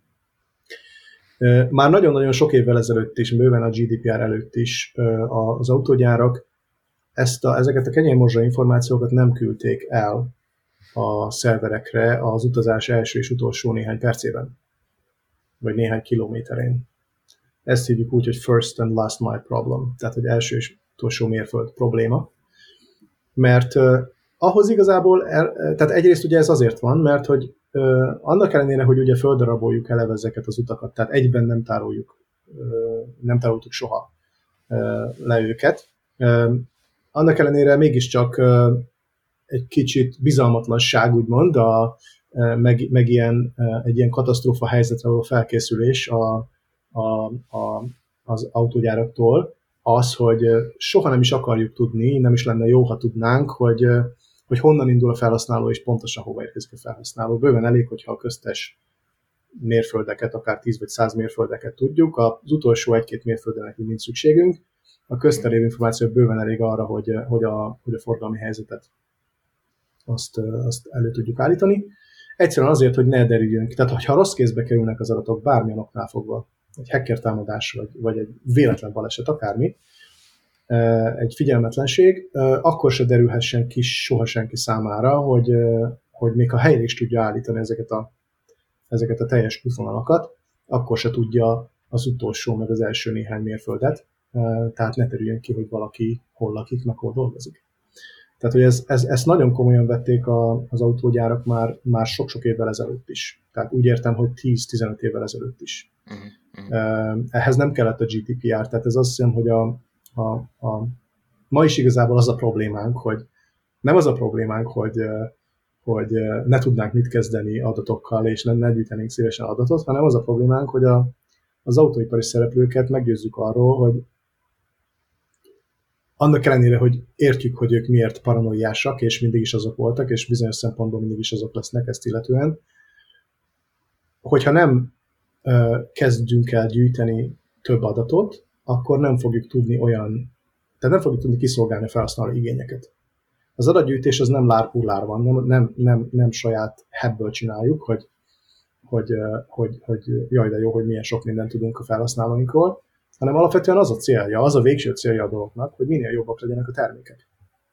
Már nagyon-nagyon sok évvel ezelőtt is, bőven a GDPR előtt is az autógyárak ezeket a kenyérmorzsa információkat nem küldték el a szerverekre az utazás első és utolsó néhány percében, vagy néhány kilométerén. Ezt hívjuk úgy, hogy first and last mile problem, tehát hogy első és utolsó mérföld probléma. Mert ahhoz igazából, tehát egyrészt ugye ez azért van, mert hogy annak ellenére, hogy ugye földaraboljuk eleve ezeket az utakat, tehát egyben nem tároltuk soha le őket, annak ellenére mégiscsak egy kicsit bizalmatlanság, úgymond, meg egy ilyen katasztrófa helyzetre való felkészülés az autógyáraktól, az, hogy soha nem is akarjuk tudni, nem is lenne jó, ha tudnánk, hogy honnan indul a felhasználó, és pontosan hova érkezik a felhasználó. Bőven elég, hogyha a köztes mérföldeket, akár 10 vagy 100 mérföldeket tudjuk, az utolsó 1-2 mérföldre nekünk nincs szükségünk. A közterén információ bőven elég arra, hogy a forgalmi helyzetet azt elő tudjuk állítani. Egyszerűen azért, hogy ne derüljön ki. Tehát, ha rossz kézbe kerülnek az adatok bármilyen oknál fogva, egy hacker támadás, vagy egy véletlen baleset, akármi, egy figyelmetlenség, akkor se derülhessen ki soha senki számára, hogy még ha helyre is tudja állítani ezeket a teljes útvonalakat, akkor se tudja az utolsó, meg az első néhány mérföldet, tehát ne terüljön ki, hogy valaki hol lakik, meg hol dolgozik. Tehát, hogy ezt nagyon komolyan vették az autógyárak már sok-sok évvel ezelőtt is. Tehát úgy értem, hogy 10-15 évvel ezelőtt is. Ehhez nem kellett a GDPR, tehát ez azt hiszem, hogy ma is igazából az a problémánk, hogy nem az a problémánk, hogy ne tudnánk mit kezdeni adatokkal, és ne gyűjtenénk szívesen adatot, hanem az a problémánk, hogy az autóipari szereplőket meggyőzzük arról, hogy annak ellenére, hogy értjük, hogy ők miért paranoiásak, és mindig is azok voltak, és bizonyos szempontból mindig is azok lesznek ezt illetően, hogyha nem kezdjünk el gyűjteni több adatot, akkor nem fogjuk tudni tehát nem fogjuk tudni kiszolgálni a felhasználó igényeket. Az adatgyűjtés az nem lárpullár van, nem saját hebből csináljuk, hogy jaj, de jó, hogy milyen sok mindent tudunk a felhasználóinkról, hanem alapvetően az a célja, az a végső célja a dolognak, hogy minél jobbak legyenek a termékek.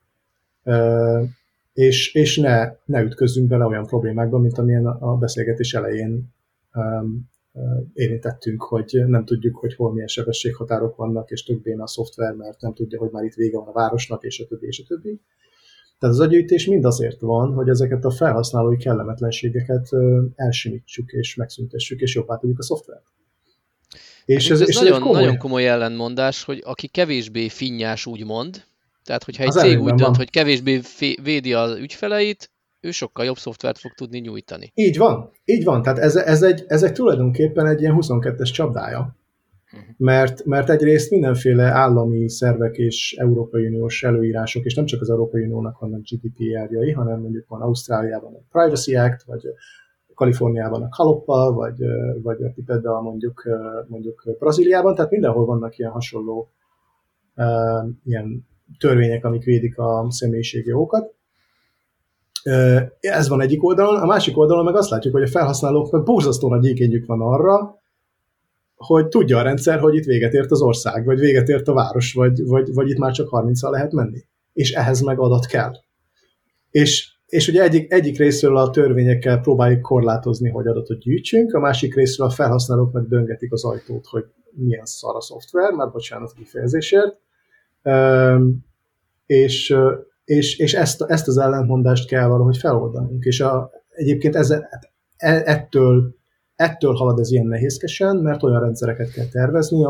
És ne ütközzünk bele olyan problémákba, mint amilyen a beszélgetés elején érintettünk, hogy nem tudjuk, hogy hol milyen sebességhatárok vannak, és tök béna a szoftver, mert nem tudja, hogy már itt vége van a városnak, és a többi, és a többi. Tehát az agyűjtés mind azért van, hogy ezeket a felhasználói kellemetlenségeket elsimítsuk, és megszüntessük, és jobbá tudjuk a szoftvert. És ez nagyon komoly ellentmondás, hogy aki kevésbé finnyás úgymond, tehát hogyha egy cég úgy dönt, hogy kevésbé védi az ügyfeleit, ő sokkal jobb szoftvert fog tudni nyújtani. Így van. Tehát ez egy tulajdonképpen egy ilyen 22-es csapdája. Mert egyrészt mindenféle állami szervek és Európai Uniós előírások, és nem csak az Európai Uniónak vannak GDPR-jai, hanem mondjuk van Ausztráliában a Privacy Act, vagy Kaliforniában a CALOPA, vagy a TIPED-dal mondjuk Brazíliában, tehát mindenhol vannak ilyen hasonló ilyen törvények, amik védik a személyiségi jogokat. Ez van egyik oldalon, a másik oldalon meg azt látjuk, hogy a felhasználóknak borzasztó nagy igényük van arra, hogy tudja a rendszer, hogy itt véget ért az ország, vagy véget ért a város, vagy itt már csak 30-al lehet menni. És ehhez meg adat kell. És ugye egyik részről a törvényekkel próbáljuk korlátozni, hogy adatot gyűjtsünk, a másik részről a felhasználók meg döngetik az ajtót, hogy milyen szar a szoftver, már bocsánat a kifejezésért. És ezt az ellentmondást kell valahogy feloldanunk. És egyébként ettől halad ez ilyen nehézkesen, mert olyan rendszereket kell tervezni,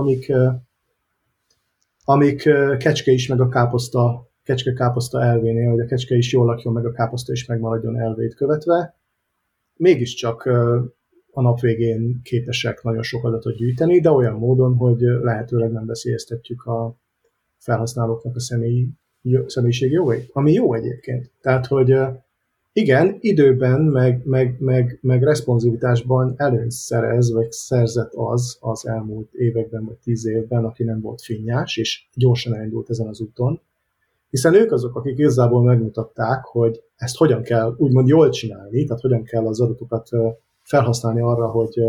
amik kecske is meg a kecske-káposzta elvénél, hogy a kecske is jól lakjon, meg a káposzta is megmaradjon elvét követve. Mégiscsak a nap végén képesek nagyon sok adatot gyűjteni, de olyan módon, hogy lehetőleg nem veszélyeztetjük a felhasználóknak a személyiségi jogait. Ami jó egyébként. Tehát, hogy igen, időben, meg responsivitásban előnyt szerez, vagy szerzett az elmúlt években, vagy 10 évben, aki nem volt finnyás, és gyorsan elindult ezen az úton. Hiszen ők azok, akik igazából megmutatták, hogy ezt hogyan kell úgymond jól csinálni, tehát hogyan kell az adatokat felhasználni arra,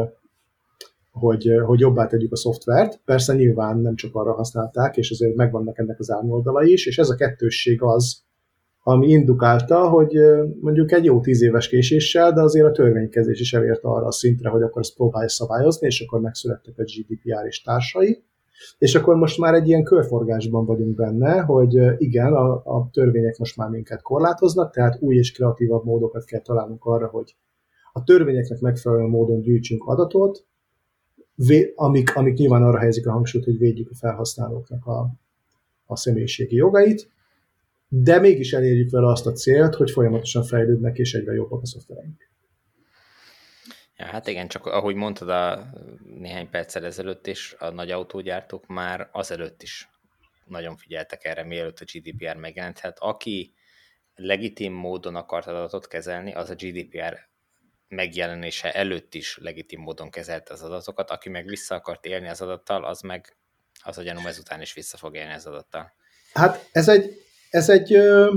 hogy jobbá tegyük a szoftvert. Persze nyilván nem csak arra használták, és azért megvannak ennek az árnyoldalai is, és ez a kettősség az, ami indukálta, hogy mondjuk egy jó 10 éves késéssel, de azért a törvénykezés is elérte arra a szintre, hogy akkor ezt próbálja szabályozni, és akkor megszülettek a GDPR és társai. És akkor most már egy ilyen körforgásban vagyunk benne, hogy igen, a törvények most már minket korlátoznak, tehát új és kreatívabb módokat kell találnunk arra, hogy a törvényeknek megfelelő módon gyűjtsünk adatot, amik nyilván arra helyezik a hangsúlyt, hogy védjük a felhasználóknak a személyiségi jogait, de mégis elérjük vele azt a célt, hogy folyamatosan fejlődnek és egyre jobbak a szoftvereink. Ja, hát igen, csak ahogy mondtad néhány perccel ezelőtt is, a nagy autógyártók már azelőtt is nagyon figyeltek erre, mielőtt a GDPR megjelent. Hát aki legitim módon akart adatot kezelni, az a GDPR megjelenése előtt is legitim módon kezelte az adatokat, aki meg vissza akart élni az adattal, az a gyanúm ezután is vissza fog élni az adattal. Hát ez egy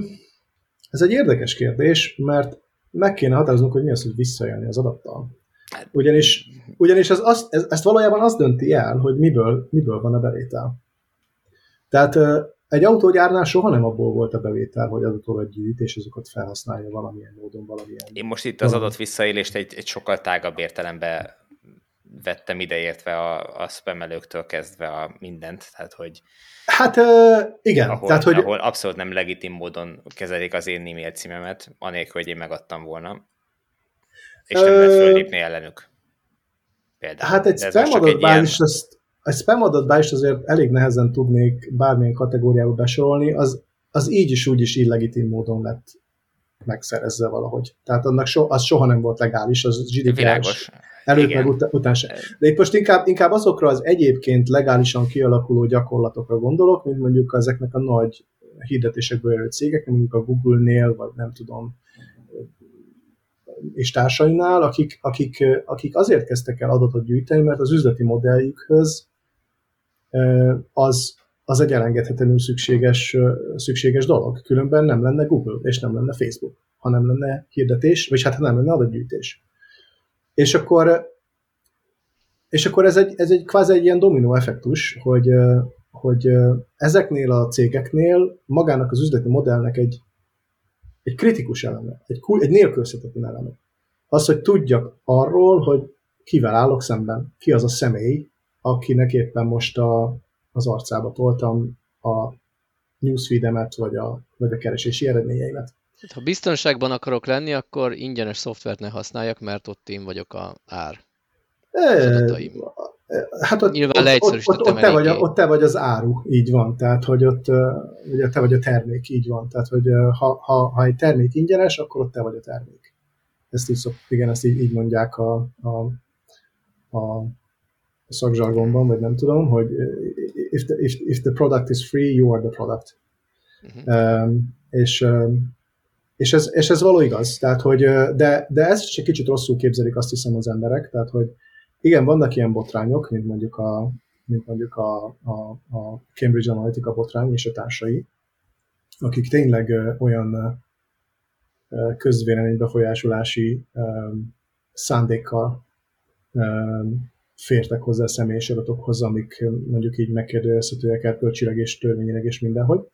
érdekes kérdés, mert meg kéne határoznunk, hogy mi az, hogy visszaélni az adattal. Ugyanis ezt valójában az dönti el, hogy miből van a bevétel. Tehát egy autógyárnál soha nem abból volt a bevétel, hogy adatokat gyűjt, és azokat felhasználja valamilyen módon, valamilyen. Én most itt az adat visszaélést egy sokkal tágabb értelemben vettem ideértve a spamelőktől kezdve a mindent, tehát hogy hát igen. Ahol abszolút nem legitim módon kezelik az én e-mail címemet, anélkül, hogy én megadtam volna, és nem lehet föllépni ellenük. Például. Hát egy spam adatbázist azért elég nehezen tudnék bármilyen kategóriába besorolni, az így is úgy is illegitim módon lett megszerezve valahogy. Tehát annak az soha nem volt legális, az GDPR előtt igen. Meg után sem. De itt most inkább azokra az egyébként legálisan kialakuló gyakorlatokra gondolok, mint mondjuk ezeknek a nagy hirdetésekből élő cégek, mondjuk a Google-nél, vagy nem tudom, és társainál, akik azért kezdtek el adatot gyűjteni, mert az üzleti modelljükhöz az egy elengedhetetlenül szükséges dolog. Különben nem lenne Google, és nem lenne Facebook, ha nem lenne hirdetés, vagy hát nem lenne adatgyűjtés. És akkor És akkor ez egy kvázi egy ilyen dominó effektus, hogy ezeknél a cégeknél magának az üzleti modellnek egy kritikus eleme, egy nélkülözhetetlen eleme. Az, hogy tudjak arról, hogy kivel állok szemben, ki az a személy, akinek éppen most az arcába toltam a newsfeedemet, vagy a keresési eredményeimet. Ha biztonságban akarok lenni, akkor ingyenes szoftvert ne használjak, mert ott én vagyok az adataim. Hát Nyilván leegyszerűsítettem eléggé. Ott te vagy az áru, így van. Tehát, hogy ott ugye te vagy a termék, így van. Tehát, hogy ha egy termék ingyenes, akkor ott te vagy a termék. Ezt így mondják a szakzsargonban, vagy nem tudom, hogy if the product is free, you are the product. Uh-huh. És ez való igaz. Tehát, hogy, de ezt is egy kicsit rosszul képzelik, azt hiszem, az emberek. Tehát, hogy igen, vannak ilyen botrányok, mint mondjuk a Cambridge Analytica botrány és a társai, akik tényleg olyan közvélemény befolyásolási szándékkal fértek hozzá a személyes adatokhoz, amik mondjuk így megkérdőjelezhetőek erkölcsileg és törvényileg és mindenhogy.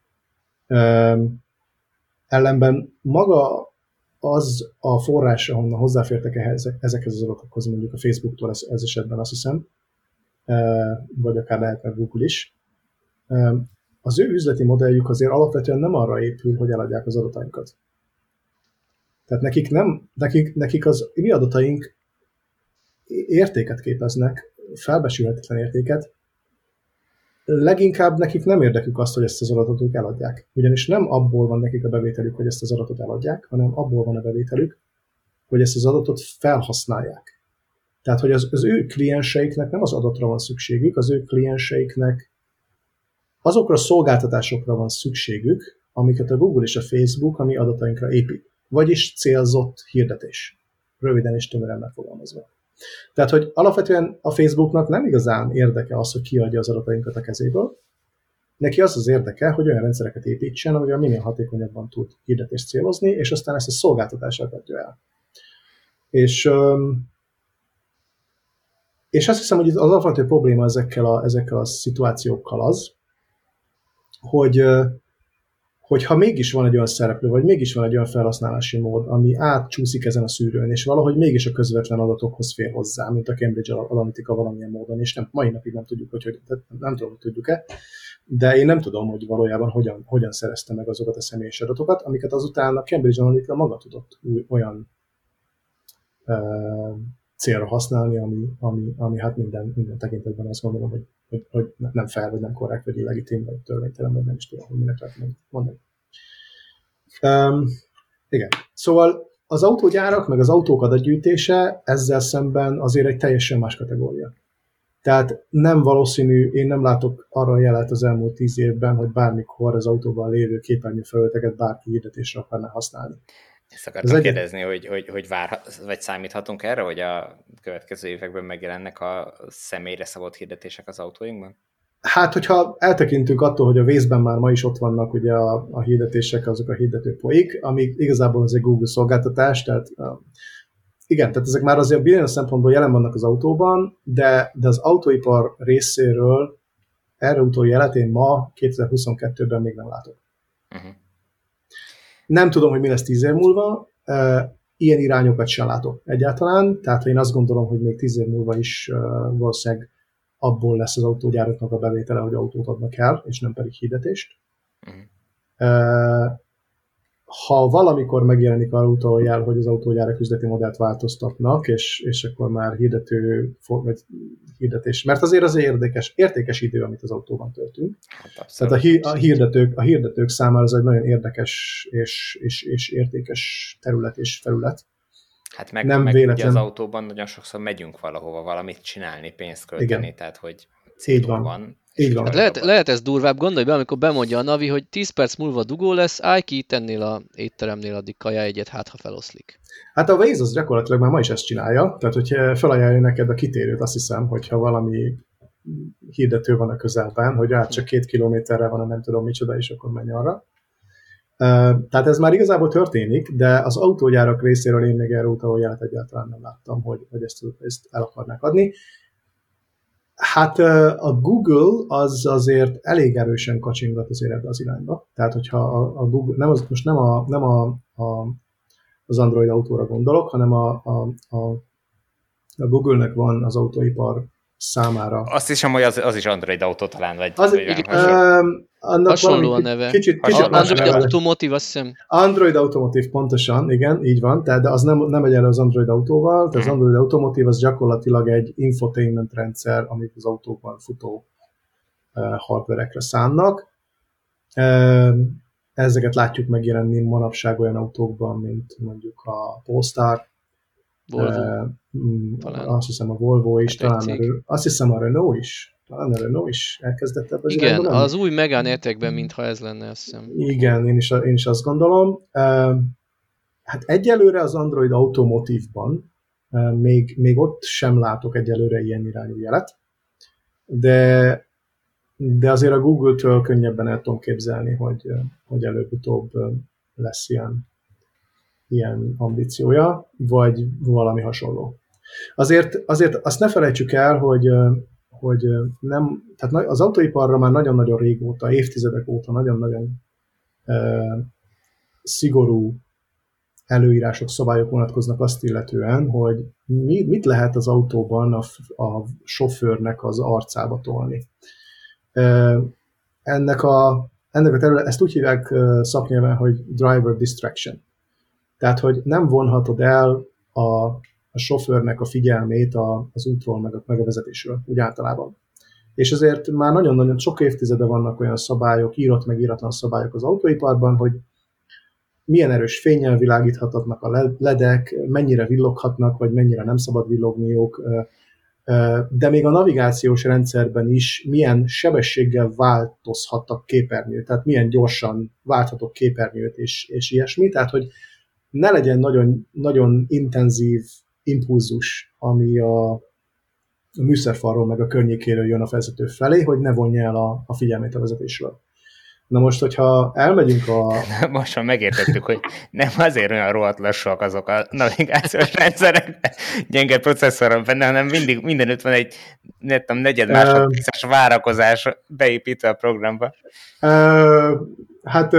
Ellenben maga az a forrás, ahonnan hozzáfértek ezekhez az adatokhoz, mondjuk a Facebooktól ez esetben azt hiszem, vagy akár lehet meg Google is, az ő üzleti modelljük azért alapvetően nem arra épül, hogy eladják az adatainkat. Tehát nekik az mi adataink értéket képeznek, felbecsülhetetlen értéket, leginkább nekik nem érdekük azt, hogy ezt az adatot ők eladják. Ugyanis nem abból van nekik a bevételük, hogy ezt az adatot eladják, hanem abból van a bevételük, hogy ezt az adatot felhasználják. Tehát, hogy az ő klienseiknek nem az adatra van szükségük, az ő klienseiknek azokra a szolgáltatásokra van szükségük, amiket a Google és a Facebook a mi adatainkra épít. Vagyis célzott hirdetés. Röviden és tömören megfogalmazva. Tehát, hogy alapvetően a Facebooknak nem igazán érdeke az, hogy kiadja az adatainkat a kezéből. Neki az érdeke, hogy olyan rendszereket építsen, amivel minél hatékonyabban tud hirdetést célozni, és aztán ezt a szolgáltatását adja el. És azt hiszem, hogy az alapvető probléma ezekkel a szituációkkal az, hogy ha mégis van egy olyan szereplő, vagy mégis van egy olyan felhasználási mód, ami átcsúszik ezen a szűrőn, és valahogy mégis a közvetlen adatokhoz fér hozzá, mint a Cambridge Analytica valamilyen módon, és mai napig nem tudjuk, hogy nem tudom, hogy tudjuk-e, de én nem tudom, hogy valójában hogyan szerezte meg azokat a személyes adatokat, amiket azután a Cambridge Analytica maga tudott olyan célra használni, ami hát minden tekintetben azt gondolom, hogy nem fair, vagy nem korrekt, vagy illegitim, vagy törvénytelen, vagy nem is tudom, hogy minek lehet mondani. Igen. Szóval az autógyárak, meg az autók adatgyűjtése ezzel szemben azért egy teljesen más kategória. Tehát nem valószínű, én nem látok arra jelet az elmúlt 10 évben, hogy bármikor az autóban lévő képernyőfelületeket bárki hirdetésre akarná használni. Ezt akartam kérdezni, hogy vagy számíthatunk erre, hogy a következő években megjelennek a személyre szabott hirdetések az autóinkban? Hát, hogyha eltekintünk attól, hogy a Waze-ben már ma is ott vannak ugye a hirdetések, azok a hirdető poik, amik igazából az egy Google szolgáltatás, tehát igen, tehát ezek már azért bizonyos szempontból jelen vannak az autóban, de az autóipar részéről erre utóbbi jelet én ma 2022-ben még nem látok. Uh-huh. Nem tudom, hogy mi lesz 10 év múlva, ilyen irányokat sem látok egyáltalán, tehát én azt gondolom, hogy még 10 év múlva is valószínűleg abból lesz az autógyáraknak a bevétele, hogy autót adnak el, és nem pedig hirdetést. Ha valamikor megjelenik arra utoljál, hogy az autógyárak üzleti modellt változtatnak, és akkor már hirdetés, mert azért az értékes idő, amit az autóban töltünk. Hát tehát a hirdetők számára ez egy nagyon érdekes és értékes terület és felület. Hát meg ugye az autóban nagyon sokszor megyünk valahova valamit csinálni, pénzt költeni, igen. Tehát hogy célunk van. Így van. Hát lehet ez durvább, gondolj be, amikor bemondja a Navi, hogy 10 perc múlva dugó lesz, állj ki itt ennél a étteremnél addig kajájegyet, hát ha feloszlik. Hát a Waze az gyakorlatilag már ma is ezt csinálja, tehát hogyha felajánlja neked a kitérőt, azt hiszem, hogyha valami hirdető van a közelben, hogy csak 2 kilométerre van a nem tudom micsoda, és akkor menj arra. Tehát ez már igazából történik, de az autógyárak részéről én még erre utalóját egyáltalán nem láttam, hogy ezt el akarnák adni. Hát a Google az azért elég erősen kacsingat azért ebbe az irányba. Tehát, hogyha a Google, most az Android autóra gondolok, hanem a Google-nek van az autóipar számára. Azt hiszem, hogy az is Android autó talán, vagy annak hasonló a neve. Kicsit Android Automotive, azt hiszem. Android Automotive, pontosan, igen, így van, de az nem egyenlő az Android autóval, tehát az Android Automotive az gyakorlatilag egy infotainment rendszer, amit az autókban futó hardverekre szánnak. Ezeket látjuk megjelenni manapság olyan autókban, mint mondjuk a Polestar, azt hiszem a Volvo is, azt hiszem a Renault is. Talán a Renault is elkezdett ebben az igen, az új Megane E-Techben, mintha ez lenne, azt hiszem. Igen, én is azt gondolom. Hát egyelőre az Android Automotive-ban még ott sem látok egyelőre ilyen irányú jelet, de azért a Google-től könnyebben el tudom képzelni, hogy előbb-utóbb lesz ilyen ambíciója, vagy valami hasonló. Azért azt ne felejtsük el, hogy nem, tehát az autóiparra már nagyon-nagyon régóta, évtizedek óta nagyon-nagyon szigorú előírások, szabályok vonatkoznak azt illetően, hogy mit lehet az autóban a sofőrnek az arcába tolni. Ennek a terület, ezt úgy hívják szaknyelven, hogy driver distraction. Tehát, hogy nem vonhatod el a sofőrnek a figyelmét az útról, meg a vezetésről, úgy általában. És ezért már nagyon-nagyon sok évtizede vannak olyan szabályok, írott meg íratlan szabályok az autóiparban, hogy milyen erős fénnyel világíthatnak a ledek, mennyire villoghatnak, vagy mennyire nem szabad villogniuk, de még a navigációs rendszerben is milyen sebességgel változhatnak képernyőt, tehát milyen gyorsan válthatok képernyőt és ilyesmi, tehát hogy ne legyen nagyon, nagyon intenzív impulzus, ami a műszerfalról meg a környékéről jön a vezető felé, hogy ne vonja el a figyelmét a vezetésről. Na most, hogyha elmegyünk Most már megértettük, hogy nem azért olyan rohadt lassúak azok a navigációs rendszerek, gyenge processzorral benne, hanem mindenütt van egy negyed másodperces várakozás beépítve a programba. Hát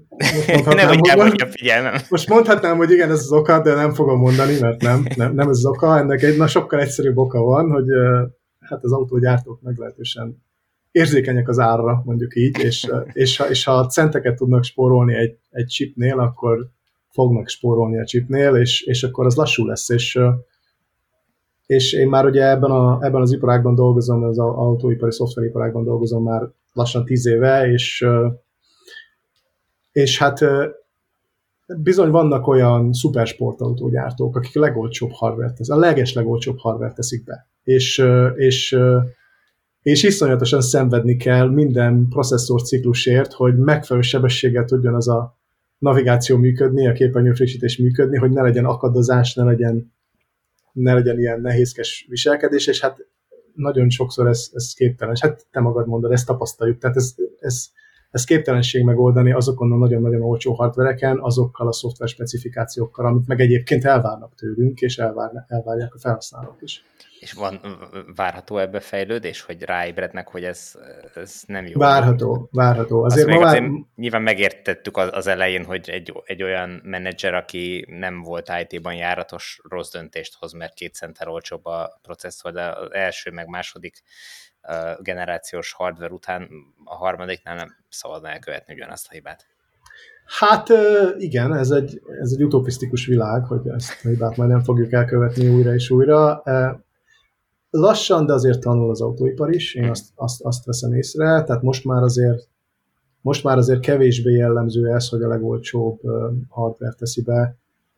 most mondhatnám, hogy igen, ez az oka, de nem fogom mondani, mert nem ez az oka. Ennek egy sokkal egyszerűbb oka van, hogy hát az autógyártók meglehetősen érzékenyek az árra, mondjuk így, és ha centeket tudnak spórolni egy chipnél, akkor fognak spórolni a chipnél, és akkor az lassú lesz, és én már ugye ebben az iparágban dolgozom, az autóipari szoftveriparágban dolgozom már lassan 10 éve, és hát bizony vannak olyan szupersportautógyártók, akik a legolcsóbb hardware-t teszik, a legeslegolcsóbb hardware-t teszik be, és iszonyatosan szenvedni kell minden processzor ciklusért, hogy megfelelő sebességgel tudjon az a navigáció működni, a képernyő frissítés működni, hogy ne legyen akadozás, ne legyen ilyen nehézkes viselkedés, és hát nagyon sokszor ez képtelen. És hát te magad mondod, ezt tapasztaljuk, tehát ez képtelenség megoldani azokon a nagyon-nagyon olcsó hardvereken, azokkal a szoftver specifikációkkal, amit meg egyébként elvárnak tőlünk, és elvárják a felhasználók is. És várható ebbe fejlődés, hogy ráébrednek, hogy ez nem jó? Várható. Azért nyilván megértettük az elején, hogy egy olyan menedzser, aki nem volt IT-ban járatos, rossz döntést hoz, mert 2 centtel olcsóbb a processzor, de az első meg második generációs hardware után a harmadiknál nem szabadna elkövetni ugyanazt a hibát. Hát igen, ez egy utopisztikus világ, hogy ezt a hibát majd nem fogjuk elkövetni újra és újra. Lassan, de azért tanul az autóipar is, én azt veszem észre, tehát most már azért kevésbé jellemző ez, hogy a legolcsóbb hardware teszi be,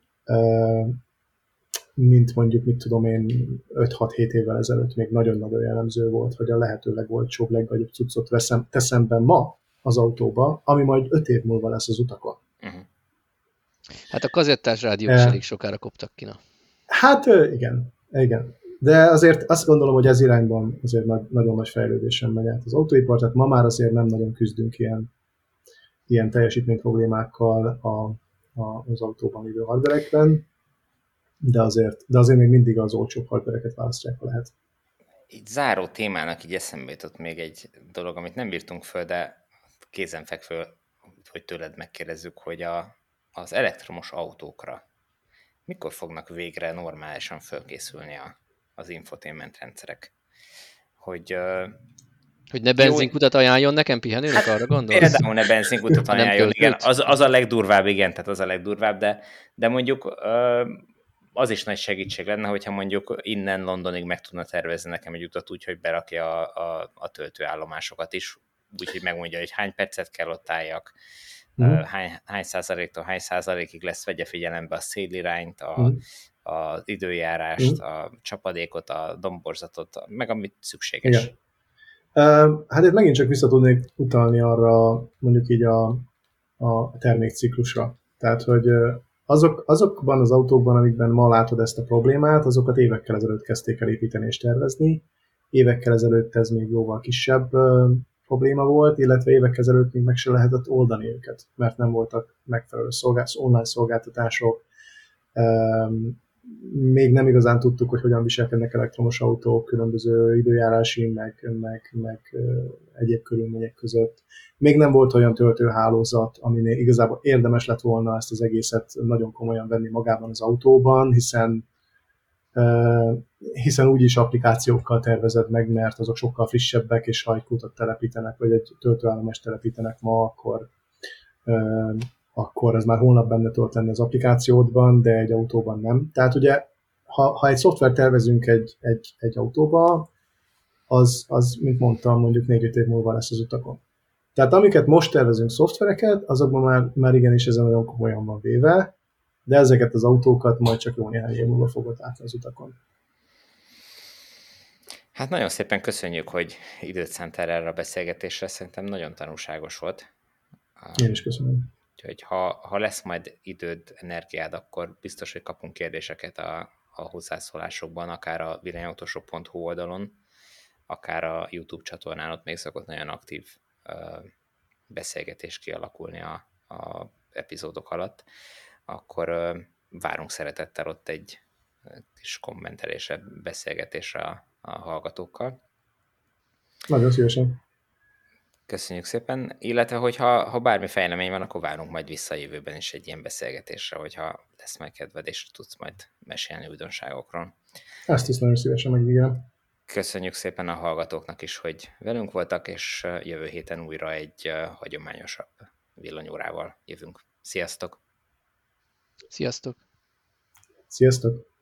mint mondjuk, mit tudom én, 5-6-7 évvel ezelőtt még nagyon-nagyon jellemző volt, hogy a lehető legolcsóbb, legnagyobb cuccot teszem be ma az autóba, ami majd 5 év múlva lesz az utakon. Hát a kazettás rádiók is elég sokára koptak ki. Hát igen. De azért azt gondolom, hogy ez irányban azért nagyon nagy fejlődésen megy át az autóipar, tehát ma már azért nem nagyon küzdünk ilyen teljesítmény problémákkal az autóban lévő hardverekben, de azért még mindig az olcsóbb hardvereket választják, ha lehet. így záró témának így eszembe jutott még egy dolog, amit nem bírtunk föl, de kézenfekvő, hogy tőled megkérdezzük, hogy az elektromos autókra mikor fognak végre normálisan fölkészülni az infotainment rendszerek? Hogy ne benzinkutat ajánljon nekem pihenőnek, arra gondolsz? Például ne benzinkutat ajánljon, igen, az a legdurvább, igen, tehát az a legdurvább, de mondjuk az is nagy segítség lenne, hogyha mondjuk innen Londonig meg tudna tervezni nekem egy utat úgy, hogy berakja a töltőállomásokat is, úgyhogy megmondja, hogy hány percet kell ott álljak, hány százaléktól hány százalékig lesz, vegye figyelembe a szélirányt, az időjárást, a csapadékot, a domborzatot, meg amit szükséges. Igen. Hát itt megint csak vissza tudnék utalni arra, mondjuk így a termékciklusra. Tehát, hogy azokban az autókban, amikben ma látod ezt a problémát, azokat évekkel ezelőtt kezdték el építeni és tervezni. Évekkel ezelőtt ez még jóval kisebb probléma volt, illetve évekkel ezelőtt még meg se lehetett oldani őket, mert nem voltak megfelelő online szolgáltatások. Még nem igazán tudtuk, hogy hogyan viselkednek elektromos autók különböző időjárási, meg egyéb körülmények között. Még nem volt olyan töltőhálózat, aminél igazából érdemes lett volna ezt az egészet nagyon komolyan venni magában az autóban, hiszen úgyis applikációkkal tervezed meg, mert azok sokkal frissebbek, és ha egy kutat telepítenek, vagy egy töltőállomást telepítenek ma, akkor ez már holnap benne tudott lenni az applikációdban, de egy autóban nem. Tehát ugye, ha egy szoftvert tervezünk egy autóba, az, mint mondtam, mondjuk 4-5 év múlva lesz az utakon. Tehát amiket most tervezünk szoftvereket, azokban már igenis ez nagyon komolyan van véve, de ezeket az autókat majd csak jó néhány év múlva fogod látni az utakon. Hát nagyon szépen köszönjük, hogy időt szántál erre a beszélgetésre, szerintem nagyon tanulságos volt. Én is köszönöm. Úgyhogy ha lesz majd időd, energiád, akkor biztos, hogy kapunk kérdéseket a hozzászólásokban, akár a villanyautósok.hu oldalon, akár a YouTube csatornán, ott még szokott nagyon aktív beszélgetés kialakulni a epizódok alatt, akkor várunk szeretettel ott egy kis kommentelésre, beszélgetésre a hallgatókkal. Nagyon szívesen. Köszönjük szépen, illetve hogyha bármi fejlemény van, akkor várunk majd vissza a jövőben is egy ilyen beszélgetésre, hogyha lesz majd kedved, és tudsz majd mesélni újdonságokról. Ezt is nagyon szívesen megígérem. Köszönjük szépen a hallgatóknak is, hogy velünk voltak, és jövő héten újra egy hagyományosabb villanyórával jövünk. Sziasztok! Sziasztok! Sziasztok!